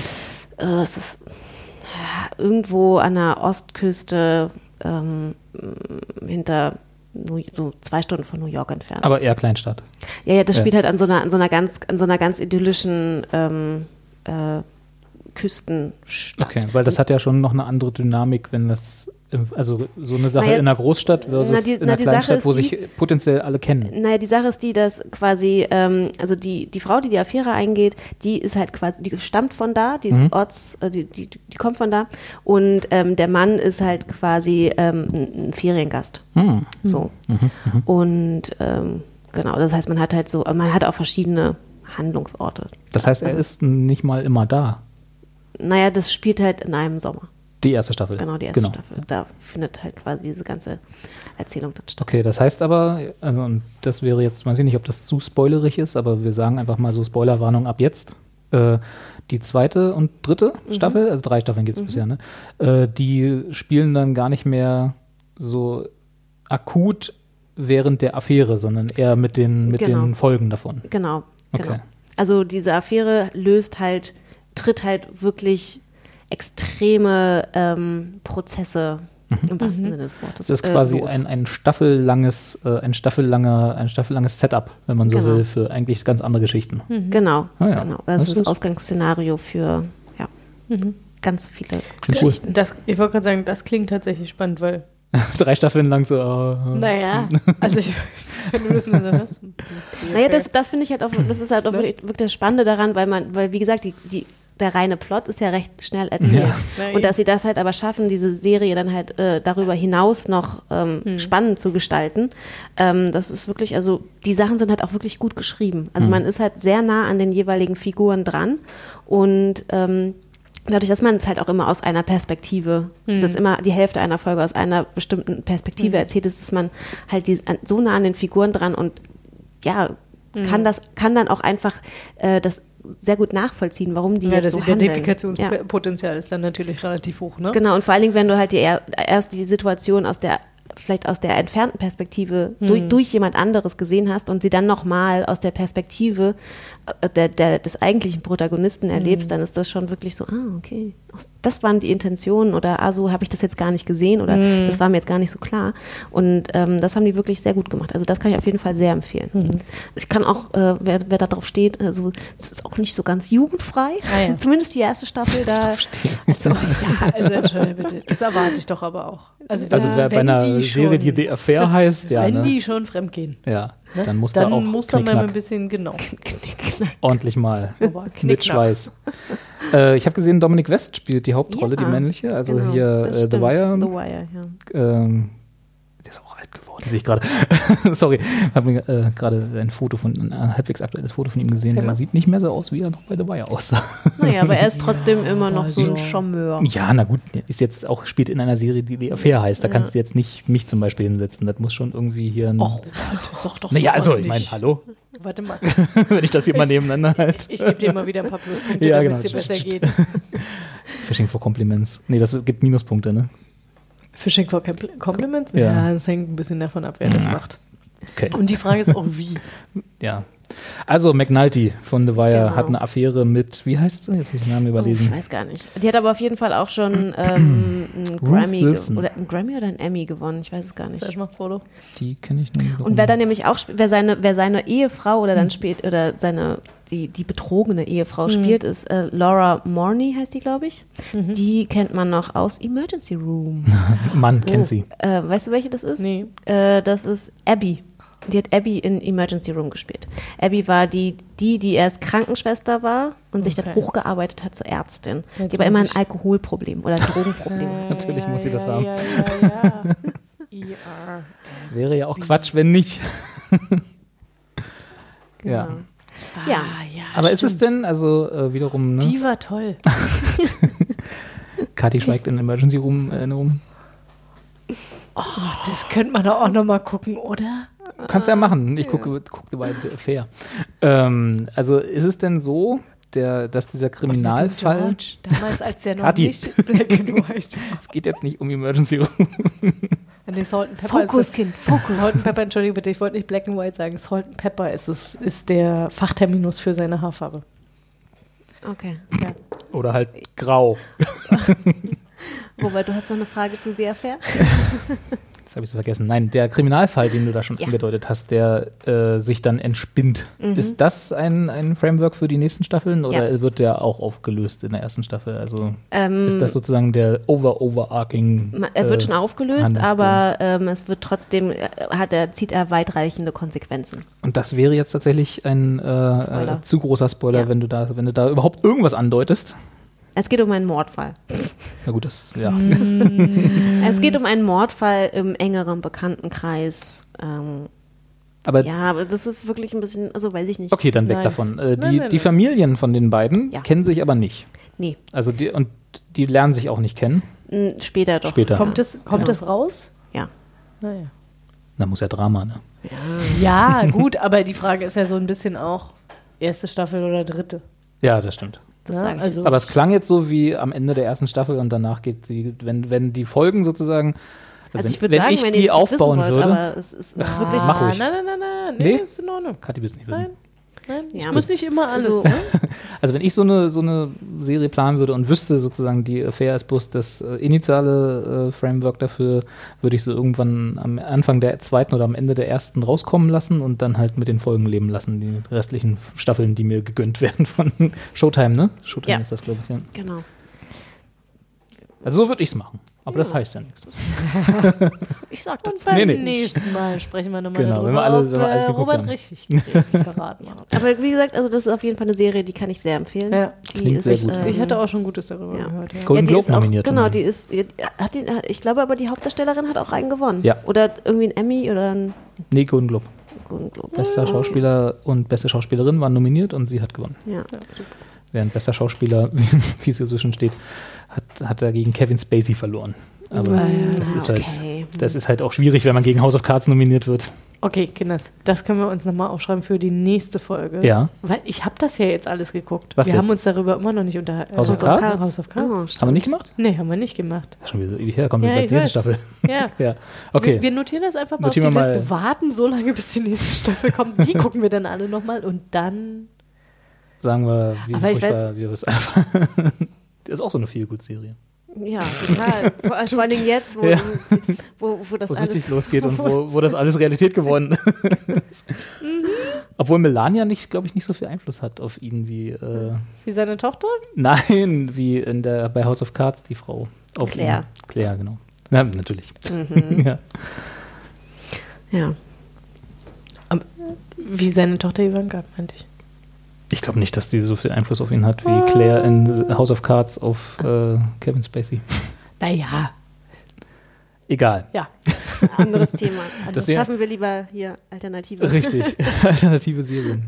äh, es ist äh, irgendwo an der Ostküste ähm, hinter New, so zwei Stunden von New York entfernt. Aber eher Kleinstadt. Ja, ja, das ja. spielt halt an so einer, an so einer ganz, an so einer ganz idyllischen ähm, äh, Küstenstadt. Okay, weil das hat ja schon noch eine andere Dynamik, wenn das also so eine Sache naja, in einer Großstadt versus na die, in einer na Kleinstadt, wo die, sich potenziell alle kennen. Naja, die Sache ist die, dass quasi, ähm, also die, die Frau, die die Affäre eingeht, die ist halt quasi, die stammt von da, die ist mhm. Orts, äh, die, die, die kommt von da und ähm, der Mann ist halt quasi ähm, ein Feriengast. Mhm. So. Mhm. Mhm. Und ähm, genau, das heißt, man hat halt so, man hat auch verschiedene Handlungsorte. Das heißt, also, er ist nicht mal immer da. Naja, das spielt halt in einem Sommer. Die erste Staffel. Genau, die erste genau. Staffel. Da findet halt quasi diese ganze Erzählung dann statt. Okay, das heißt aber, also und das wäre jetzt, weiß ich nicht, ob das zu spoilerig ist, aber wir sagen einfach mal so Spoilerwarnung ab jetzt. Äh, die zweite und dritte mhm. Staffel, also drei Staffeln gibt es mhm. bisher, ne? Äh, die spielen dann gar nicht mehr so akut während der Affäre, sondern eher mit den, mit genau. den Folgen davon. Genau, okay. genau. Also diese Affäre löst halt tritt halt wirklich extreme ähm, Prozesse im wahrsten Sinne des Wortes. Das ist quasi äh, ein, ein staffellanges, äh, ein staffellanger, ein staffellanges Setup, wenn man so Genau. will, für eigentlich ganz andere Geschichten. Genau, Ah ja. genau. Das, Das ist das ist- Ausgangsszenario für ja, ganz viele Klingt cool. Geschichten. Das, ich wollte gerade sagen, das klingt tatsächlich spannend, weil, Drei Staffeln lang so. Äh, naja, also ich, wenn du das nur so hörst. Naja, das, das finde ich halt auch, das ist halt auch wirklich, wirklich das Spannende daran, weil man, weil wie gesagt, die, die, der reine Plot ist ja recht schnell erzählt. Ja. Und dass sie das halt aber schaffen, diese Serie dann halt äh, darüber hinaus noch ähm, spannend zu gestalten, ähm, das ist wirklich, also die Sachen sind halt auch wirklich gut geschrieben. Also man ist halt sehr nah an den jeweiligen Figuren dran und ähm, dadurch, dass man es halt auch immer aus einer Perspektive, dass immer die Hälfte einer Folge aus einer bestimmten Perspektive erzählt ist, ist man halt die, an, so nah an den Figuren dran und ja, kann das, kann dann auch einfach äh, das sehr gut nachvollziehen, warum die Ja, jetzt das so handeln. Ja. Identifikationspotenzial ist dann natürlich relativ hoch, ne? Genau, und vor allen Dingen, wenn du halt die, er, erst die Situation aus der vielleicht aus der entfernten Perspektive durch, durch jemand anderes gesehen hast und sie dann nochmal aus der Perspektive äh, der, der, des eigentlichen Protagonisten erlebst, dann ist das schon wirklich so, ah, okay, das waren die Intentionen oder ah, so habe ich das jetzt gar nicht gesehen oder das war mir jetzt gar nicht so klar. Und ähm, das haben die wirklich sehr gut gemacht. Also das kann ich auf jeden Fall sehr empfehlen. Ich kann auch, äh, wer, wer da drauf steht, also es ist auch nicht so ganz jugendfrei, Ah, ja. zumindest die erste Staffel da. Also, ja, also entschuldige bitte, das erwarte ich doch aber auch. Also, Also wer bei wenn einer die Serie, schon, die The Affair heißt, ja, wenn ne? die schon fremdgehen, ja, ne? dann muss dann da auch muss da mal Knickknack ein bisschen, genau. ordentlich mal Aber mit Knickknack. Schweiß. äh, ich habe gesehen, Dominic West spielt die Hauptrolle, Ja, die männliche, also genau, hier das äh, The stimmt. Wire. The Wire, ja. Ähm, der ist auch alt geworden, sehe ich gerade. Sorry, ich habe mir äh, gerade ein Foto von, ein halbwegs aktuelles Foto von ihm gesehen. Der sieht nicht mehr so aus, wie er noch bei The Wire aussah. Naja, aber er ist trotzdem immer noch so ein also- Charmeur. Ja, na gut, ist jetzt auch, spielt in einer Serie, die The Affair heißt. Da kannst du jetzt nicht mich zum Beispiel hinsetzen. Das muss schon irgendwie hier ein. Och, sag doch naja, sowas also, ich nicht. meine, hallo, Warte mal, wenn ich das hier mal nebeneinander halt. ich gebe dir mal wieder ein paar Pluspunkte, Ja, damit genau. es dir besser geht. Fishing for Compliments. Nee, das gibt Minuspunkte, ne? Fishing for Compl- Compliments? Ja. Ja. das hängt ein bisschen davon ab, wer das macht. Okay. Und die Frage ist auch, wie. Ja. Also, McNulty von The Wire Genau. hat eine Affäre mit, wie heißt sie? Jetzt habe ich den Namen Oh, ich überlesen. weiß gar nicht. Die hat aber auf jeden Fall auch schon ähm, einen, Grammy ge- Wilson. oder einen Grammy oder einen Emmy gewonnen. Ich weiß es gar nicht. Sag mal, Foto. Die kenne ich noch nicht. Und wer da nämlich auch sp- wer seine, wer seine Ehefrau oder dann spät oder seine die, die betrogene Ehefrau spielt, ist äh, Laura Morney, heißt die, glaube ich. Die kennt man noch aus Emergency Room. Mann, kennt sie. Äh, weißt du, welche das ist? Nee. Äh, das ist Abby. Die hat Abby in Emergency Room gespielt. Abby war die, die, die erst Krankenschwester war und sich dann Okay. hochgearbeitet hat zur Ärztin. Jetzt die aber immer muss ein ich- Alkoholproblem oder ein Drogenproblem. Natürlich muss sie das ja, haben. Ja, ja, ja. E R. Wäre ja auch Quatsch, wenn nicht. Ja. Genau. Ja. Ah, ja, Aber ist es stimmt. denn, also äh, wiederum, ne? Die war toll. Kathi schweigt in Emergency Room Erinnerung. Das könnte man doch auch noch mal gucken, oder? Kannst ja machen. Ich gucke, gucke bei The Affair. Ähm, also ist es denn so, der, dass dieser Kriminalfall. George, damals, als der noch Kathi. nicht Black and White war. Es geht jetzt nicht um Emergency Room. Nee, Salt and Pepper Fokus, ist Kind, das, Fokus. Salt and Pepper, entschuldige bitte, ich wollte nicht Black and White sagen. Salt and Pepper ist, es, ist der Fachterminus für seine Haarfarbe. Okay. Ja. Oder halt grau. Wobei, du hast noch eine Frage zu The Affair? Das habe ich so vergessen. Nein, der Kriminalfall, den du da schon Ja. angedeutet hast, der äh, sich dann entspinnt. Ist das ein, ein Framework für die nächsten Staffeln oder Ja. wird der auch aufgelöst in der ersten Staffel? Also Ähm, ist das sozusagen der over-overarching Ma- Er wird äh, schon aufgelöst, Handlungsplan? aber ähm, es wird trotzdem, äh, hat er, zieht er weitreichende Konsequenzen. Und das wäre jetzt tatsächlich ein äh, Spoiler. äh, zu großer Spoiler, Ja. wenn du da, wenn du da überhaupt irgendwas andeutest. Es geht um einen Mordfall. Na gut, das, ja. Es geht um einen Mordfall im engeren Bekanntenkreis. Ähm, Aber ja, aber das ist wirklich ein bisschen, also weiß ich nicht. okay, dann weg Nein. davon. Äh, die, Nein, nein, die nein. Familien von den beiden Ja. kennen sich aber nicht. Nee, Also die, und die lernen sich auch nicht kennen. m, später doch. Später. Kommt es kommt Genau. es raus? Ja. Naja. Da muss ja Drama, ne? Ja, gut, aber die Frage ist ja so ein bisschen auch erste Staffel oder dritte. Ja, das stimmt. Das Ja, sage ich. also Aber es klang jetzt so wie am Ende der ersten Staffel und danach geht sie, wenn, wenn die Folgen sozusagen, Also wenn, ich würde wenn sagen, ich wenn die ihr jetzt nicht wissen aufbauen wollt, würde, aber es ist, es ist wirklich Mach ruhig. Nein, nein, nein, nein. Nee? Nee, ist in Ordnung. Kathi will es nicht wissen. Nein, nein. Ich Ja. muss nicht immer alles. Also, ne? Also wenn ich so eine, so eine Serie planen würde und wüsste sozusagen, die Affair ist bloß das äh, initiale äh, Framework dafür, würde ich so irgendwann am Anfang der zweiten oder am Ende der ersten rauskommen lassen und dann halt mit den Folgen leben lassen, die restlichen Staffeln, die mir gegönnt werden von Showtime, ne? Showtime Ja. ist das, glaube ich, ja. Genau. Also so würde ich es machen. Aber das heißt ja nichts. Ich sag Und dazu. beim Nee, nee. nächsten Mal sprechen wir nochmal Genau, darüber, wenn wir alle- ob wenn wir alles äh, geguckt Robert haben. richtig verraten hat. Aber wie gesagt, also das ist auf jeden Fall eine Serie, die kann ich sehr empfehlen. Ja. Die Klingt ist, sehr gut. ähm, Ich hatte auch schon Gutes darüber ja. gehört. Ja. Golden die Globe ist auch, nominiert. Genau, ne? die ist, hat den, ich glaube aber die Hauptdarstellerin hat auch einen gewonnen. Ja. Oder irgendwie ein Emmy oder ein Nee, Golden Globe. Golden Globe. Bester Schauspieler und beste Schauspielerin waren nominiert und sie hat gewonnen. Ja. Während bester Schauspieler, wie, wie es hier so schon steht, hat, hat er gegen Kevin Spacey verloren. Aber Ah, ja. das, Ah, ist halt, okay. das ist halt auch schwierig, wenn man gegen House of Cards nominiert wird. Okay, Kinders, das können wir uns nochmal aufschreiben für die nächste Folge. Ja. Weil ich habe das ja jetzt alles geguckt. Was wir jetzt? haben uns darüber immer noch nicht unterhalten. House of Cards? House of Cards. Oh, Haben wir nicht gemacht? Nee, haben wir nicht gemacht. Schon wieder so ewig her, kommen Ja, wir bei ich der nächsten weiß. Staffel. Ja. Ja, okay. Wir, wir notieren das einfach mal Notieren auf die wir mal. Liste, warten so lange, bis die nächste Staffel kommt. Die gucken wir dann alle nochmal und dann. Sagen wir, wie Aber ich furchtbar wir es einfach. Das ist auch so eine Feel-Good-Serie. Ja, total. Vor, vor allem jetzt, wo, Ja. wo, wo das Wo es alles richtig losgeht und wo, wo das alles Realität geworden ist. Obwohl Melania nicht, glaube ich, nicht so viel Einfluss hat auf ihn wie, äh, Wie seine Tochter? nein, wie in der, bei House of Cards die Frau. Auf Claire. Ihn. Claire, genau. Ja, natürlich. Ja. Ja. Wie seine Tochter Ivanka, meinte ich. Ich glaube nicht, dass die so viel Einfluss auf ihn hat wie Claire in House of Cards auf äh, Kevin Spacey. Naja, Egal. ja. Anderes Thema. Das Das wär- schaffen wir lieber hier Alternative. Richtig. Alternative Serien.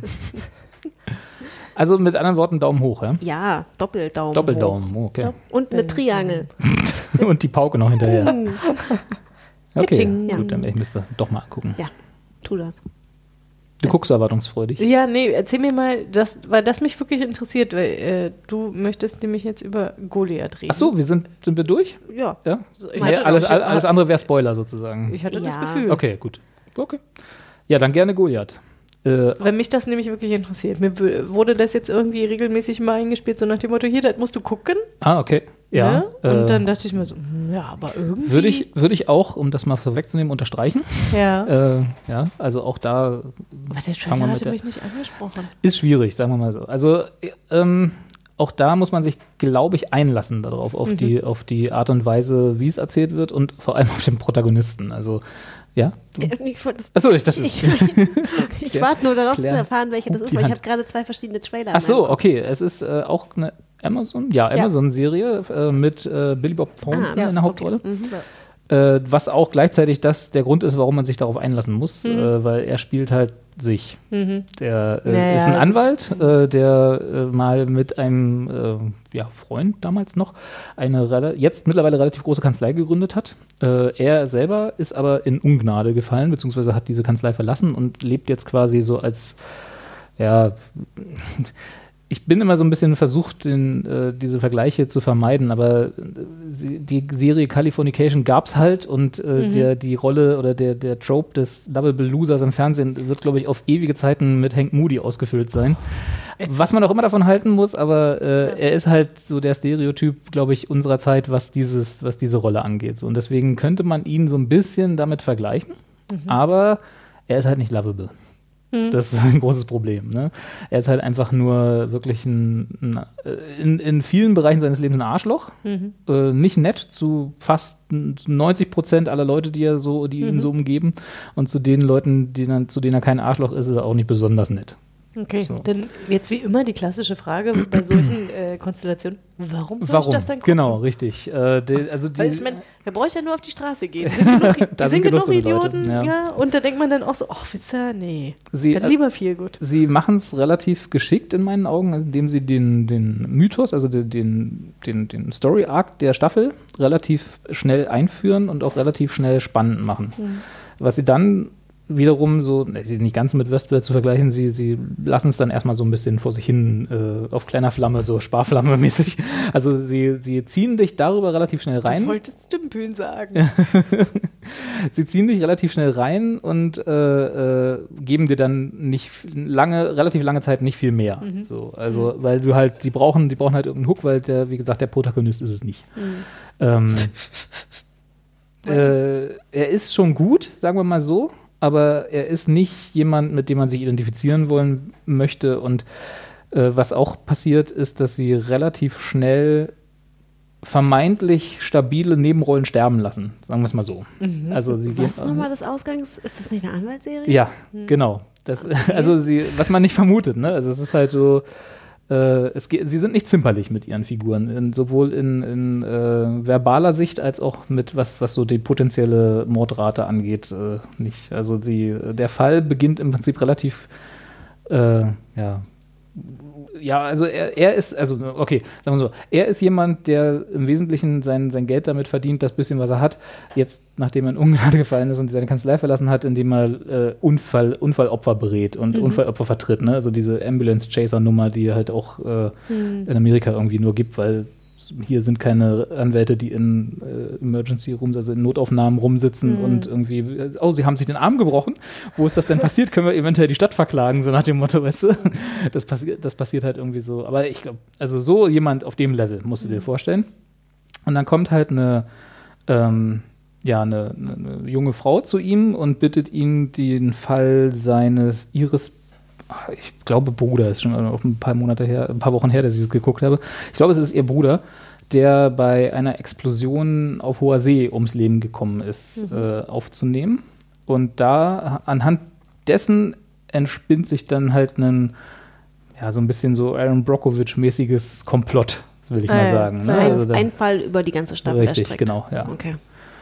Also mit anderen Worten Daumen hoch, ja? Ja, Doppeldaumen. Doppeldaumen, oh, okay. Hoch. Und eine Triangel. Und die Pauke noch hinterher. Okay, Kitsching. Ja. gut, dann werde ich mir das doch mal angucken. Ja, tu das. Du guckst erwartungsfreudig. Ja, nee, erzähl mir mal, das, weil das mich wirklich interessiert, weil äh, du möchtest nämlich jetzt über Goliath reden. Ach so, wir sind, sind wir durch? Ja. Ja? So, ich Nee, hatte- alles, ich- alles alles andere wäre Spoiler sozusagen. Ich hatte das Ja. Gefühl. Okay, gut. Okay. Ja, dann gerne Goliath. Äh, Weil mich das nämlich wirklich interessiert. Mir w- wurde das jetzt irgendwie regelmäßig mal eingespielt, so nach dem Motto, hier, das musst du gucken. ah, okay. Ja. Ne? Und äh, dann dachte ich mir so, hm, ja, aber irgendwie. würde ich, würde ich auch, um das mal vorwegzunehmen, unterstreichen. Ja. Äh, ja, also auch da aber der fangen wir Trailer mit hatte der- mich nicht angesprochen. ist schwierig, sagen wir mal so. Also äh, ähm, auch da muss man sich, glaube ich, einlassen darauf, auf, Mhm. die, auf die Art und Weise, wie es erzählt wird und vor allem auf den Protagonisten. Also, ja? Du? Ich, wollte- Achso, ich, das ich, ist. ich warte nur darauf Claire, zu erfahren, welche das hoch ist, die weil ich Hand. habe gerade zwei verschiedene Trailer. Ach in so, meinem Kopf. okay. Es ist äh, auch eine Amazon, ja, Amazon-Serie äh, mit äh, Billy Bob Thornton Ah, in der Hauptrolle. Mhm. Äh, was auch gleichzeitig das der Grund ist, warum man sich darauf einlassen muss, äh, weil er spielt halt sich. Mhm. Der äh, Naja, ist ein gut. Anwalt, äh, der äh, mal mit einem äh, ja, Freund damals noch eine rela- jetzt mittlerweile relativ große Kanzlei gegründet hat. Äh, er selber ist aber in Ungnade gefallen, beziehungsweise hat diese Kanzlei verlassen und lebt jetzt quasi so als, ja, ich bin immer so ein bisschen versucht, den, äh, diese Vergleiche zu vermeiden, aber äh, sie, die Serie Californication gab es halt und äh, Mhm. der, die Rolle oder der, der Trope des Lovable Losers im Fernsehen wird, glaube ich, auf ewige Zeiten mit Hank Moody ausgefüllt sein. Was man auch immer davon halten muss, aber äh, er ist halt so der Stereotyp, glaube ich, unserer Zeit, was, dieses, was diese Rolle angeht. So, und deswegen könnte man ihn so ein bisschen damit vergleichen, aber er ist halt nicht lovable. Das ist ein großes Problem. Ne? Er ist halt einfach nur wirklich ein, ein in, in vielen Bereichen seines Lebens ein Arschloch. Mhm. Äh, nicht nett zu fast neunzig Prozent aller Leute, die er so, die ihn so umgeben. Und zu den Leuten, die dann, zu denen er kein Arschloch ist, ist er auch nicht besonders nett. Okay, So. dann jetzt wie immer die klassische Frage bei solchen äh, Konstellationen, warum soll Warum? ich das dann gucken? Genau, richtig. Äh, die, also die, Weil ich meine, da brauche ich ja nur auf die Straße gehen. Sind genug, Da da sind sind genug genug so Leute, Idioten, ja. ja. Und da denkt man dann auch so, ach, wisst ihr, nee, sie, dann lieber viel gut. Sie machen es relativ geschickt in meinen Augen, indem sie den, den Mythos, also den, den, den, den Story-Arc der Staffel relativ schnell einführen und auch relativ schnell spannend machen. Was sie dann wiederum so, sie sind nicht ganz mit Westworld zu vergleichen, sie, sie lassen es dann erstmal so ein bisschen vor sich hin äh, auf kleiner Flamme, so Sparflamme-mäßig. Also sie, sie ziehen dich darüber relativ schnell rein. Du wolltest Dümpün sagen. Sie ziehen dich relativ schnell rein und äh, äh, geben dir dann nicht lange, relativ lange Zeit nicht viel mehr. Mhm. So, also, mhm. weil du halt, die brauchen, die brauchen halt irgendeinen Hook, weil der, wie gesagt, der Protagonist ist es nicht. Mhm. Ähm, äh, er ist schon gut, sagen wir mal so, aber er ist nicht jemand, mit dem man sich identifizieren wollen möchte. Und äh, was auch passiert, ist, dass sie relativ schnell vermeintlich stabile Nebenrollen sterben lassen, sagen wir es mal so. Mhm. Also sie was gehen, nochmal das Ausgangs... Ist das nicht eine Anwaltsserie? Ja, mhm. genau. Das, okay. Also sie, was man nicht vermutet, ne? Also es ist halt so, äh, es geht, sie sind nicht zimperlich mit ihren Figuren, in, sowohl in, in äh, verbaler Sicht als auch mit was, was so die potenzielle Mordrate angeht, äh, nicht. Also die, der Fall beginnt im Prinzip relativ, äh, ja, Ja, also er, er ist, also okay, sagen wir so, er ist jemand, der im Wesentlichen sein, sein Geld damit verdient, das bisschen, was er hat, jetzt, nachdem er in Ungnade gefallen ist und seine Kanzlei verlassen hat, indem er äh, Unfall, Unfallopfer berät und mhm. Unfallopfer vertritt, ne? Also diese Ambulance-Chaser-Nummer, die halt auch äh, mhm. in Amerika irgendwie nur gibt, weil hier sind keine Anwälte, die in äh, Emergency Rooms, also in Notaufnahmen rumsitzen mhm. und irgendwie, oh, sie haben sich den Arm gebrochen. Wo ist das denn passiert? Können wir eventuell die Stadt verklagen, so nach dem Motto, weißt du? Das, passi- das passiert halt irgendwie so. Aber ich glaube, also so jemand auf dem Level musst du dir vorstellen. Und dann kommt halt eine, ähm, ja, eine, eine junge Frau zu ihm und bittet ihn, den Fall seines, ihres ich glaube, Bruder, ist schon ein paar Monate her, ein paar Wochen her, dass ich das geguckt habe. Ich glaube, es ist ihr Bruder, der bei einer Explosion auf hoher See ums Leben gekommen ist, mhm. äh, aufzunehmen. Und da, anhand dessen entspinnt sich dann halt ein, ja, so ein bisschen so Aaron Brockovich-mäßiges Komplott, will ich äh, mal sagen. Ne? Ein, also ein Fall über die ganze Staffel richtig, erstreckt. Genau, ja. Okay.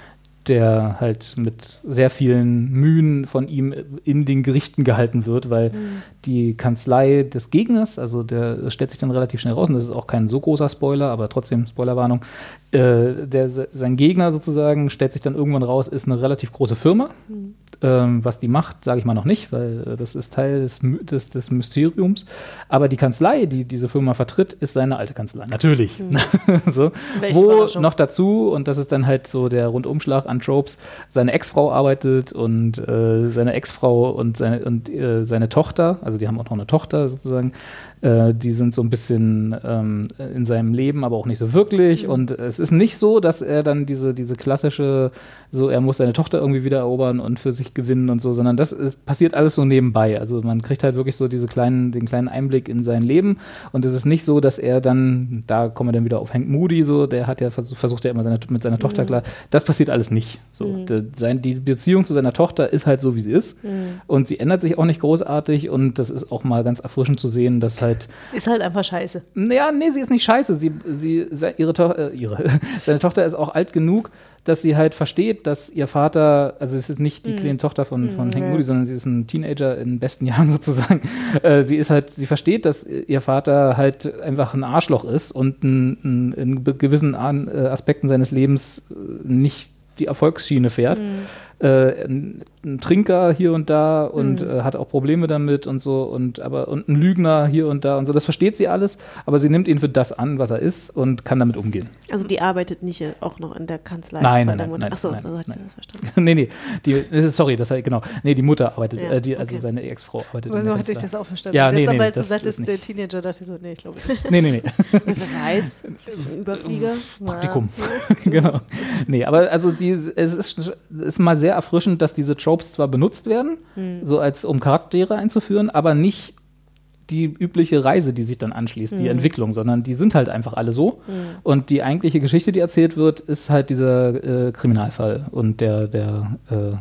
Der halt mit sehr vielen Mühen von ihm in den Gerichten gehalten wird, weil mhm. die Kanzlei des Gegners, also der das stellt sich dann relativ schnell raus, und das ist auch kein so großer Spoiler, aber trotzdem Spoilerwarnung, äh, der, sein Gegner sozusagen stellt sich dann irgendwann raus, ist eine relativ große Firma. Mhm. Ähm, was die macht, sage ich mal noch nicht, weil äh, das ist Teil des, des, des Mysteriums. Aber die Kanzlei, die diese Firma vertritt, ist seine alte Kanzlei. Natürlich. Mhm. so. Wo noch dazu, und das ist dann halt so der Rundumschlag an Tropes, seine Ex-Frau arbeitet und äh, seine Ex-Frau und seine, und, äh, seine Tochter, also die haben auch noch eine Tochter sozusagen, äh, die sind so ein bisschen ähm, in seinem Leben, aber auch nicht so wirklich. Mhm. Und es ist nicht so, dass er dann diese, diese klassische, so er muss seine Tochter irgendwie wieder erobern und für sich gewinnen und so, sondern das ist, passiert alles so nebenbei. Also man kriegt halt wirklich so diese kleinen, den kleinen Einblick in sein Leben, und es ist nicht so, dass er dann, da kommen wir dann wieder auf Hank Moody, so, der hat ja versucht, versucht ja immer seine, mit seiner Tochter mhm. klar, das passiert alles nicht. So, mhm. de, sein, die Beziehung zu seiner Tochter ist halt so, wie sie ist, mhm. und sie ändert sich auch nicht großartig, und das ist auch mal ganz erfrischend zu sehen, dass halt ist halt einfach scheiße. Ja, nee, sie ist nicht scheiße. Sie, sie, ihre, to- äh, ihre seine Tochter ist auch alt genug, dass sie halt versteht, dass ihr Vater, also es ist nicht die mm. kleine Tochter von, von mm, Hank ja. Moody, sondern sie ist ein Teenager in besten Jahren sozusagen. Äh, sie ist halt, sie versteht, dass ihr Vater halt einfach ein Arschloch ist und ein, ein, in gewissen Aspekten seines Lebens nicht die Erfolgsschiene fährt. Mm. Äh, ein, ein Trinker hier und da und mhm. äh, hat auch Probleme damit und so, und aber und ein Lügner hier und da und so, das versteht sie alles, aber sie nimmt ihn für das an, was er ist, und kann damit umgehen. Also die arbeitet nicht auch noch in der Kanzlei? Nein, nein, nein, nein. Achso, nein, so hat nein. sie das verstanden. nee, nee, die, sorry, das halt, genau, nee, die Mutter arbeitet, ja, äh, die, okay. also seine Ex-Frau arbeitet. Aber so hatte ich das auch verstanden. Ja, nee, Jetzt nee, aber, nee, als du das sagtest, ist der nicht. Teenager, dachte ich so, nee, ich glaube nicht. nee, nee, nee. Wer weiß, Überflieger. Praktikum. genau. Nee, aber also die, es ist, ist mal sehr erfrischend, dass diese Tropes zwar benutzt werden, hm. so als um Charaktere einzuführen, aber nicht die übliche Reise, die sich dann anschließt, die hm. Entwicklung, sondern die sind halt einfach alle so. Hm. Und die eigentliche Geschichte, die erzählt wird, ist halt dieser äh, Kriminalfall und der, der äh,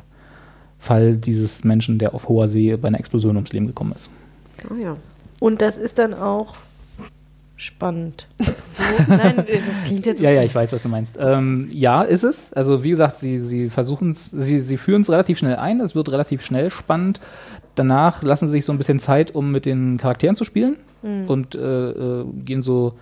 Fall dieses Menschen, der auf hoher See bei einer Explosion ums Leben gekommen ist. Oh ja. Und das ist dann auch spannend. So, nein, das klingt jetzt so. Ja, ja, ich weiß, was du meinst. Ähm, ja, ist es. Also wie gesagt, sie, sie versuchen es, sie, sie führen es relativ schnell ein, es wird relativ schnell spannend. Danach lassen sie sich so ein bisschen Zeit, um mit den Charakteren zu spielen mhm. und äh, äh, gehen so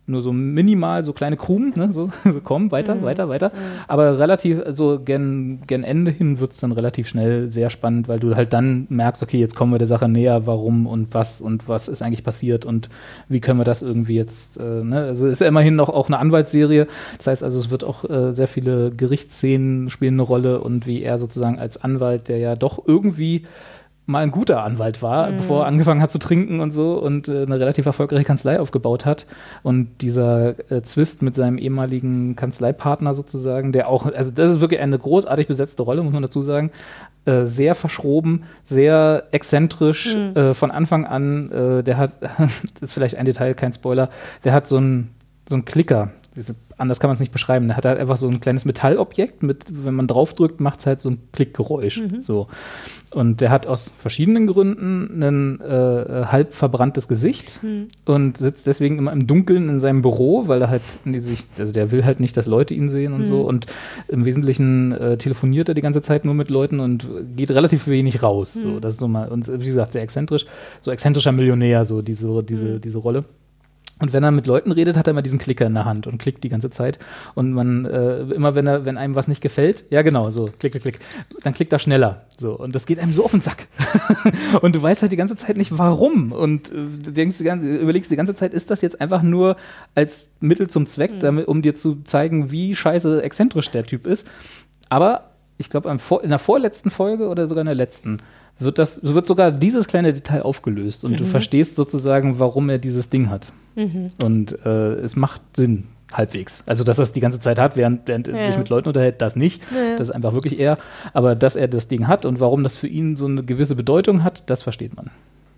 nur so minimal, so kleine Krumen, ne, so, so kommen, weiter, mhm. weiter, weiter. Mhm. Aber relativ, also gen, gen Ende hin wird es dann relativ schnell sehr spannend, weil du halt dann merkst, okay, jetzt kommen wir der Sache näher, warum und was und was ist eigentlich passiert und wie können wir das irgendwie jetzt, äh, ne, also ist ja immerhin noch auch eine Anwaltsserie, das heißt also, es wird auch äh, sehr viele Gerichtsszenen spielen eine Rolle und wie er sozusagen als Anwalt, der ja doch irgendwie mal ein guter Anwalt war, mhm. bevor er angefangen hat zu trinken und so und äh, eine relativ erfolgreiche Kanzlei aufgebaut hat. Und dieser äh, Zwist mit seinem ehemaligen Kanzleipartner sozusagen, der auch, also das ist wirklich eine großartig besetzte Rolle, muss man dazu sagen, äh, sehr verschroben, sehr exzentrisch mhm. äh, von Anfang an. Äh, der hat, das ist vielleicht ein Detail, kein Spoiler, der hat so einen so einen Klicker. Anders kann man es nicht beschreiben. Da hat er halt einfach so ein kleines Metallobjekt, mit, wenn man draufdrückt, macht es halt so ein Klickgeräusch. Mhm. So. Und der hat aus verschiedenen Gründen ein äh, halb verbranntes Gesicht mhm. und sitzt deswegen immer im Dunkeln in seinem Büro, weil er halt in die Sicht, also der will halt nicht, dass Leute ihn sehen und mhm. so. Und im Wesentlichen äh, telefoniert er die ganze Zeit nur mit Leuten und geht relativ wenig raus. Mhm. So, das ist so mal, und wie gesagt, sehr exzentrisch, so exzentrischer Millionär, so diese, diese, mhm. diese Rolle. Und wenn er mit Leuten redet, hat er immer diesen Klicker in der Hand und klickt die ganze Zeit. Und man, äh, immer wenn er, wenn einem was nicht gefällt, ja genau, so, klick, klick, klick, dann klickt er schneller. So. Und das geht einem so auf den Sack. Und du weißt halt die ganze Zeit nicht, warum. Und äh, du denkst, die ganze, überlegst die ganze Zeit, ist das jetzt einfach nur als Mittel zum Zweck, mhm. damit, um dir zu zeigen, wie scheiße exzentrisch der Typ ist. Aber ich glaube, in der vorletzten Folge oder sogar in der letzten wird das, wird sogar dieses kleine Detail aufgelöst und mhm. du verstehst sozusagen, warum er dieses Ding hat. Mhm. Und äh, es macht Sinn, halbwegs. Also, dass er es die ganze Zeit hat, während, während er ja. sich mit Leuten unterhält, das nicht. Ja. Das ist einfach wirklich er. Aber dass er das Ding hat und warum das für ihn so eine gewisse Bedeutung hat, das versteht man.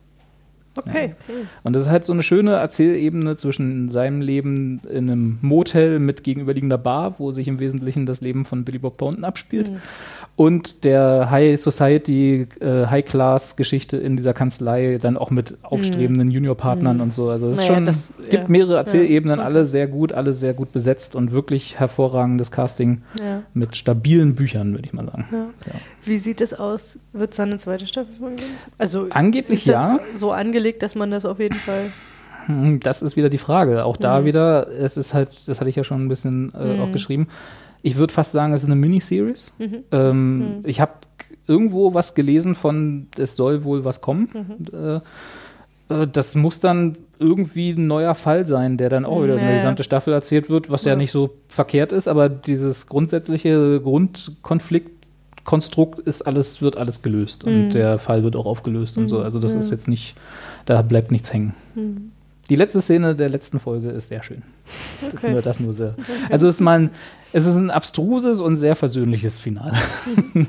Okay. Ja. Und das ist halt so eine schöne Erzählebene zwischen seinem Leben in einem Motel mit gegenüberliegender Bar, wo sich im Wesentlichen das Leben von Billy Bob Thornton abspielt, mhm. und der High Society, äh, High Class Geschichte in dieser Kanzlei, dann auch mit aufstrebenden mhm. Juniorpartnern mhm. und so. Also es naja, schon, das, gibt ja. mehrere Erzählebenen, ja. alle sehr gut, alle sehr gut besetzt und wirklich hervorragendes Casting ja. mit stabilen Büchern, würde ich mal sagen. Ja. Ja. Wie sieht es aus? Wird es dann eine zweite Staffel von geben? Also angeblich ist das ja. so angelegt, dass man das auf jeden Fall... Das ist wieder die Frage. Auch da mhm. wieder, es ist halt, das hatte ich ja schon ein bisschen äh, mhm. auch geschrieben, ich würde fast sagen, es ist eine Miniseries. Mhm. Ähm, mhm. Ich habe irgendwo was gelesen von, es soll wohl was kommen. Mhm. Äh, das muss dann irgendwie ein neuer Fall sein, der dann auch wieder eine gesamte Staffel erzählt wird, was ja. ja nicht so verkehrt ist, aber dieses grundsätzliche Grundkonfliktkonstrukt ist alles, wird alles gelöst und mhm. der Fall wird auch aufgelöst mhm. und so. Also das ja. ist jetzt nicht, da bleibt nichts hängen. Mhm. Die letzte Szene der letzten Folge ist sehr schön. Okay. Nur das nur sehr. Okay. Also es ist mal ein, es ist ein abstruses und sehr versöhnliches Finale. Mhm.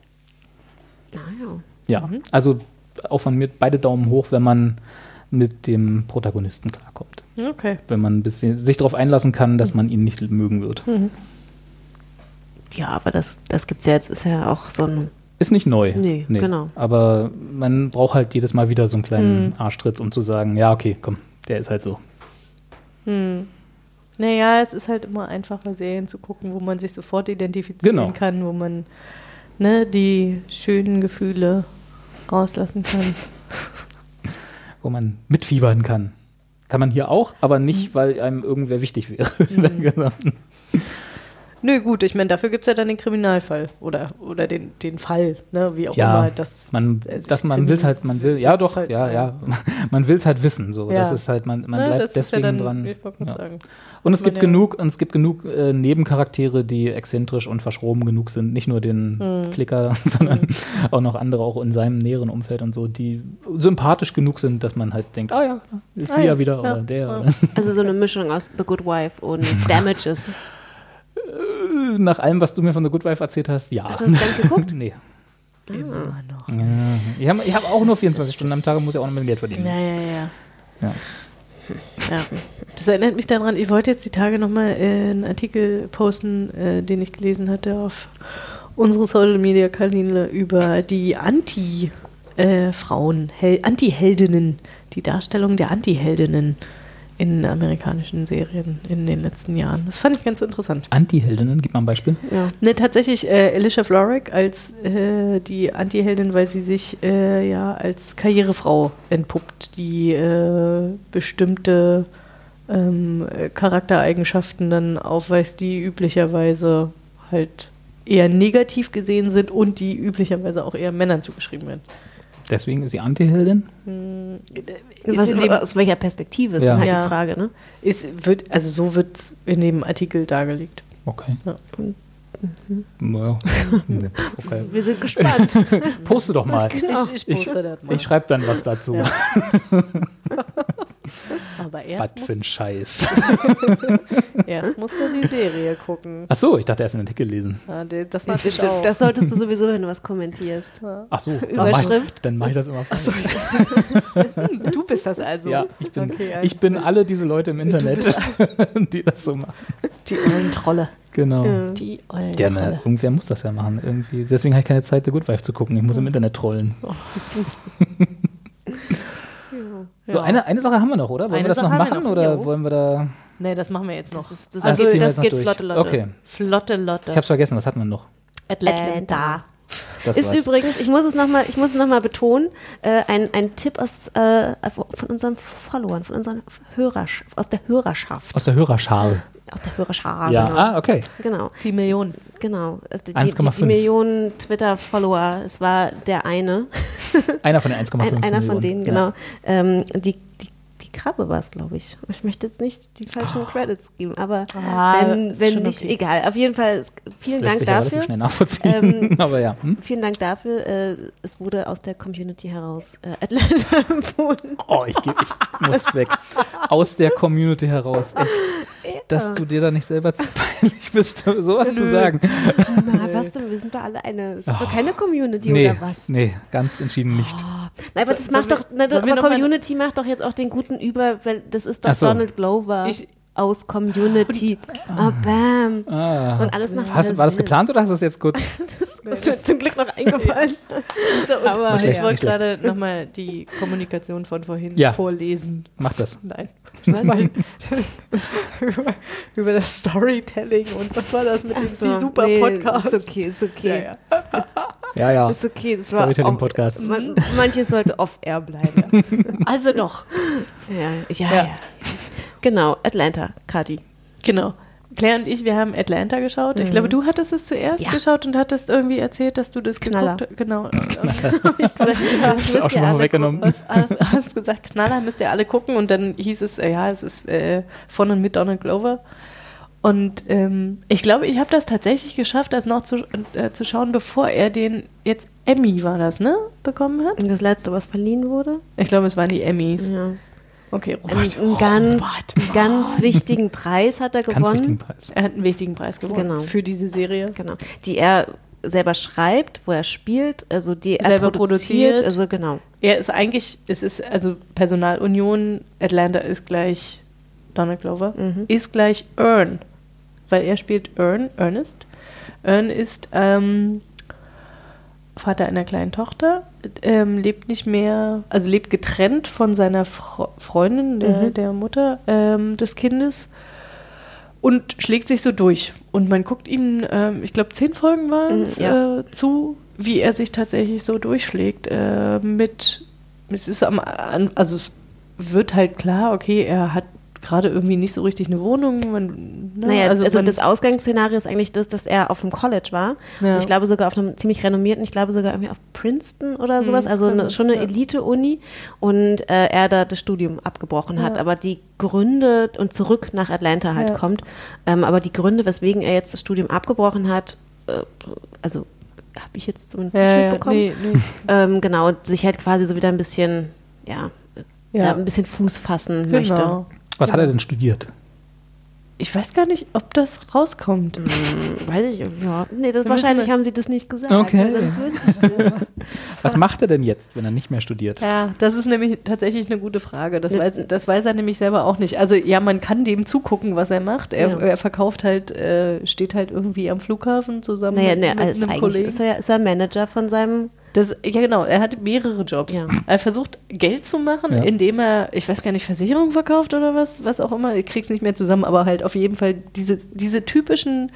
Ja, mhm. also auch von mir beide Daumen hoch, wenn man mit dem Protagonisten klarkommt. Okay. Wenn man ein bisschen sich darauf einlassen kann, dass man ihn nicht mögen wird. Mhm. Ja, aber das, das gibt's ja jetzt, ist ja auch so ein... Ist nicht neu. Nee, nee, genau. Aber man braucht halt jedes Mal wieder so einen kleinen mhm. Arschtritt, um zu sagen, ja, okay, komm, der ist halt so. Hm. Naja, es ist halt immer einfacher, Serien zu gucken, wo man sich sofort identifizieren genau. kann, wo man ne, die schönen Gefühle rauslassen kann. Wo man mitfiebern kann. Kann man hier auch, aber nicht, weil einem irgendwer wichtig wäre. Mhm. Nö, gut, ich meine, dafür gibt es ja dann den Kriminalfall oder, oder den, den Fall, ne, wie auch ja, immer. Das, man, das man will es halt, man will, ja doch, halt, ja, ja, man will es halt wissen, so, ja. das ist halt, man, man ja, bleibt deswegen ja dann, dran. Ja. Sagen, und es gibt ja genug, und es gibt genug äh, Nebencharaktere, die exzentrisch und verschroben genug sind, nicht nur den hm. Klicker, sondern hm. auch noch andere, auch in seinem näheren Umfeld und so, die sympathisch genug sind, dass man halt denkt, ah ja, ist ah, ja wieder, ja. oder der. Ja. Oder. Also so eine Mischung aus The Good Wife und Damages. Nach allem, was du mir von The Good Wife erzählt hast, ja. Hast du das dann geguckt? Nee. Immer noch. Ja. Ich habe ich hab auch nur vierundzwanzig Stunden am Tag und muss ja auch noch mein Geld verdienen. Ja, ja, ja. Ja. Ja. Das erinnert mich daran, ich wollte jetzt die Tage nochmal äh, einen Artikel posten, äh, den ich gelesen hatte auf unsere Social-Media-Kanäle über die Anti-Frauen, äh, Anti-Heldinnen, die Darstellung der Anti-Heldinnen in amerikanischen Serien in den letzten Jahren. Das fand ich ganz interessant. Anti-Heldinnen, gib mal ein Beispiel. Ja. Ne, tatsächlich äh, Alicia Florrick als äh, die Anti-Heldin, weil sie sich äh, ja als Karrierefrau entpuppt, die äh, bestimmte ähm, Charaktereigenschaften dann aufweist, die üblicherweise halt eher negativ gesehen sind und die üblicherweise auch eher Männern zugeschrieben werden. Deswegen ist sie Antiheldin? Was, in dem, aus welcher Perspektive ist Ja. dann halt Ja. die Frage, ne? ist, wird, also so wird es in dem Artikel dargelegt. Okay. Ja. Ja. Okay. Wir sind gespannt. Poste doch mal. Ich, ich Ich, poste das mal. ich schreibe dann was dazu. Ja. Aber Was erst für muss, ein Scheiß. erst musst du die Serie gucken. Ach so, ich dachte erst einen Artikel lesen. Ja, die- das hatte ich auch. Das solltest du sowieso, wenn du was kommentierst. Ach so, dann mach ich, Überschrift. dann mach ich das immer. Ach so. Du bist das also. Ja, ich bin, Okay, also ich bin alle diese Leute im Internet, die das so machen. die ollen Trolle. Genau. Die ollen Ja, ne, Trolle. irgendwer muss das ja machen. Irgendwie. Deswegen habe ich keine Zeit, The Good Wife zu gucken. Ich muss im Internet trollen. So, Ja. eine, eine Sache haben wir noch, oder? Wollen Eine wir das Sache noch haben wir machen noch, oder jo. wollen wir da... Nee, das machen wir jetzt noch. Das, ist, das, Das geht, ziehen wir das jetzt noch geht durch. flotte Lotte. Okay, Flotte Lotte. ich hab's vergessen. Was hatten wir noch? Atlanta. Das Ist war's. übrigens, ich muss es nochmal noch mal betonen, äh, ein, ein Tipp aus, äh, von unseren Followern, von unseren Hörersch aus der Hörerschaft. Aus der Hörerschar. Aus der Hörerschar, Ja, genau. ah, okay. Genau, Die Millionen. genau. Also Die, die, eins Komma die fünf. Millionen Twitter-Follower, es war der eine, Einer von den eins Komma fünf ein, einer Millionen. von denen, genau. Ähm, die, die, die Krabbe war es, glaube ich. Ich möchte jetzt nicht die falschen Credits geben, aber Ah, wenn, ist wenn schon nicht, okay. egal. Auf jeden Fall, es- vielen Das lässt Dank sich ja relativ dafür. schnell nachvollziehen. Ähm, Aber ja. Hm? Vielen Dank dafür. Äh, es wurde aus der Community heraus äh, Atlanta empfohlen. Oh, ich, geb, ich muss weg. Aus der Community heraus. Echt. Dass du dir da nicht selber zu peinlich bist, sowas zu sagen. Na, was denn? Wir sind da alle eine. Ist doch keine Community Nee, oder was? nee, ganz entschieden nicht. Nein, aber das So- macht sollen doch. wir- Na, das, sollen wir aber noch mal- Community macht doch jetzt auch den guten über, weil das ist doch Ach so. Donald Glover Ich- aus Community. Oh, bam. Ah. Und alles macht Hast, wieder war das Sinn. geplant oder hast du es jetzt kurz? Das ist mir zum Glück noch eingefallen. Aber Nicht schlecht, ich wollte nicht schlecht. gerade nochmal die Kommunikation von vorhin Ja. vorlesen. Mach das. Nein. Weil- über, über das Storytelling und was war das mit dem Ach so, die super nee, Podcast? Ist okay, ist okay. Ja, ja. Ja, ja. Ist okay. Das war Storytelling-Podcast. auch- Man, manches sollte off-air bleiben. Also doch. Ja, ja, Ja. ja. Genau, Atlanta, Kati. Genau. Claire und ich, wir haben Atlanta geschaut. Ich glaube, du hattest es zuerst Ja. geschaut und hattest irgendwie erzählt, dass du das Knaller. geguckt hast. Genau. Hast du auch schon mal weggenommen. Du hast, hast gesagt, Knaller müsst ihr alle gucken und dann hieß es, äh, ja, es ist äh, von und mit Donald Glover. Und ähm, ich glaube, ich habe das tatsächlich geschafft, das noch zu, äh, zu schauen, bevor er den, jetzt Emmy war das, ne, bekommen hat. Und das letzte, was verliehen wurde? Ich glaube, es waren die Emmys. Ja. Okay, Einen, Robert. einen ganz, Robert. einen ganz wichtigen Preis hat er Ganz wichtigen gewonnen. Preis. Er hat einen wichtigen Preis gewonnen Genau. für diese Serie. Genau. Die er selber schreibt, wo er spielt, also die er Selber produziert, produziert. also genau. Er ist eigentlich, es ist also Personalunion, Atlanta ist gleich Donald Glover, Mhm. ist gleich Ern, weil er spielt Ern, Ernest. Ern ist ähm, Vater einer kleinen Tochter, ähm, lebt nicht mehr, also lebt getrennt von seiner Fre Freundin, der, Mhm. der Mutter ähm, des Kindes und schlägt sich so durch. Und man guckt ihm, ähm, ich glaube, zehn Folgen waren es, Mhm, ja. äh, zu, wie er sich tatsächlich so durchschlägt. Äh, mit, es ist am, an- also es wird halt klar, okay, er hat gerade irgendwie nicht so richtig eine Wohnung. Man, ne, Naja, also, man- das Ausgangsszenario ist eigentlich das, dass er auf einem College war. Ja. Und ich glaube sogar auf einem ziemlich renommierten, ich glaube sogar irgendwie auf Princeton oder Hm, sowas, das also kann eine, sein, schon eine ja. Elite-Uni und äh, er da das Studium abgebrochen hat, Ja. aber die Gründe und zurück nach Atlanta halt Ja. kommt, ähm, aber die Gründe, weswegen er jetzt das Studium abgebrochen hat, äh, also habe ich jetzt zumindest ja, nicht ja, mitbekommen. nee, nee. Ähm, genau, und sich halt quasi so wieder ein bisschen, ja, Ja. da ein bisschen Fuß fassen möchte. Genau. Was hat er denn studiert? Ich weiß gar nicht, ob das rauskommt. Hm, weiß ich, ja. Nee, das, Wir wahrscheinlich müssen- haben sie das nicht gesagt. Okay. weil Sonst wüsste ich das. Was macht er denn jetzt, wenn er nicht mehr studiert? Ja, das ist nämlich tatsächlich eine gute Frage. Das Ne- weiß, das weiß er nämlich selber auch nicht. Also ja, man kann dem zugucken, was er macht. Er, Ja. er verkauft halt, äh, steht halt irgendwie am Flughafen zusammen Naja, mit, nee, mit also einem eigentlich Kollegen. ist er, ist er Manager von seinem. Das, ja genau, er hat mehrere Jobs. Ja. Er versucht Geld zu machen, Ja. indem er, ich weiß gar nicht, Versicherung verkauft oder was, was auch immer. Ich krieg's nicht mehr zusammen, aber halt auf jeden Fall diese, diese typischen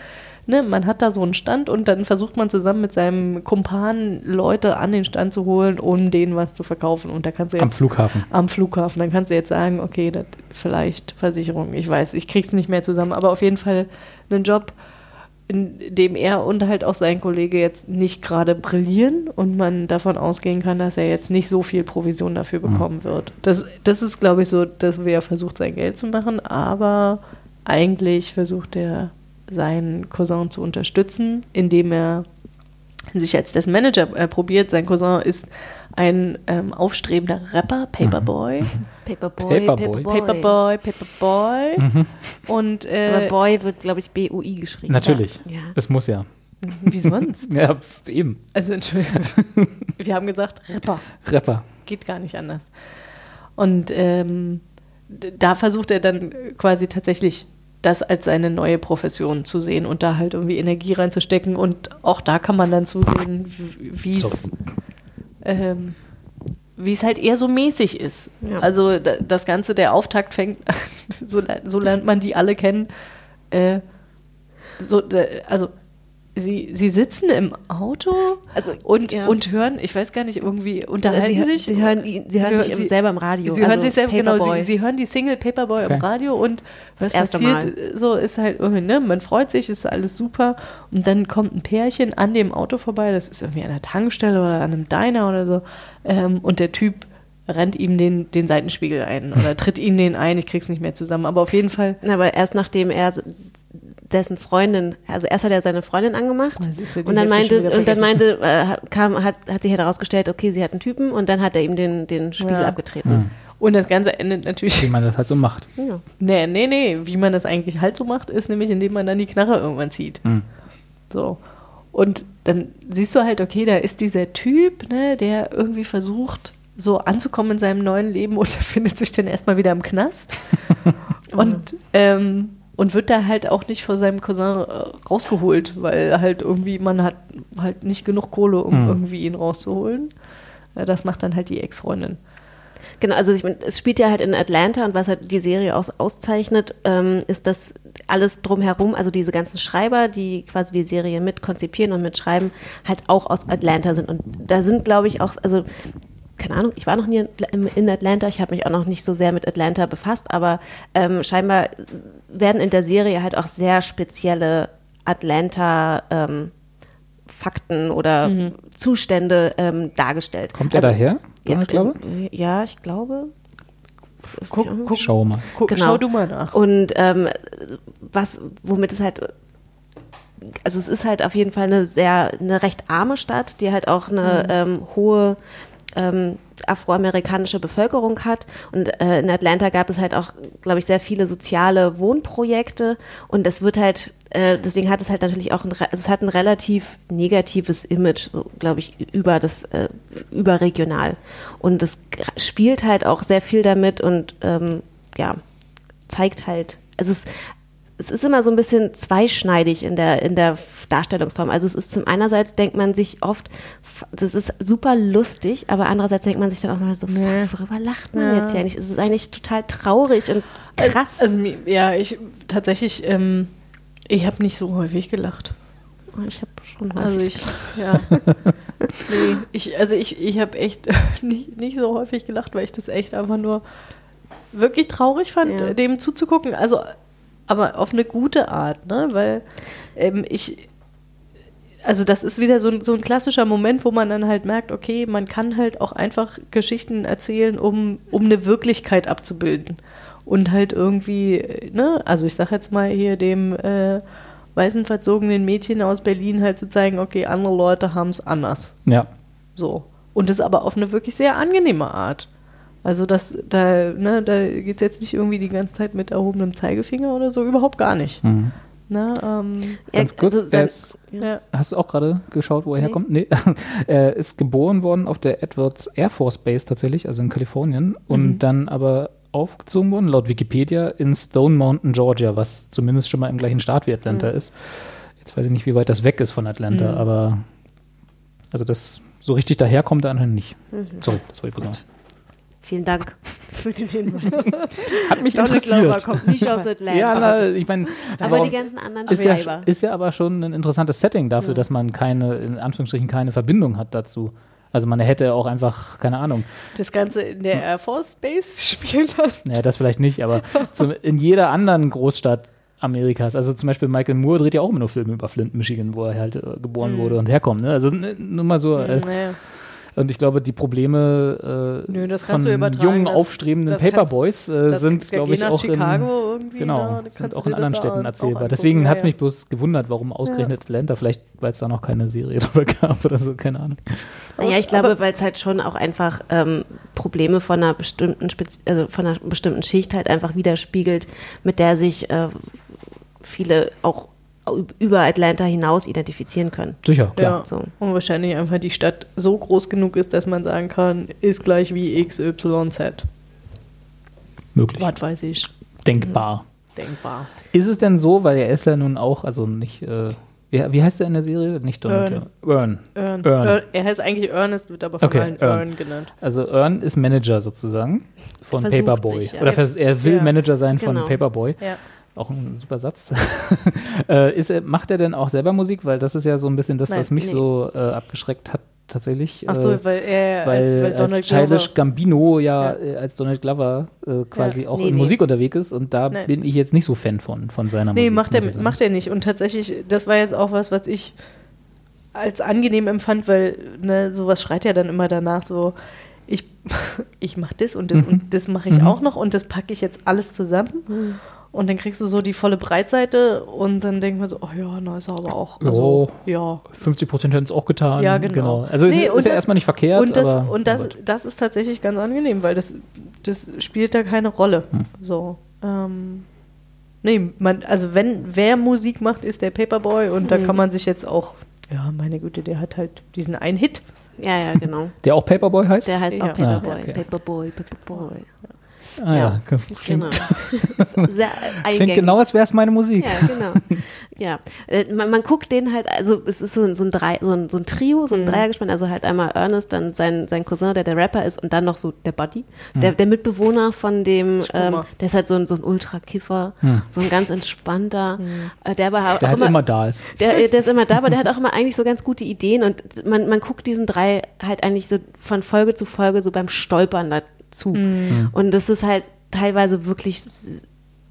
ne, man hat da so einen Stand und dann versucht man zusammen mit seinem Kumpan Leute an den Stand zu holen, um denen was zu verkaufen. Und da kannst du jetzt, am Flughafen. Am Flughafen. Dann kannst du jetzt sagen, okay, das vielleicht Versicherung, ich weiß, ich krieg's nicht mehr zusammen, aber auf jeden Fall einen Job, in dem er und halt auch sein Kollege jetzt nicht gerade brillieren und man davon ausgehen kann, dass er jetzt nicht so viel Provision dafür bekommen wird. Das, das ist, glaube ich, so, dass er versucht, sein Geld zu machen, aber eigentlich versucht er, seinen Cousin zu unterstützen, indem er sich als dessen Manager äh, probiert. Sein Cousin ist ein ähm, aufstrebender Rapper, Paperboy. Paperboy, Paperboy. Paperboy, Paperboy. Mhm. Und, äh, aber Boy wird, glaube ich, B U I geschrieben. Natürlich. Ja. Es muss ja. Wie sonst? Ja, eben. Also, Entschuldigung. Wir haben gesagt, Rapper. Rapper. Geht gar nicht anders. Und ähm, d- da versucht er dann quasi tatsächlich das als seine neue Profession zu sehen und da halt irgendwie Energie reinzustecken. Und auch da kann man dann zusehen, wie es ähm, wie es halt eher so mäßig ist. Ja. Also da, das Ganze, der Auftakt fängt, so, so lernt man die alle kennen. Äh, so, da, also Sie, sie sitzen im Auto Also, und, ja. und hören, ich weiß gar nicht, irgendwie unterhalten sie, sich. Sie hören, ihn- sie hören Hör- sich sie- selber im Radio. Sie hören also sich selber, genau, Paperboy. sie, sie hören die Single Paperboy Okay. im Radio und was Das erste passiert, so ist halt irgendwie, ne, man freut sich, ist alles super und dann kommt ein Pärchen an dem Auto vorbei, das ist irgendwie an der Tankstelle oder an einem Diner oder so ähm, und der Typ rennt ihm den, den Seitenspiegel ein oder tritt ihm den ein, ich krieg's nicht mehr zusammen, aber auf jeden Fall. Na, aber erst nachdem er dessen Freundin, also erst hat er seine Freundin angemacht Das ist ja die und dann Hälfte schon meinte, wieder und dann vergessen. meinte, äh, kam, hat, hat sich halt herausgestellt, okay, sie hat einen Typen und dann hat er ihm den, den Spiegel Ja. abgetreten. Und das Ganze endet natürlich. Wie man das halt so macht. Ja. Nee, nee, nee. Wie man das eigentlich halt so macht, ist nämlich, indem man dann die Knarre irgendwann zieht. Mhm. So. Und dann siehst du halt, okay, da ist dieser Typ, ne, der irgendwie versucht, so anzukommen in seinem neuen Leben und der findet sich dann erstmal wieder im Knast. und, ähm, und wird da halt auch nicht vor seinem Cousin äh, rausgeholt, weil halt irgendwie man hat halt nicht genug Kohle, um Mhm. irgendwie ihn rauszuholen. Äh, das macht dann halt die Ex-Freundin. Genau, also ich mein, es spielt ja halt in Atlanta und was halt die Serie auch auszeichnet, ähm, ist, dass alles drumherum, also diese ganzen Schreiber, die quasi die Serie mit konzipieren und mitschreiben, halt auch aus Atlanta sind. Und da sind, glaube ich, auch, also keine Ahnung, ich war noch nie in Atlanta, ich habe mich auch noch nicht so sehr mit Atlanta befasst, aber ähm, scheinbar werden in der Serie halt auch sehr spezielle Atlanta ähm, Fakten oder Mhm. Zustände ähm, dargestellt. Kommt er Also, daher, Ja, Donald Glover? äh, ja, ich glaube. Guck, guck, Schau mal. guck, Genau. Schau du mal nach. Und ähm, was, womit es halt, also es ist halt auf jeden Fall eine sehr, eine recht arme Stadt, die halt auch eine ähm, hohe ähm, afroamerikanische Bevölkerung hat. Und äh, in Atlanta gab es halt auch, glaube ich, sehr viele soziale Wohnprojekte. Und das wird halt, äh, deswegen hat es halt natürlich auch, ein, re- also es hat ein relativ negatives Image, so glaube ich, über das, äh, überregional. Und das g- spielt halt auch sehr viel damit und ähm, ja, zeigt halt, also es es ist immer so ein bisschen zweischneidig in der, in der Darstellungsform. Also es ist zum einerseits denkt man sich oft, f- das ist super lustig, aber andererseits denkt man sich dann auch mal so, Nee. fuck, worüber lacht man Ja. jetzt ja nicht? Es ist eigentlich total traurig und krass. Also mi- ja, ich tatsächlich, ähm, ich habe nicht so häufig gelacht. ich habe schon häufig Also ich, ja. nee, ich, also ich, ich habe echt nicht, nicht so häufig gelacht, weil ich das echt einfach nur wirklich traurig fand, Ja. dem zuzugucken. Also, aber auf eine gute Art, ne? Weil ähm, ich, also das ist wieder so ein, so ein klassischer Moment, wo man dann halt merkt, okay, man kann halt auch einfach Geschichten erzählen, um, um eine Wirklichkeit abzubilden. Und halt irgendwie, ne, also ich sag jetzt mal hier dem äh, weißen verzogenen Mädchen aus Berlin halt zu zeigen, okay, andere Leute haben es anders. Ja. So. Und das aber auf eine wirklich sehr angenehme Art. Also das, da, ne, da geht es jetzt nicht irgendwie die ganze Zeit mit erhobenem Zeigefinger oder so, überhaupt gar nicht. Mhm. Ne, ähm, Ganz kurz, also der sein- ist, ja. hast du auch gerade geschaut, wo er Nee. herkommt? Nee. Er ist geboren worden auf der Edwards Air Force Base tatsächlich, also in Kalifornien, und dann aber aufgezogen worden, laut Wikipedia, in Stone Mountain, Georgia, was zumindest schon mal im gleichen Staat wie Atlanta ist. Jetzt weiß ich nicht, wie weit das weg ist von Atlanta, aber also das so richtig daherkommt er anscheinend nicht. Sorry, das war übrigens. Vielen Dank für den Hinweis. Hat mich Donald Glover interessiert. kommt nicht aus Atlanta. Ja, na, ich meine, aber die ganzen anderen ist ja, Schreiber. ist ja aber schon ein interessantes Setting dafür, Ja. dass man keine, in Anführungsstrichen, keine Verbindung hat dazu. Also man hätte auch einfach, keine Ahnung. Das Ganze in der Air Force Base spielen lassen. Ja, das vielleicht nicht, aber zum, in jeder anderen Großstadt Amerikas, also zum Beispiel Michael Moore dreht ja auch immer nur Filme über Flint, Michigan, wo er halt äh, geboren Mhm. wurde und herkommt. Ne? Also n- nur mal so. Äh, Naja. Und ich glaube, die Probleme äh, Nö, das von kannst du übertragen, jungen, das- aufstrebenden das kannst- Paperboys äh, das- sind, ja, glaube geh ich, nach auch Chicago in, irgendwie, genau, da, da sind kannst auch du in dir anderen das Städten auch erzählbar. angucken, Deswegen ja, hat es ja. mich bloß gewundert, warum ausgerechnet Atlanta. Vielleicht, weil es da noch keine Serie drüber gab oder so, keine Ahnung. Naja, ich glaube, weil es halt schon auch einfach ähm, Probleme von einer bestimmten Spez also von einer bestimmten Schicht halt einfach widerspiegelt, mit der sich äh, viele auch über Atlanta hinaus identifizieren können. Sicher, klar. Ja, So. und wahrscheinlich einfach die Stadt so groß genug ist, dass man sagen kann, ist gleich wie X Y Z. Möglich. Was weiß ich. Denkbar. Denkbar. Ist es denn so, weil er ist ja nun auch, also nicht, äh, wie, wie heißt er in der Serie? Nicht Donald. Ern. Ern. Ern. Ern. Er heißt eigentlich Ernest, wird aber von Okay, allen Ern. Ern genannt. Also Ern ist Manager sozusagen von Er versucht Paperboy. sich, ja. Oder vers- er will Ja. Manager sein von Genau. Paperboy. Ja. Auch ein super Satz. äh, ist er, macht er denn auch selber Musik? Weil das ist ja so ein bisschen das, Nein, was mich nee. so äh, abgeschreckt hat tatsächlich. Ach so, äh, weil er weil, als, weil als Donald Childish Glover. Gambino ja, Ja. äh, als Donald Glover äh, quasi auch Nee, in nee. Musik unterwegs ist und da Nein. bin ich jetzt nicht so Fan von, von seiner Nee, Musik. macht muss ich er, sagen. macht er nicht. Und tatsächlich, das war jetzt auch was, was ich als angenehm empfand, weil ne, sowas schreit ja dann immer danach so, ich, ich mache das und das und das mache ich Mhm. auch noch und das packe ich jetzt alles zusammen. Und dann kriegst du so die volle Breitseite und dann denkt man so, oh ja, na ist er aber auch. Also, ja. fünfzig Prozent hätten es auch getan. Ja, genau. Also Nee, ist, und ist ja das- erstmal nicht verkehrt. Und, das, aber, und das, aber gut. das ist tatsächlich ganz angenehm, weil das, das spielt da keine Rolle. Hm. So. Ähm, nee, man, also wenn wer Musik macht, ist der Paperboy und da kann man sich jetzt auch, ja, meine Güte, der hat halt diesen einen Hit. Ja, ja, genau. Der auch Paperboy heißt? Der heißt Ja. auch Paperboy. Ah, okay. Paperboy, Paperboy. ah, ja. ja. Klingt, Genau. Sehr klingt eingängig. genau, als wäre es meine Musik. Ja, genau. Ja, äh, man, man guckt den halt, also es ist so ein, so ein, Drei, so ein, so ein Trio, so ein Dreiergespann, also halt einmal Ernest, dann sein, sein Cousin, der der Rapper ist und dann noch so der Buddy, der, der Mitbewohner von dem, ähm, Schrummer. der ist halt so ein, so ein Ultra-Kiffer, so ein ganz entspannter, äh, der aber auch Der halt immer, immer da ist. der, der ist immer da, aber der hat auch immer eigentlich so ganz gute Ideen und man, man guckt diesen drei halt eigentlich so von Folge zu Folge so beim Stolpern dazu. Und das ist halt teilweise wirklich s-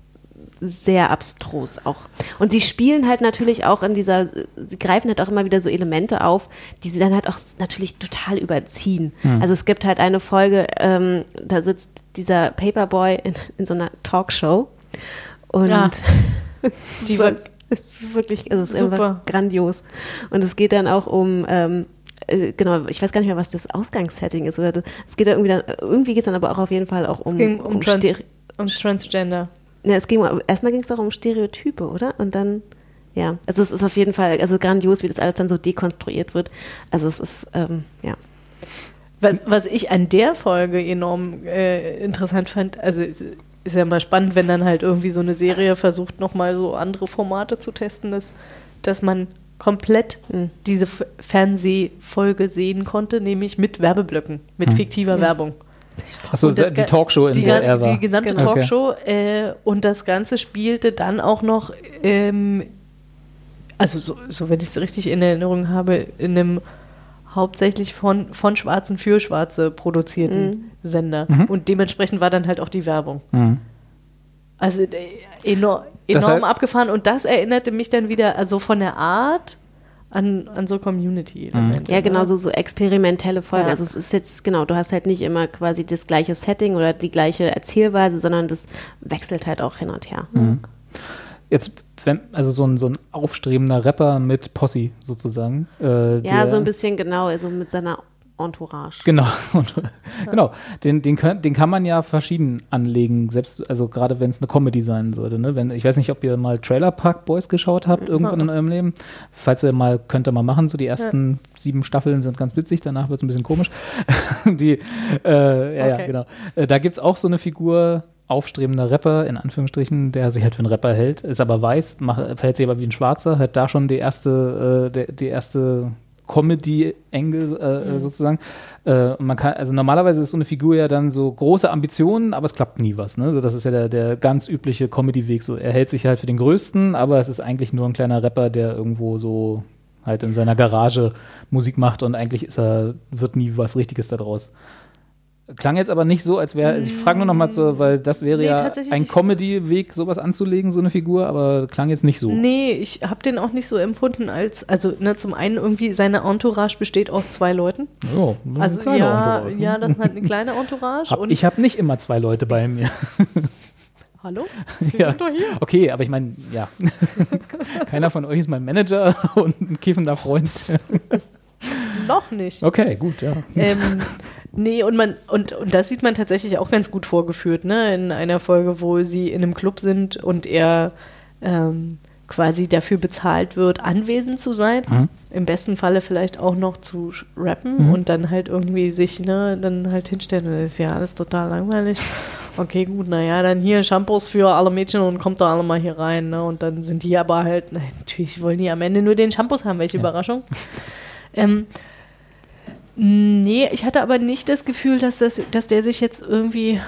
sehr abstrus auch. Und sie spielen halt natürlich auch in dieser, sie greifen halt auch immer wieder so Elemente auf, die sie dann halt auch s- natürlich total überziehen. Also es gibt halt eine Folge, ähm, da sitzt dieser Paperboy in, in so einer Talkshow und Ja. die Die so, war- es ist wirklich, es ist Super. einfach grandios. Und es geht dann auch um, ähm, äh, genau, ich weiß gar nicht mehr, was das Ausgangssetting ist. Oder das, es geht dann irgendwie dann, irgendwie geht es dann aber auch auf jeden Fall auch um, Es ging um, um Trans Stere- um Transgender. ja, es ging um- erstmal ging es doch um Stereotype, oder? Und dann, ja, also es ist auf jeden Fall, also grandios, wie das alles dann so dekonstruiert wird. Also es ist, ähm, ja. Was, was ich an der Folge enorm äh, interessant fand, also es ist ja mal spannend, wenn dann halt irgendwie so eine Serie versucht, nochmal so andere Formate zu testen, dass, dass man komplett Mhm. diese F- Fernsehfolge sehen konnte, nämlich mit Werbeblöcken, mit fiktiver Werbung. Achso, Und das die Ga- Talkshow, in die, der gan- er war. Die gesamte Genau. Okay. Talkshow äh, und das Ganze spielte dann auch noch, ähm, also so, so wenn ich es richtig in Erinnerung habe, in einem hauptsächlich von, von Schwarzen für Schwarze produzierten Sender. Und dementsprechend war dann halt auch die Werbung. Mhm. Also äh, enor Das enorm heißt- abgefahren und das erinnerte mich dann wieder, also von der Art an, an so Community-Elemente. Ja, genau, ne? so, so experimentelle Folgen. Ja. Also es ist jetzt, genau, du hast halt nicht immer quasi das gleiche Setting oder die gleiche Erzählweise, sondern das wechselt halt auch hin und her. Jetzt, wenn, also so ein, so ein aufstrebender Rapper mit Posse sozusagen. Äh, Ja, der, so ein bisschen genau, also mit seiner Entourage. Genau, und, genau. Den, den, könnt, den kann man ja verschieden anlegen, selbst, also gerade wenn es eine Comedy sein würde. Ne? Wenn, ich weiß nicht, ob ihr mal Trailer Park Boys geschaut habt, irgendwann in eurem Leben. Falls ihr mal, könnt ihr mal machen, so die ersten sieben Staffeln sind ganz witzig, danach wird es ein bisschen komisch. die, äh, ja, ja, Okay. genau. Äh, da gibt es auch so eine Figur, aufstrebender Rapper, in Anführungsstrichen, der sich halt für einen Rapper hält, ist aber weiß, mach, verhält sich aber wie ein Schwarzer, hat da schon die erste, äh, die, die erste Comedy-Angle äh, mhm. sozusagen. Äh, und man kann, also normalerweise ist so eine Figur ja dann so große Ambitionen, aber es klappt nie was. Ne? So, das ist ja der, der ganz übliche Comedy-Weg. So, er hält sich halt für den Größten, aber es ist eigentlich nur ein kleiner Rapper, der irgendwo so halt in seiner Garage Musik macht und eigentlich ist er, wird nie was Richtiges daraus. Klang jetzt aber nicht so, als wäre, also ich frage nur noch mal so, weil das wäre nee, ja ein Comedy-Weg, sowas anzulegen, so eine Figur, aber klang jetzt nicht so. Nee, ich habe den auch nicht so empfunden als, also ne, zum einen irgendwie seine Entourage besteht aus zwei Leuten. Oh, also eine ja, Entourage. ja, das ist halt eine kleine Entourage. Hab, und ich habe nicht immer zwei Leute bei mir. Hallo? Sie ja. sind doch hier. Okay, aber ich meine, ja. Keiner von euch ist mein Manager und ein kiffender Freund. Noch nicht. Okay, gut, ja. Ähm, nee, und man, und, und das sieht man tatsächlich auch ganz gut vorgeführt, ne? In einer Folge, wo sie in einem Club sind und er ähm, quasi dafür bezahlt wird, anwesend zu sein. Mhm. Im besten Falle vielleicht auch noch zu rappen mhm. und dann halt irgendwie sich, ne, dann halt hinstellen. Das ist ja alles total langweilig. Okay, gut, naja, dann hier Shampoos für alle Mädchen und kommt da alle mal hier rein, ne? Und dann sind die aber halt, na, natürlich wollen die am Ende nur den Shampoos haben, welche ja. Überraschung. Ähm, nee, ich hatte aber nicht das Gefühl, dass, das, dass der sich jetzt irgendwie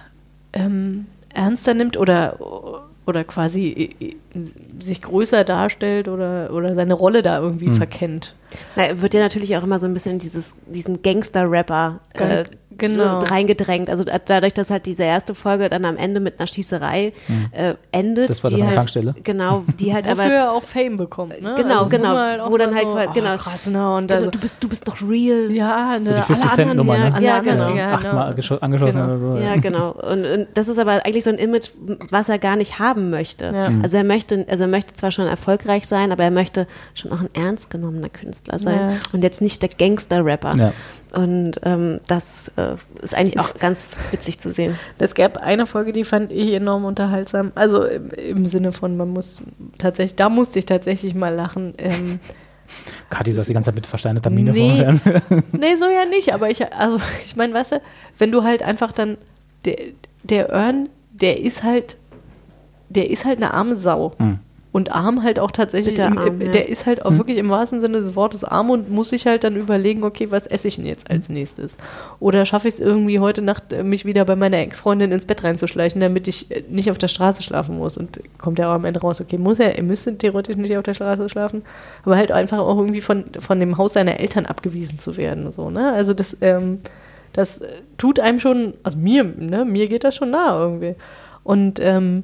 ähm, ernster nimmt oder, oder quasi sich größer darstellt oder, oder seine Rolle da irgendwie mhm. verkennt. Na, er wird ja natürlich auch immer so ein bisschen in dieses, diesen Gangster-Rapper äh, genau. reingedrängt. Also dadurch, dass halt diese erste Folge dann am Ende mit einer Schießerei mhm. äh, endet. Das war die das an der halt, Tankstelle? Genau, die halt aber... Wofür er auch Fame bekommt, ne? Genau, also genau. Halt wo dann halt, so, quasi, genau. Oh, krass, ne? Und genau, also, du bist, du bist doch real. Ja, ne? So die fifty Cent Nummer, ne? Ja, ja, genau. Ja, achtmal genau. angeschossen genau. oder so. Ja, genau. Und, und das ist aber eigentlich so ein Image, was er gar nicht haben möchte. Ja. Mhm. Also er möchte, also er möchte zwar schon erfolgreich sein, aber er möchte schon auch ein ernst genommener Künstler sein ja. und jetzt nicht der Gangster-Rapper. Ja. Und ähm, das äh, ist eigentlich auch ganz witzig zu sehen. Es gab eine Folge, die fand ich enorm unterhaltsam. Also im, im Sinne von, man muss tatsächlich, da musste ich tatsächlich mal lachen. Ähm, Kathi saß die ganze Zeit mit versteinerter Miene nee, vor dem Fernseher. Nee, so ja nicht. Aber ich, also ich meine, weißt du, wenn du halt einfach dann, der, der Earn, der ist halt, der ist halt eine arme Sau. Hm. Und arm halt auch tatsächlich, im, arm, der ja. ist halt auch hm. wirklich im wahrsten Sinne des Wortes arm und muss sich halt dann überlegen, okay, was esse ich denn jetzt als nächstes? Oder schaffe ich es irgendwie heute Nacht, mich wieder bei meiner Ex-Freundin ins Bett reinzuschleichen, damit ich nicht auf der Straße schlafen muss? Und kommt ja auch am Ende raus, okay, muss er, er müsste theoretisch nicht auf der Straße schlafen, aber halt einfach auch irgendwie von, von dem Haus seiner Eltern abgewiesen zu werden. So, ne? Also das, ähm, das tut einem schon, also mir, ne, mir geht das schon nah irgendwie. Und ähm,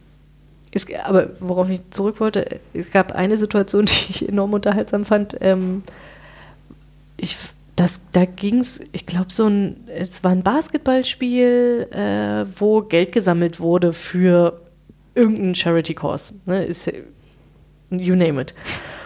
Es, aber worauf ich zurück wollte, es gab eine Situation, die ich enorm unterhaltsam fand. Ähm, ich, das, da ging es, ich glaube, so ein, es war ein Basketballspiel, äh, wo Geld gesammelt wurde für irgendeinen Charity-Cause. Ne, ist, you name it.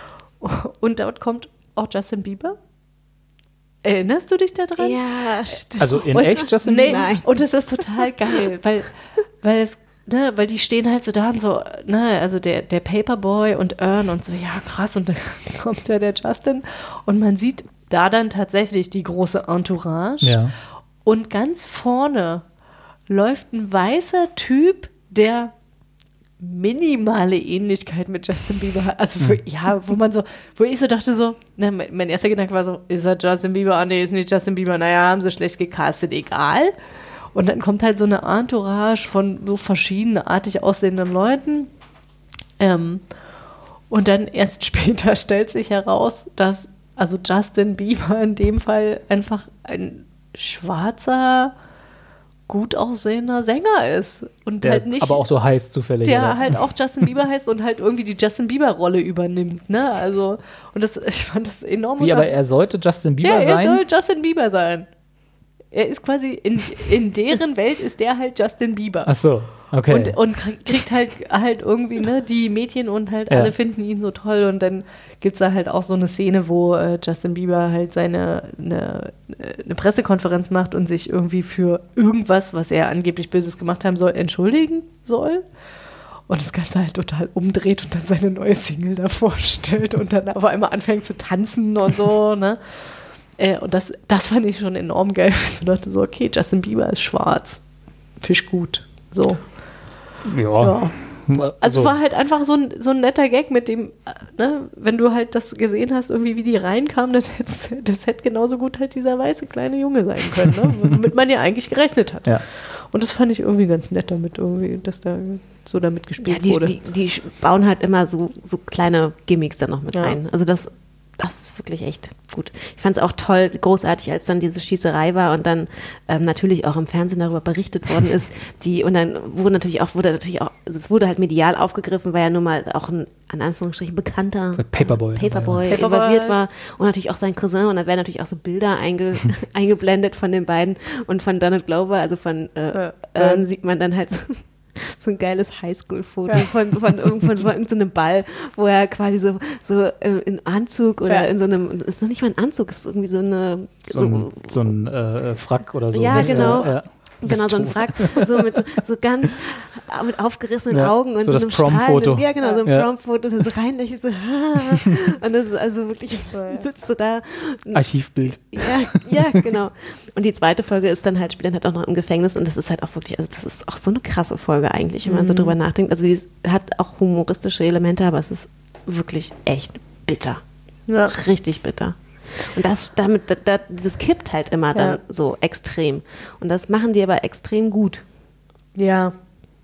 Und dort kommt auch Justin Bieber. Erinnerst du dich daran? Ja, stimmt. Also in und, echt Justin nee, Bieber? Nein. Und das ist total geil, weil, weil es Ne, weil die stehen halt so da und so, ne, also der, der Paperboy und Earn und so, ja krass, und dann kommt ja der Justin und man sieht da dann tatsächlich die große Entourage ja. und ganz vorne läuft ein weißer Typ, der minimale Ähnlichkeit mit Justin Bieber hat, also für, ja, wo man so, wo ich so dachte so, ne, mein, mein erster Gedanke war so, ist das Justin Bieber? Ah nee, ist nicht Justin Bieber, naja, haben sie schlecht gecastet, egal. Und dann kommt halt so eine Entourage von so verschiedenartig aussehenden Leuten. Ähm, und dann erst später stellt sich heraus, dass also Justin Bieber in dem Fall einfach ein schwarzer, gut aussehender Sänger ist. Und der halt nicht, aber auch so heißt zufällig. der oder? halt auch Justin Bieber heißt und halt irgendwie die Justin Bieber-Rolle übernimmt. Ne? Also, und das, ich fand das enorm. Wie, aber er sollte Justin Bieber ja, sein? er soll Justin Bieber sein. Er ist quasi, in, in deren Welt ist der halt Justin Bieber. Ach so, okay. Und, und kriegt halt, halt irgendwie, ne, die Mädchen und halt ja. alle finden ihn so toll. Und dann gibt es da halt auch so eine Szene, wo äh, Justin Bieber halt seine eine, eine Pressekonferenz macht und sich irgendwie für irgendwas, was er angeblich Böses gemacht haben soll, entschuldigen soll. Und das Ganze halt total umdreht und dann seine neue Single da vorstellt und dann auf einmal anfängt zu tanzen und so, ne. Äh, und das, das fand ich schon enorm geil. Ich dachte so, okay, Justin Bieber ist schwarz. Fisch gut. So. Ja. ja. Also war halt einfach so ein, so ein netter Gag, mit dem, ne, wenn du halt das gesehen hast, irgendwie wie die reinkamen, das, das hätte genauso gut halt dieser weiße kleine Junge sein können, ne, womit man ja eigentlich gerechnet hat. Ja. Und das fand ich irgendwie ganz nett damit, irgendwie, dass da so damit gespielt Ja, die, wurde. die, die bauen halt immer so, so kleine Gimmicks dann noch mit Ja. ein. Also das, das ist wirklich echt gut. Ich fand es auch toll, großartig, als dann diese Schießerei war und dann ähm, natürlich auch im Fernsehen darüber berichtet worden ist. Die, und dann wurde natürlich auch, wurde natürlich auch, also es wurde halt medial aufgegriffen, weil ja nun mal auch ein, an Anführungsstrichen, bekannter Paperboy, Paperboy Paperboy involviert war und natürlich auch sein Cousin und dann werden natürlich auch so Bilder einge, eingeblendet von den beiden und von Donald Glover, also von äh, Ja. Earn sieht man dann halt so so ein geiles Highschool-Foto von, von, von, von, von irgendeinem Ball, wo er quasi so, so äh, in Anzug oder Ja. in so einem, ist noch nicht mal ein Anzug, ist irgendwie so eine, So ein, so ein äh, Frack oder so. Ja, Weste, genau. Ja. genau, so ein Westo. Frack, so mit so, so ganz mit aufgerissenen Ja, Augen und so so, das einem Prom-Foto. strahlenden- Ja, genau, so ein Ja. Prom-Foto, das so reinlächelt, so, ah. Und das ist also wirklich, sitzt so da. Archivbild. Ja, ja, genau. Und die zweite Folge ist dann halt, spielt dann halt auch noch im Gefängnis und das ist halt auch wirklich, also das ist auch so eine krasse Folge eigentlich, wenn man so drüber nachdenkt. Also die ist, hat auch humoristische Elemente, aber es ist wirklich echt bitter. Ja. Richtig bitter. Und das damit, da, da, dieses kippt halt immer dann Ja. so extrem. Und das machen die aber extrem gut. Ja.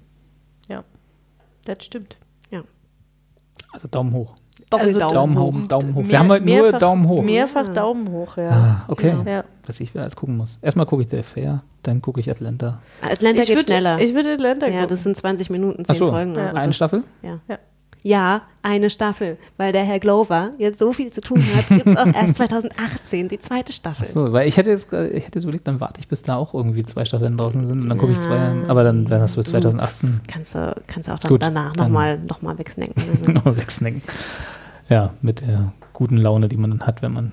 Ja. Das stimmt. Ja. Also Daumen hoch. Doppel Also Daumen hoch, Daumen hoch. Wir haben heute nur mehrfach- Daumen hoch. Mehrfach Daumen hoch, ja. Ah, okay. Ja. Was ich als gucken muss. Erstmal gucke ich The Affair, dann gucke ich Atlanta. Atlanta Ich geht würd- schneller. Ich würde Atlanta ja, gucken. das sind zwanzig Minuten, zehn Ach so, Folgen. ja. Also Eine das, Staffel? Ja. Ja. Ja, eine Staffel, weil der Herr Glover jetzt so viel zu tun hat, gibt es auch erst zwanzig achtzehn die zweite Staffel. Ach so, weil ich hätte jetzt, ich hätte jetzt überlegt, dann warte ich, bis da auch irgendwie zwei Staffeln draußen sind und dann gucke ich zwei, aber dann wäre das bis zwanzig achtzehn. Ups, kannst du, kannst du auch dann Gut, danach dann- nochmal noch mal wegsnacken. Noch wegsnacken. Ja, mit der guten Laune, die man dann hat, wenn man.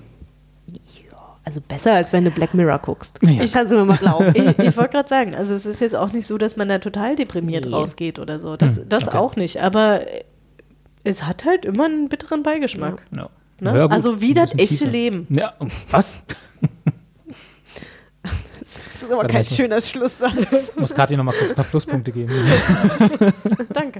Also besser, als wenn du Black Mirror guckst. Ja. Ich kann es mir mal glauben. Ich, ich wollte gerade sagen, also es ist jetzt auch nicht so, dass man da total deprimiert Nee. rausgeht oder so. Das, Hm, das okay. auch nicht. Aber es hat halt immer einen bitteren Beigeschmack. Ja. Ne? Ja, gut, Also wie ein das bisschen echte tiefer. Leben. Ja, was? Das ist aber Warte kein mal, ich- schöner Schlusssatz. Muss Kathi noch mal kurz ein paar Pluspunkte geben. Danke. Danke.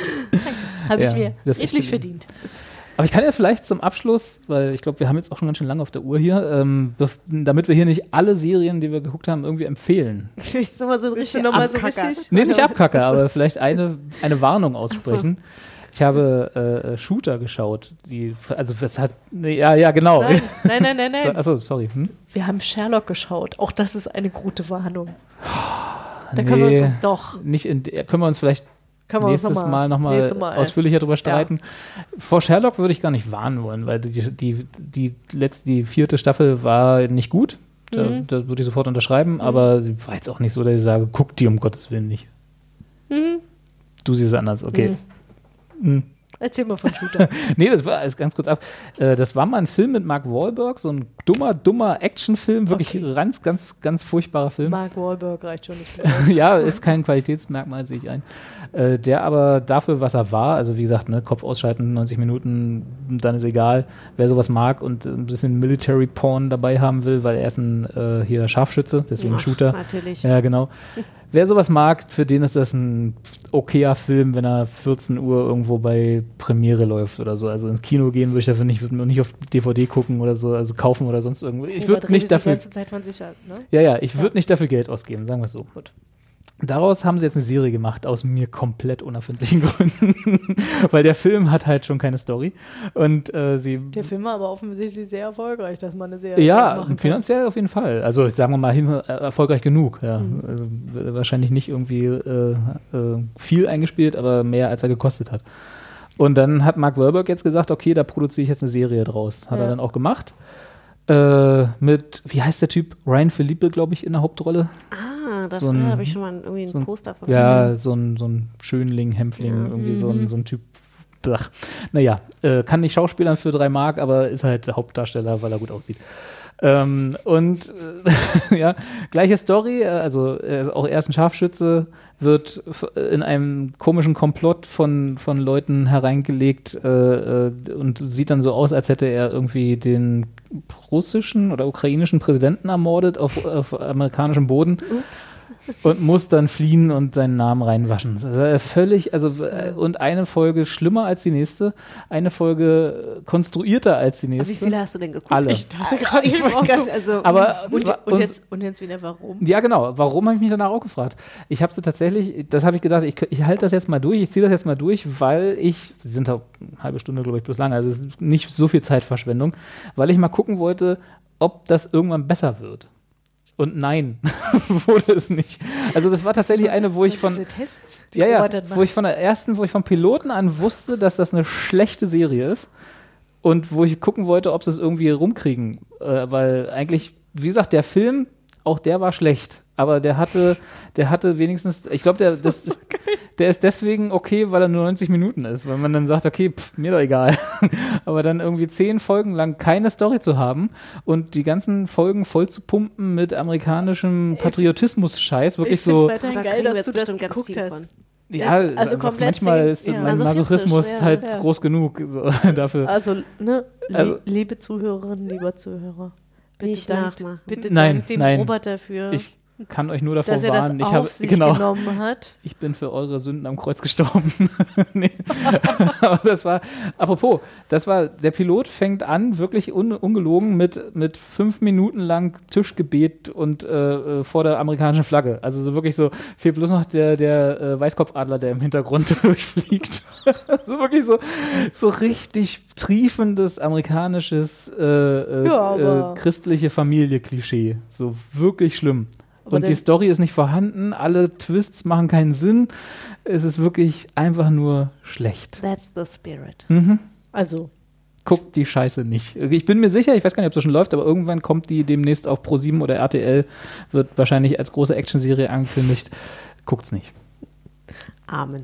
Habe ich Ja, mir das redlich echte Leben. verdient. Aber ich kann ja vielleicht zum Abschluss, weil ich glaube, wir haben jetzt auch schon ganz schön lange auf der Uhr hier, ähm, bef- damit wir hier nicht alle Serien, die wir geguckt haben, irgendwie empfehlen. Das ist immer so ein Willst du richtig noch mal so Abkacker. richtig- Nee, nicht Abkacke, aber vielleicht eine, eine Warnung aussprechen. Ich habe äh, Shooter geschaut, die, also das hat, nee, ja, ja, genau. Nein, nein, nein, nein, nein. Achso, sorry. Hm? Wir haben Sherlock geschaut. Auch das ist eine gute Warnung. Da Nee. können wir uns doch. Nicht in, der- können wir uns vielleicht Können wir uns nächstes noch Mal nochmal nächstes Mal, ausführlicher drüber streiten. Vor Sherlock würde ich gar nicht warnen wollen, weil die, die, die letzte, die vierte Staffel war nicht gut. Da, Mhm. da würde ich sofort unterschreiben, aber sie war jetzt auch nicht so, dass ich sage, guck die um Gottes Willen nicht. Mhm. Du siehst es anders, okay. Mhm. Erzähl mal von Shooter. Nee, das war ist ganz kurz ab. Äh, das war mal ein Film mit Mark Wahlberg, so ein dummer, dummer Actionfilm, wirklich ganz, ganz, ganz furchtbarer Film. Mark Wahlberg reicht schon nicht mehr. Ja, ist kein Qualitätsmerkmal, sehe ich ein. Äh, der aber dafür, was er war, also wie gesagt, ne, Kopf ausschalten, neunzig Minuten, dann ist egal, wer sowas mag und ein bisschen Military Porn dabei haben will, weil er ist ein äh, hier Scharfschütze, deswegen Ach, Shooter. natürlich. Ja, genau. Wer sowas mag, für den ist das ein okayer Film, wenn er vierzehn Uhr irgendwo bei Premiere läuft oder so. Also ins Kino gehen würde ich dafür nicht, würde nicht auf D V D gucken oder so, also kaufen oder sonst irgendwo. Ich würde nicht dafür. Die ganze Zeit von sich halt, ne? Ja, ja, ich würde nicht dafür Geld ausgeben, sagen wir es so. Gut. Daraus haben sie jetzt eine Serie gemacht, aus mir komplett unerfindlichen Gründen. Weil der Film hat halt schon keine Story. Und äh, sie. Der Film war aber offensichtlich sehr erfolgreich, dass man eine Serie Ja, draus machen kann. finanziell auf jeden Fall. Also sagen wir mal hin, äh, erfolgreich genug. Ja. Mhm. Also, w- wahrscheinlich nicht irgendwie äh, äh, viel eingespielt, aber mehr als er gekostet hat. Und dann hat Mark Wahlberg jetzt gesagt, okay, da produziere ich jetzt eine Serie draus. Hat Ja. er dann auch gemacht. Äh, mit, wie heißt der Typ? Ryan Philippe, glaube ich, in der Hauptrolle. Ah, da So ein- habe ich schon mal irgendwie ein so ein- Poster von Ja, so ein, so ein Schönling, Hämpfling, irgendwie so ein, so ein Typ. Blach. Naja, äh, kann nicht schauspielern für drei Mark, aber ist halt der Hauptdarsteller, weil er gut aussieht. Ähm, und äh, ja, gleiche Story, äh, also äh, auch er ist ein Scharfschütze, wird f- in einem komischen Komplott von, von Leuten hereingelegt äh, äh, und sieht dann so aus, als hätte er irgendwie den russischen oder ukrainischen Präsidenten ermordet auf, auf amerikanischem Boden. Ups. und muss dann fliehen und seinen Namen reinwaschen. Also völlig, also und eine Folge schlimmer als die nächste, eine Folge konstruierter als die nächste. Aber wie viele hast du denn geguckt? Alle. Ich dachte gerade, ich war so, also Aber Und, zwar- und, jetzt, und jetzt wieder warum? Ja, genau. Warum habe ich mich danach auch gefragt? Ich habe sie tatsächlich, das habe ich gedacht, ich, ich halte das jetzt mal durch, ich ziehe das jetzt mal durch, weil ich, sie sind auch eine halbe Stunde, glaube ich, bloß lang, also es ist nicht so viel Zeitverschwendung, weil ich mal gucken wollte, ob das irgendwann besser wird. Und nein, wurde es nicht. Also das war tatsächlich eine, wo ich von, Diese Tests, die ja, ja, Robert dann wo macht. ich von der ersten, wo ich vom Piloten an wusste, dass das eine schlechte Serie ist und wo ich gucken wollte, ob sie es irgendwie rumkriegen, äh, weil eigentlich, wie gesagt, der Film, auch der war schlecht, aber der hatte, der hatte wenigstens, ich glaube, der, das ist, der ist deswegen okay, weil er nur neunzig Minuten ist, weil man dann sagt, okay, pff, mir doch egal, aber dann irgendwie zehn Folgen lang keine Story zu haben und die ganzen Folgen voll zu pumpen mit amerikanischem Patriotismus-Scheiß, wirklich Ich find's so, weiterhin da geil, kriegen wir dass jetzt du das bestimmt ganz geguckt viel hast. von. ja, also ist einfach- komplett manchmal fehlt- ist das ja. mein Masochismus Masochistisch, halt ja, ja. groß genug so, dafür. Also, ne, li Also- liebe Zuhörerinnen, lieber Zuhörer, bitte Nicht dankt, nachmachen. bitte Nein, dankt dem nein. Robert dafür, Ich kann euch nur davor dass er das warnen. Ich auf habe sich genau. genommen hat. Ich bin für eure Sünden am Kreuz gestorben. nee. Aber das war, apropos, das war, der Pilot fängt an, wirklich un, ungelogen, mit, mit fünf Minuten lang Tischgebet und äh, vor der amerikanischen Flagge. Also so wirklich so, fehlt bloß noch der, der äh, Weißkopfadler, der im Hintergrund durchfliegt. so wirklich so, so richtig triefendes amerikanisches äh, äh, Ja, aber- äh, christliche Familie-Klischee. So wirklich schlimm. Aber Und die der- Story ist nicht vorhanden, alle Twists machen keinen Sinn. Es ist wirklich einfach nur schlecht. That's the spirit. Also, Guckt die Scheiße nicht. Ich bin mir sicher, ich weiß gar nicht, ob es schon läuft, aber irgendwann kommt die demnächst auf ProSieben oder R T L, wird wahrscheinlich als große Actionserie angekündigt. Guckt's nicht. Amen.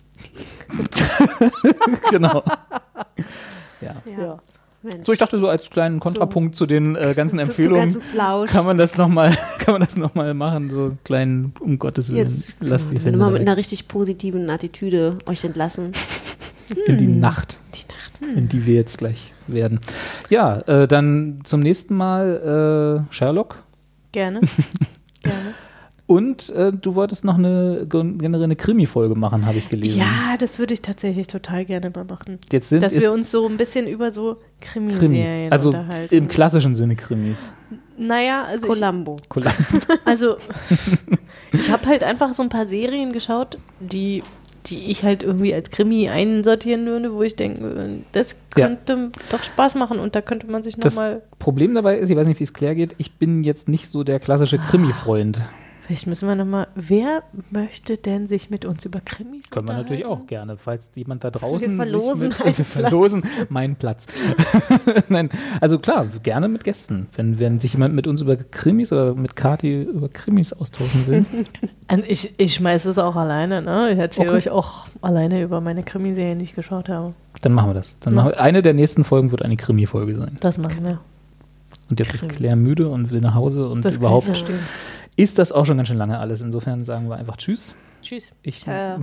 Genau. Ja. ja. Mensch. So, ich dachte so als kleinen Kontrapunkt zu den äh, ganzen Zu- zu Empfehlungen ganzen Flausch. kann man das nochmal, kann man das noch mal machen, so einen kleinen, um Gottes Willen, Jetzt lasst die wenn Filme wir mal mit weg. einer richtig positiven Attitüde euch entlassen. in die Nacht, Die Nacht. in die wir jetzt gleich werden. Ja, äh, dann zum nächsten Mal äh, Sherlock. Gerne. Gerne. Und äh, du wolltest noch eine generell eine Krimi-Folge machen, habe ich gelesen. Ja, das würde ich tatsächlich total gerne mal machen. Jetzt sind Dass ist wir uns so ein bisschen über so Krimiserien Krimis, also unterhalten. im klassischen Sinne Krimis. Naja, also ich, Columbo. Columbo. also ich habe halt einfach so ein paar Serien geschaut, die, die ich halt irgendwie als Krimi einsortieren würde, wo ich denke, das Ja. könnte doch Spaß machen und da könnte man sich Das nochmal, Problem dabei ist, ich weiß nicht, wie es Claire geht, ich bin jetzt nicht so der klassische Krimi-Freund. vielleicht müssen wir nochmal, wer möchte denn sich mit uns über Krimis Können wir natürlich auch unterhalten? gerne, falls jemand da draußen Wir verlosen sich mit, einen wir verlosen meinen Platz. Nein, also klar, gerne mit Gästen. Wenn, wenn sich jemand mit uns über Krimis oder mit Kati über Krimis austauschen will. Also ich, ich schmeiße es auch alleine, ne? Ich erzähle Okay. euch auch alleine über meine Krimiserien, die ich geschaut habe. Dann machen wir das. Dann Ja. machen wir, eine der nächsten Folgen wird eine Krimi-Folge sein. Das machen wir. Und jetzt ist Claire müde und will nach Hause und Das überhaupt kann ich verstehen. ist das auch schon ganz schön lange alles. Insofern sagen wir einfach Tschüss. Tschüss. Ich Äh,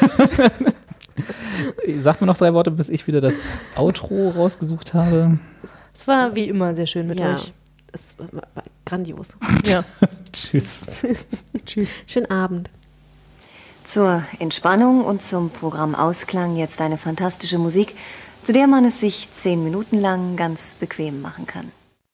sag mir noch drei Worte, bis ich wieder das Outro rausgesucht habe. Es war wie immer sehr schön mit ja, euch. es war, war grandios. Ja. Tschüss. Tschüss. Schönen Abend. Zur Entspannung und zum Programmausklang jetzt eine fantastische Musik, zu der man es sich zehn Minuten lang ganz bequem machen kann.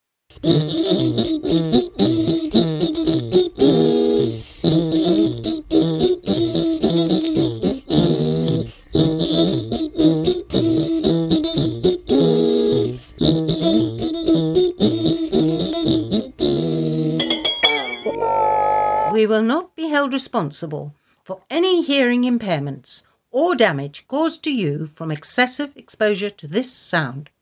We will not be held responsible for any hearing impairments or damage caused to you from excessive exposure to this sound.